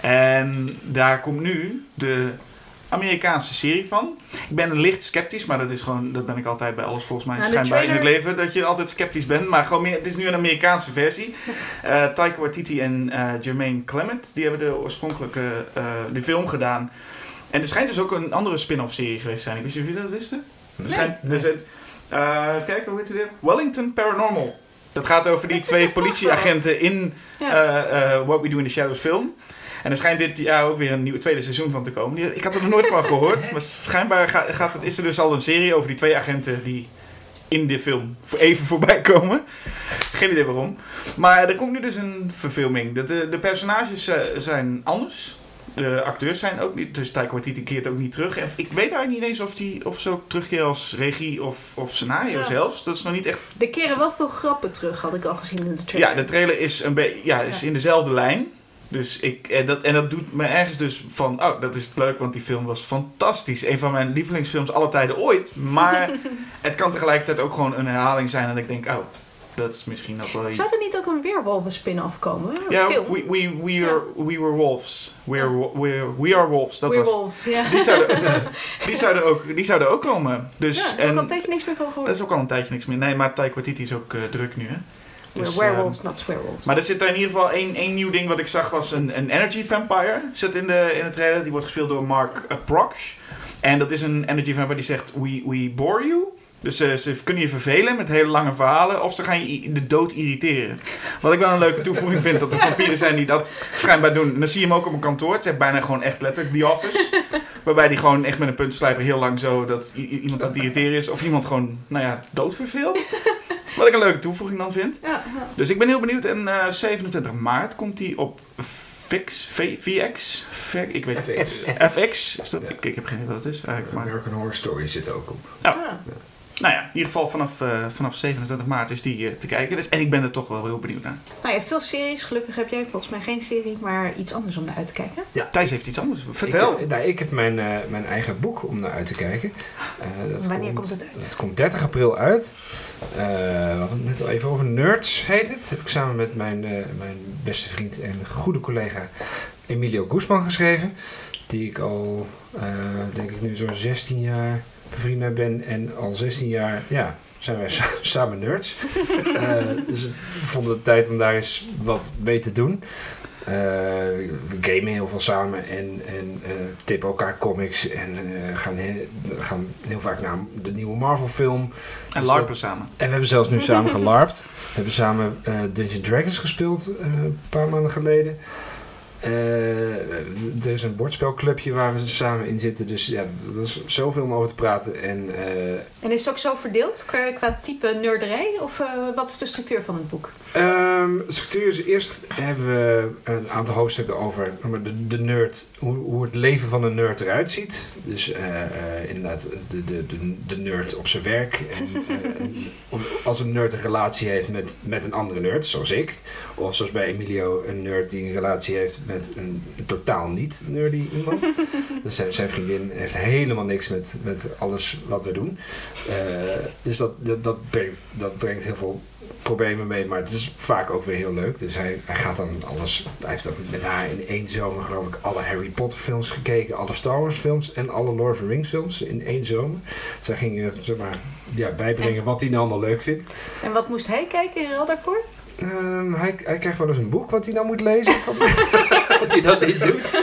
En daar komt nu de Amerikaanse serie van. Ik ben licht sceptisch, maar dat is gewoon, dat ben ik altijd bij alles volgens mij. Nou, schijnbaar trailer... in het leven dat je altijd sceptisch bent, maar gewoon meer, het is nu een Amerikaanse versie. Uh, Taika Waititi en uh, Jermaine Clement, die hebben de oorspronkelijke uh, de film gedaan. En er schijnt dus ook een andere spin-off serie geweest te zijn. Ik wist niet of jullie dat wisten. Nee. Schijnt, nee. Het, uh, even kijken, hoe heet het weer? Wellington Paranormal. Dat gaat over die twee politieagenten in ja. uh, uh, What We Do in the Shadows film. En er schijnt dit jaar ook weer een nieuwe tweede seizoen van te komen. Ik had er nog nooit van gehoord. Maar schijnbaar gaat het, is er dus al een serie over die twee agenten die in de film even voorbij komen. Geen idee waarom. Maar er komt nu dus een verfilming. De, de, de personages uh, zijn anders. De acteurs zijn ook niet. Dus Taika Waititi keert ook niet terug. En ik weet eigenlijk niet eens of, die, of ze ook terugkeren als regie of, of scenario ja. zelfs. Dat is nog niet echt... Er keren wel veel grappen terug, had ik al gezien in de trailer. Ja, de trailer is, een be- ja, is ja. in dezelfde lijn. Dus ik, en, dat, en dat doet me ergens dus van, oh, dat is leuk, want die film was fantastisch. Een van mijn lievelingsfilms alle tijden ooit. Maar het kan tegelijkertijd ook gewoon een herhaling zijn dat ik denk, oh, dat is misschien ook wel... Zou er niet ook een weerwolven spin-off komen? Een ja, film? we, we, we, ja. are, we were wolves. We are, ja. we, we are wolves. Dat We're was wolves, ja. Die zouden, die, zouden ook, die zouden ook komen. Dus, ja, daar heb ik al een tijdje niks meer van gehoord. Dat is ook al een tijdje niks meer. Nee, maar Taika Waititi is ook uh, druk nu, hè. Dus, We're werewolves, uh, not swearwolves. Maar er zit daar in ieder geval één, één nieuw ding wat ik zag, was een, een energy vampire. Zit in de, in de trailer. Die wordt gespeeld door Mark uh, Prox. En dat is een energy vampire die zegt, we, we bore you. Dus uh, ze kunnen je vervelen met hele lange verhalen. Of ze gaan je de dood irriteren. Wat ik wel een leuke toevoeging vind. Dat er vampieren zijn die dat schijnbaar doen. En dan zie je hem ook op een kantoor. Het zegt bijna gewoon echt letterlijk The Office. Waarbij die gewoon echt met een puntslijper heel lang zo dat i- iemand aan het irriteren is. Of iemand gewoon, nou ja, dood verveelt. Wat ik een leuke toevoeging dan vind. Ja, ja. Dus ik ben heel benieuwd. En uh, zevenentwintig maart komt hij op Vix, v, VX? V, ik weet F X. F X. Is dat? Ja. Ik, ik heb geen idee wat het is eigenlijk. Maar... American Horror Story zit er ook op. Oh. Ja. Nou ja, in ieder geval vanaf, uh, vanaf zevenentwintig maart is die uh, te kijken. Dus, en ik ben er toch wel heel benieuwd naar. Nou, je hebt veel series. Gelukkig heb jij volgens mij geen serie, maar iets anders om naar uit te kijken. Ja, Thijs heeft iets anders. Vertel. Ik, nou, ik heb mijn, uh, mijn eigen boek om naar uit te kijken. Uh, dat Wanneer komt, komt het uit? Het komt dertig april uit. Uh, we hadden het net al even over. Nerds heet het. Dat heb ik samen met mijn, uh, mijn beste vriend en goede collega Emilio Guzman geschreven. Die ik al, uh, denk ik nu zo'n zestien jaar... bevriend mee ben en al zestien jaar ja, zijn wij sa- samen nerds. uh, dus we vonden het tijd om daar eens wat mee te doen. Uh, we gamen heel veel samen en, en uh, tippen elkaar comics en uh, gaan, he- gaan heel vaak naar de nieuwe Marvel film. En dus larpen dat, samen. En we hebben zelfs nu samen gelarpt. We hebben samen uh, Dungeons and Dragons gespeeld uh, een paar maanden geleden. Uh, er is een bordspelclubje waar we samen in zitten. Dus ja, er is zoveel om over te praten. En, uh, en is het ook zo verdeeld qua, qua type nerderij? Of uh, wat is de structuur van het boek? Um, de structuur is eerst hebben we een aantal hoofdstukken over de, de nerd. Hoe, hoe het leven van een nerd eruit ziet. Dus uh, uh, inderdaad de, de, de, de nerd op zijn werk. En, uh, als een nerd een relatie heeft met, met een andere nerd, zoals ik. Of zoals bij Emilio, een nerd die een relatie heeft met een, een totaal niet nerdy iemand. Dus zijn, zijn vriendin heeft helemaal niks met, met alles wat we doen. Uh, dus dat, dat, dat, brengt, dat brengt heel veel problemen mee, maar het is vaak ook weer heel leuk. Dus hij, hij gaat dan alles... Hij heeft dan met haar in één zomer geloof ik alle Harry Potter films gekeken, alle Star Wars films en alle Lord of the Rings films in één zomer. Zij ging zeg maar, ja, bijbrengen wat hij nou allemaal leuk vindt. En wat moest hij kijken in ruil daarvoor? Um, hij, hij krijgt wel eens een boek wat hij dan moet lezen. Wat hij dan niet doet.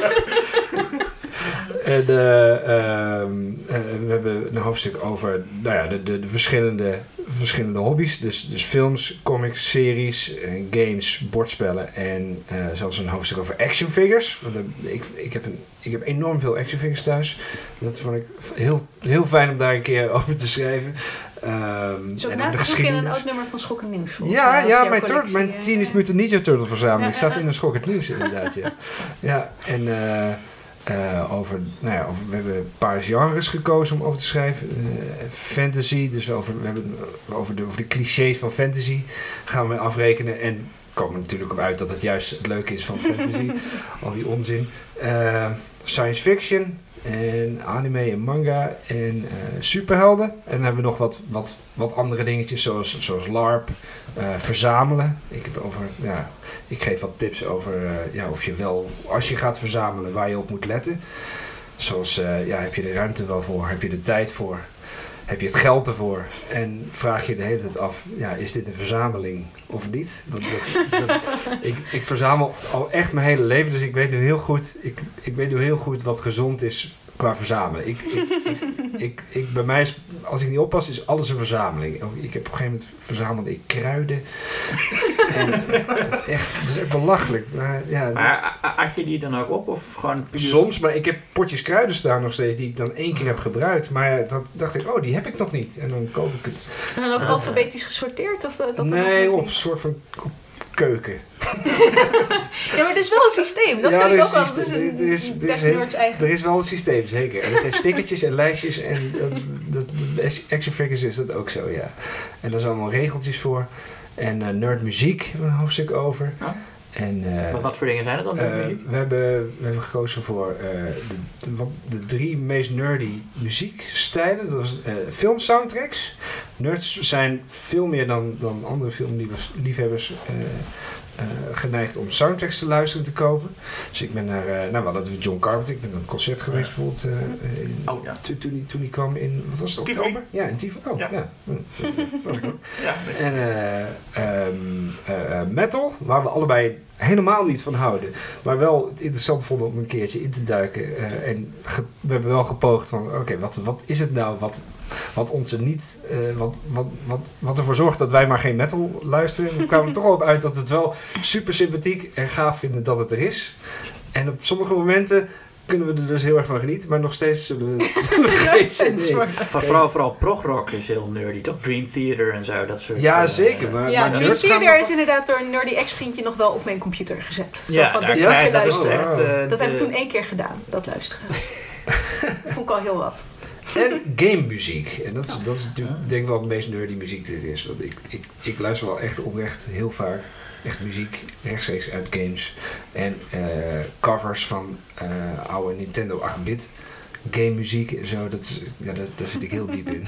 En uh, um, uh, we hebben een hoofdstuk over nou ja, de, de, de verschillende, verschillende hobby's. Dus, dus films, comics, series, uh, games, bordspellen en uh, zelfs een hoofdstuk over action figures. Want, uh, ik, ik, heb een, ik heb enorm veel action figures thuis. Dat vond ik heel, heel fijn om daar een keer over te schrijven. Um, Zo na te zoeken in een oud nummer van Schokkend Nieuws. Ja, mij, ja mijn, tur- mijn ja, Teenage ja. Mutant Ninja Turtle verzameling ja, staat ja. in een Schokkend Nieuws inderdaad. Ja, ja en uh, uh, over, nou ja, over, we hebben een paar genres gekozen om over te schrijven. Uh, fantasy, dus over, we hebben over de, over de clichés van fantasy gaan we afrekenen. En komen natuurlijk op uit dat het juist het leuke is van fantasy. Al die onzin. Uh, science fiction. En anime en manga en uh, superhelden. En dan hebben we nog wat, wat, wat andere dingetjes zoals, zoals LARP, uh, verzamelen. Ik, heb over, ja, ik geef wat tips over uh, ja, of je wel, als je gaat verzamelen, waar je op moet letten. Zoals, uh, ja, heb je de ruimte wel voor? Heb je de tijd voor? Heb je het geld ervoor? En vraag je de hele tijd af, ja, is dit een verzameling of niet? Dat, dat, dat, ik, ik verzamel al echt mijn hele leven, dus ik weet nu heel goed, ik, ik weet nu heel goed wat gezond is qua verzamelen. Ik, ik, ik, ik, ik, bij mij is, als ik niet oppas, is alles een verzameling. Ik heb op een gegeven moment verzamelde ik kruiden. En dat is echt, dat is echt belachelijk. Maar, ja, maar at je die dan ook op? Of gewoon puur... Soms, maar ik heb potjes kruiden staan nog steeds die ik dan één keer heb gebruikt. Maar dan dacht ik, oh, die heb ik nog niet. En dan koop ik het. En dan ook uh, alfabetisch gesorteerd? Of dat, dat nee, op een soort van keuken. Ja, maar het is wel een systeem. Dat ja, vind ik ook wel. Het is, een er, is, er, is, er is wel een systeem, zeker. En het heeft stickertjes en lijstjes. En dat, dat, dat, action figures is dat ook zo, ja. En daar zijn allemaal regeltjes voor. En uh, nerdmuziek hebben we een hoofdstuk over. Ja. En, uh, wat, wat voor dingen zijn er dan? Uh, muziek? We, hebben, we hebben gekozen voor uh, de, de, de drie meest nerdy muziekstijlen. Dat was uh, filmsoundtracks. Nerds zijn veel meer dan, dan andere filmliefhebbers uh, uh, geneigd om soundtracks te luisteren en te kopen. Dus ik ben naar, uh, nou we hadden John Carpenter, ik ben naar een concert geweest ja. bijvoorbeeld. Uh, in, oh, ja. Toen hij toen kwam in, wat was het, oktober? Ja, in Tivoli. Oh, ja. ja. Was ik ook. Ja, nee. En uh, um, uh, metal, waar we allebei helemaal niet van houden, maar wel het interessant vonden om een keertje in te duiken. Uh, en ge- we hebben wel gepoogd van, oké, okay, wat, wat is het nou wat, wat onze niet, uh, wat, wat, wat, wat ervoor zorgt dat wij maar geen metal luisteren. We kwamen er toch wel op uit dat we het wel super sympathiek en gaaf vinden dat het er is. En op sommige momenten kunnen we er dus heel erg van genieten, maar nog steeds zullen we, zullen we geen sens nee. Vooral, vooral progrock is heel nerdy, toch? Dream Theater en zo, dat soort... Ja, uh, zeker. Maar, ja, maar Dream Theater is inderdaad door een nerdy ex-vriendje nog wel op mijn computer gezet. Zo ja, van, daar, dit ja, moet je dat luisteren. Echt, uh, dat de... heb ik toen één keer gedaan, dat luisteren. Dat vond ik al heel wat. En gamemuziek. En dat is, dat is natuurlijk, denk ik wel de meest nerdy muziek die er is. Want ik, ik, ik luister wel echt oprecht heel vaak echt muziek rechtstreeks uit games. En uh, covers van uh, oude Nintendo acht bit game muziek en zo. Dat is, ja, dat, daar zit ik heel diep in.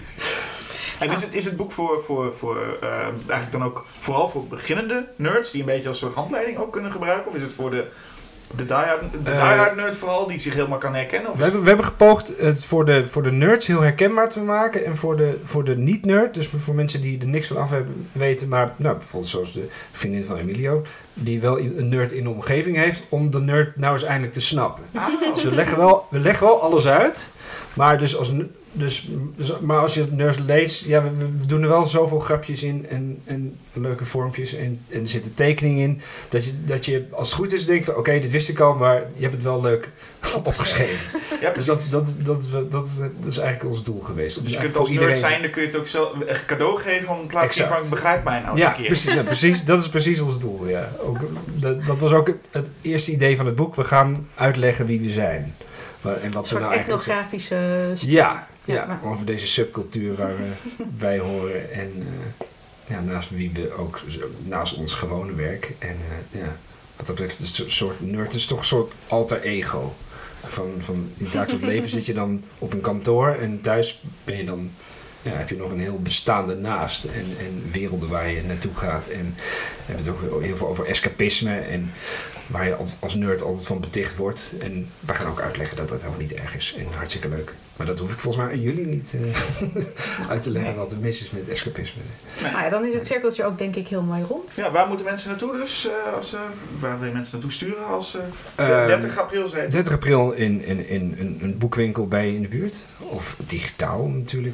En is het, is het boek voor, voor, voor uh, eigenlijk dan ook vooral voor beginnende nerds die een beetje als soort handleiding ook kunnen gebruiken? Of is het voor de De diehard, de diehard nerd vooral, die zich helemaal kan herkennen? Of we, hebben, we hebben gepoogd het voor de, voor de nerds heel herkenbaar te maken. En voor de, voor de niet-nerd, dus voor mensen die er niks van af hebben weten. Maar nou, bijvoorbeeld zoals de vriendin van Emilio, die wel een nerd in de omgeving heeft, om de nerd nou eens eindelijk te snappen. Oh. Dus we leggen, wel, we leggen wel alles uit. Maar dus als dus, dus, maar als je het Nerds leest, ja, we, we doen er wel zoveel grapjes in en, en leuke vormpjes en, en er zitten tekeningen in, dat je, dat je als het goed is denkt van, oké, okay, dit wist ik al, maar je hebt het wel leuk opgeschreven. Ja, dus dat, dat, dat, dat, dat, dat is eigenlijk ons doel geweest. Dus dus je kunt als nerd zijn, dan kun je het ook zo een cadeau geven om te laten zien van, begrijp mij nou ja, een keer. Precies, ja, precies, dat is precies ons doel, ja. Ook, dat, dat was ook het, het eerste idee van het boek. We gaan uitleggen wie we zijn. En wat een soort nou etnografische studie. Ja, ja, ja maar... over deze subcultuur waar we bij horen. En uh, ja, naast wie we ook, naast ons gewone werk. En uh, ja, wat dat betreft, is een soort nerd is toch een soort alter ego. Van, van in het dagelijks leven zit je dan op een kantoor en thuis ben je dan, ja, heb je nog een heel bestaande naast. En, en werelden waar je naartoe gaat. En we hebben het ook heel veel over escapisme. En waar je als nerd altijd van beticht wordt. En we gaan ook uitleggen dat dat helemaal niet erg is. En hartstikke leuk. Maar dat hoef ik volgens mij aan jullie niet uh, uit te leggen wat er mis is met escapisme. Nee. Nou ja, dan is het cirkeltje ook denk ik heel mooi rond. Ja, waar moeten mensen naartoe dus? Uh, als, uh, waar wil je mensen naartoue sturen als uh, dertig april zijn? dertig april in, in, in, in een boekwinkel bij je in de buurt. Of digitaal natuurlijk.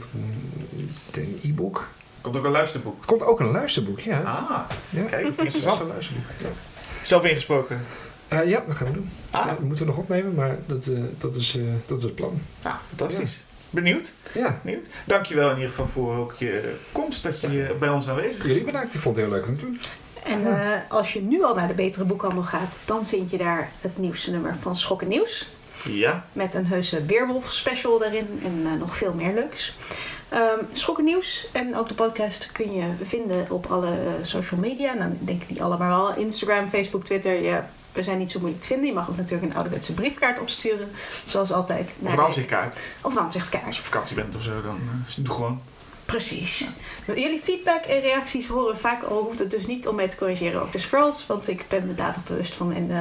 Een e-book. Komt ook een luisterboek? Er komt ook een luisterboek, ja. Ah, ja. Kijk, interessant. Een luisterboek, ja. Zelf ingesproken? Uh, ja, dat gaan we doen. Ah. Ja, dat moeten we nog opnemen, maar dat, uh, dat, is, uh, dat is het plan. Ja, fantastisch. Ja. Benieuwd? Ja. Benieuwd? Dankjewel in ieder geval voor ook je komst, dat je ja. bij ons aanwezig bent. Jullie bedankt, ik vond het heel leuk om te doen. En uh, als je nu al naar de Betere Boekhandel gaat, dan vind je daar het nieuwste nummer van Schokken Nieuws. Ja. Met een heuse Weerwolf special daarin en uh, nog veel meer leuks. Um, Schokken Nieuws en ook de podcast kun je vinden op alle uh, social media. Nou, ik denk die allemaal wel. Instagram, Facebook, Twitter. Ja, we zijn niet zo moeilijk te vinden. Je mag ook natuurlijk een ouderwetse briefkaart opsturen. Zoals altijd. Of een aanzichtkaart. Of een aanzichtkaart. Als je op vakantie bent of zo, dan uh, doe gewoon. Precies. Ja. Jullie feedback en reacties horen vaak al. Hoeft het dus niet om mee te corrigeren. Ook de scrolls. Want ik ben me daar bewust van. En,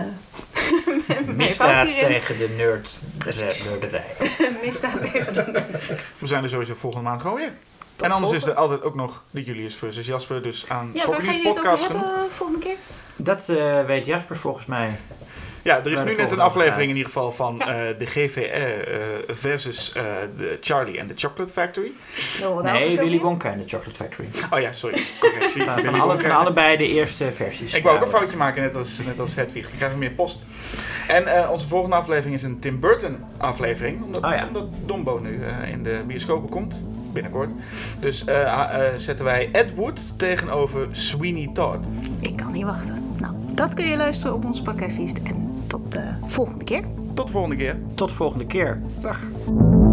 uh, Misdaad tegen de nerd. nerderij. Misdaad tegen de nerd. We zijn er sowieso volgende maand gewoon weer. Tot en anders volgende. Is er altijd ook nog de Julius versus Jasper. Dus aan ja, waar gaan jullie het over hebben uh, volgende keer? Dat uh, weet Jasper volgens mij. Ja, er is nu net een aflevering in ieder geval van ja. uh, de G V R uh, versus uh, de Charlie and the Chocolate Factory. No, nee, Willy Wonka and the Chocolate Factory. Oh ja, sorry. Correctie. Van, van, alle, van allebei de eerste versies. Ik wou ook een foutje maken, net als, net als Hedwig. Dan krijgen we meer post. En uh, onze volgende aflevering is een Tim Burton aflevering. Omdat, oh ja. omdat Dumbo nu uh, in de bioscopen komt. Binnenkort. Dus uh, uh, zetten wij Ed Wood tegenover Sweeney Todd. Ik kan niet wachten. Nou, dat kun je luisteren op onze podcastfeest. En tot de volgende keer. Tot de volgende keer. Tot de volgende keer. Dag.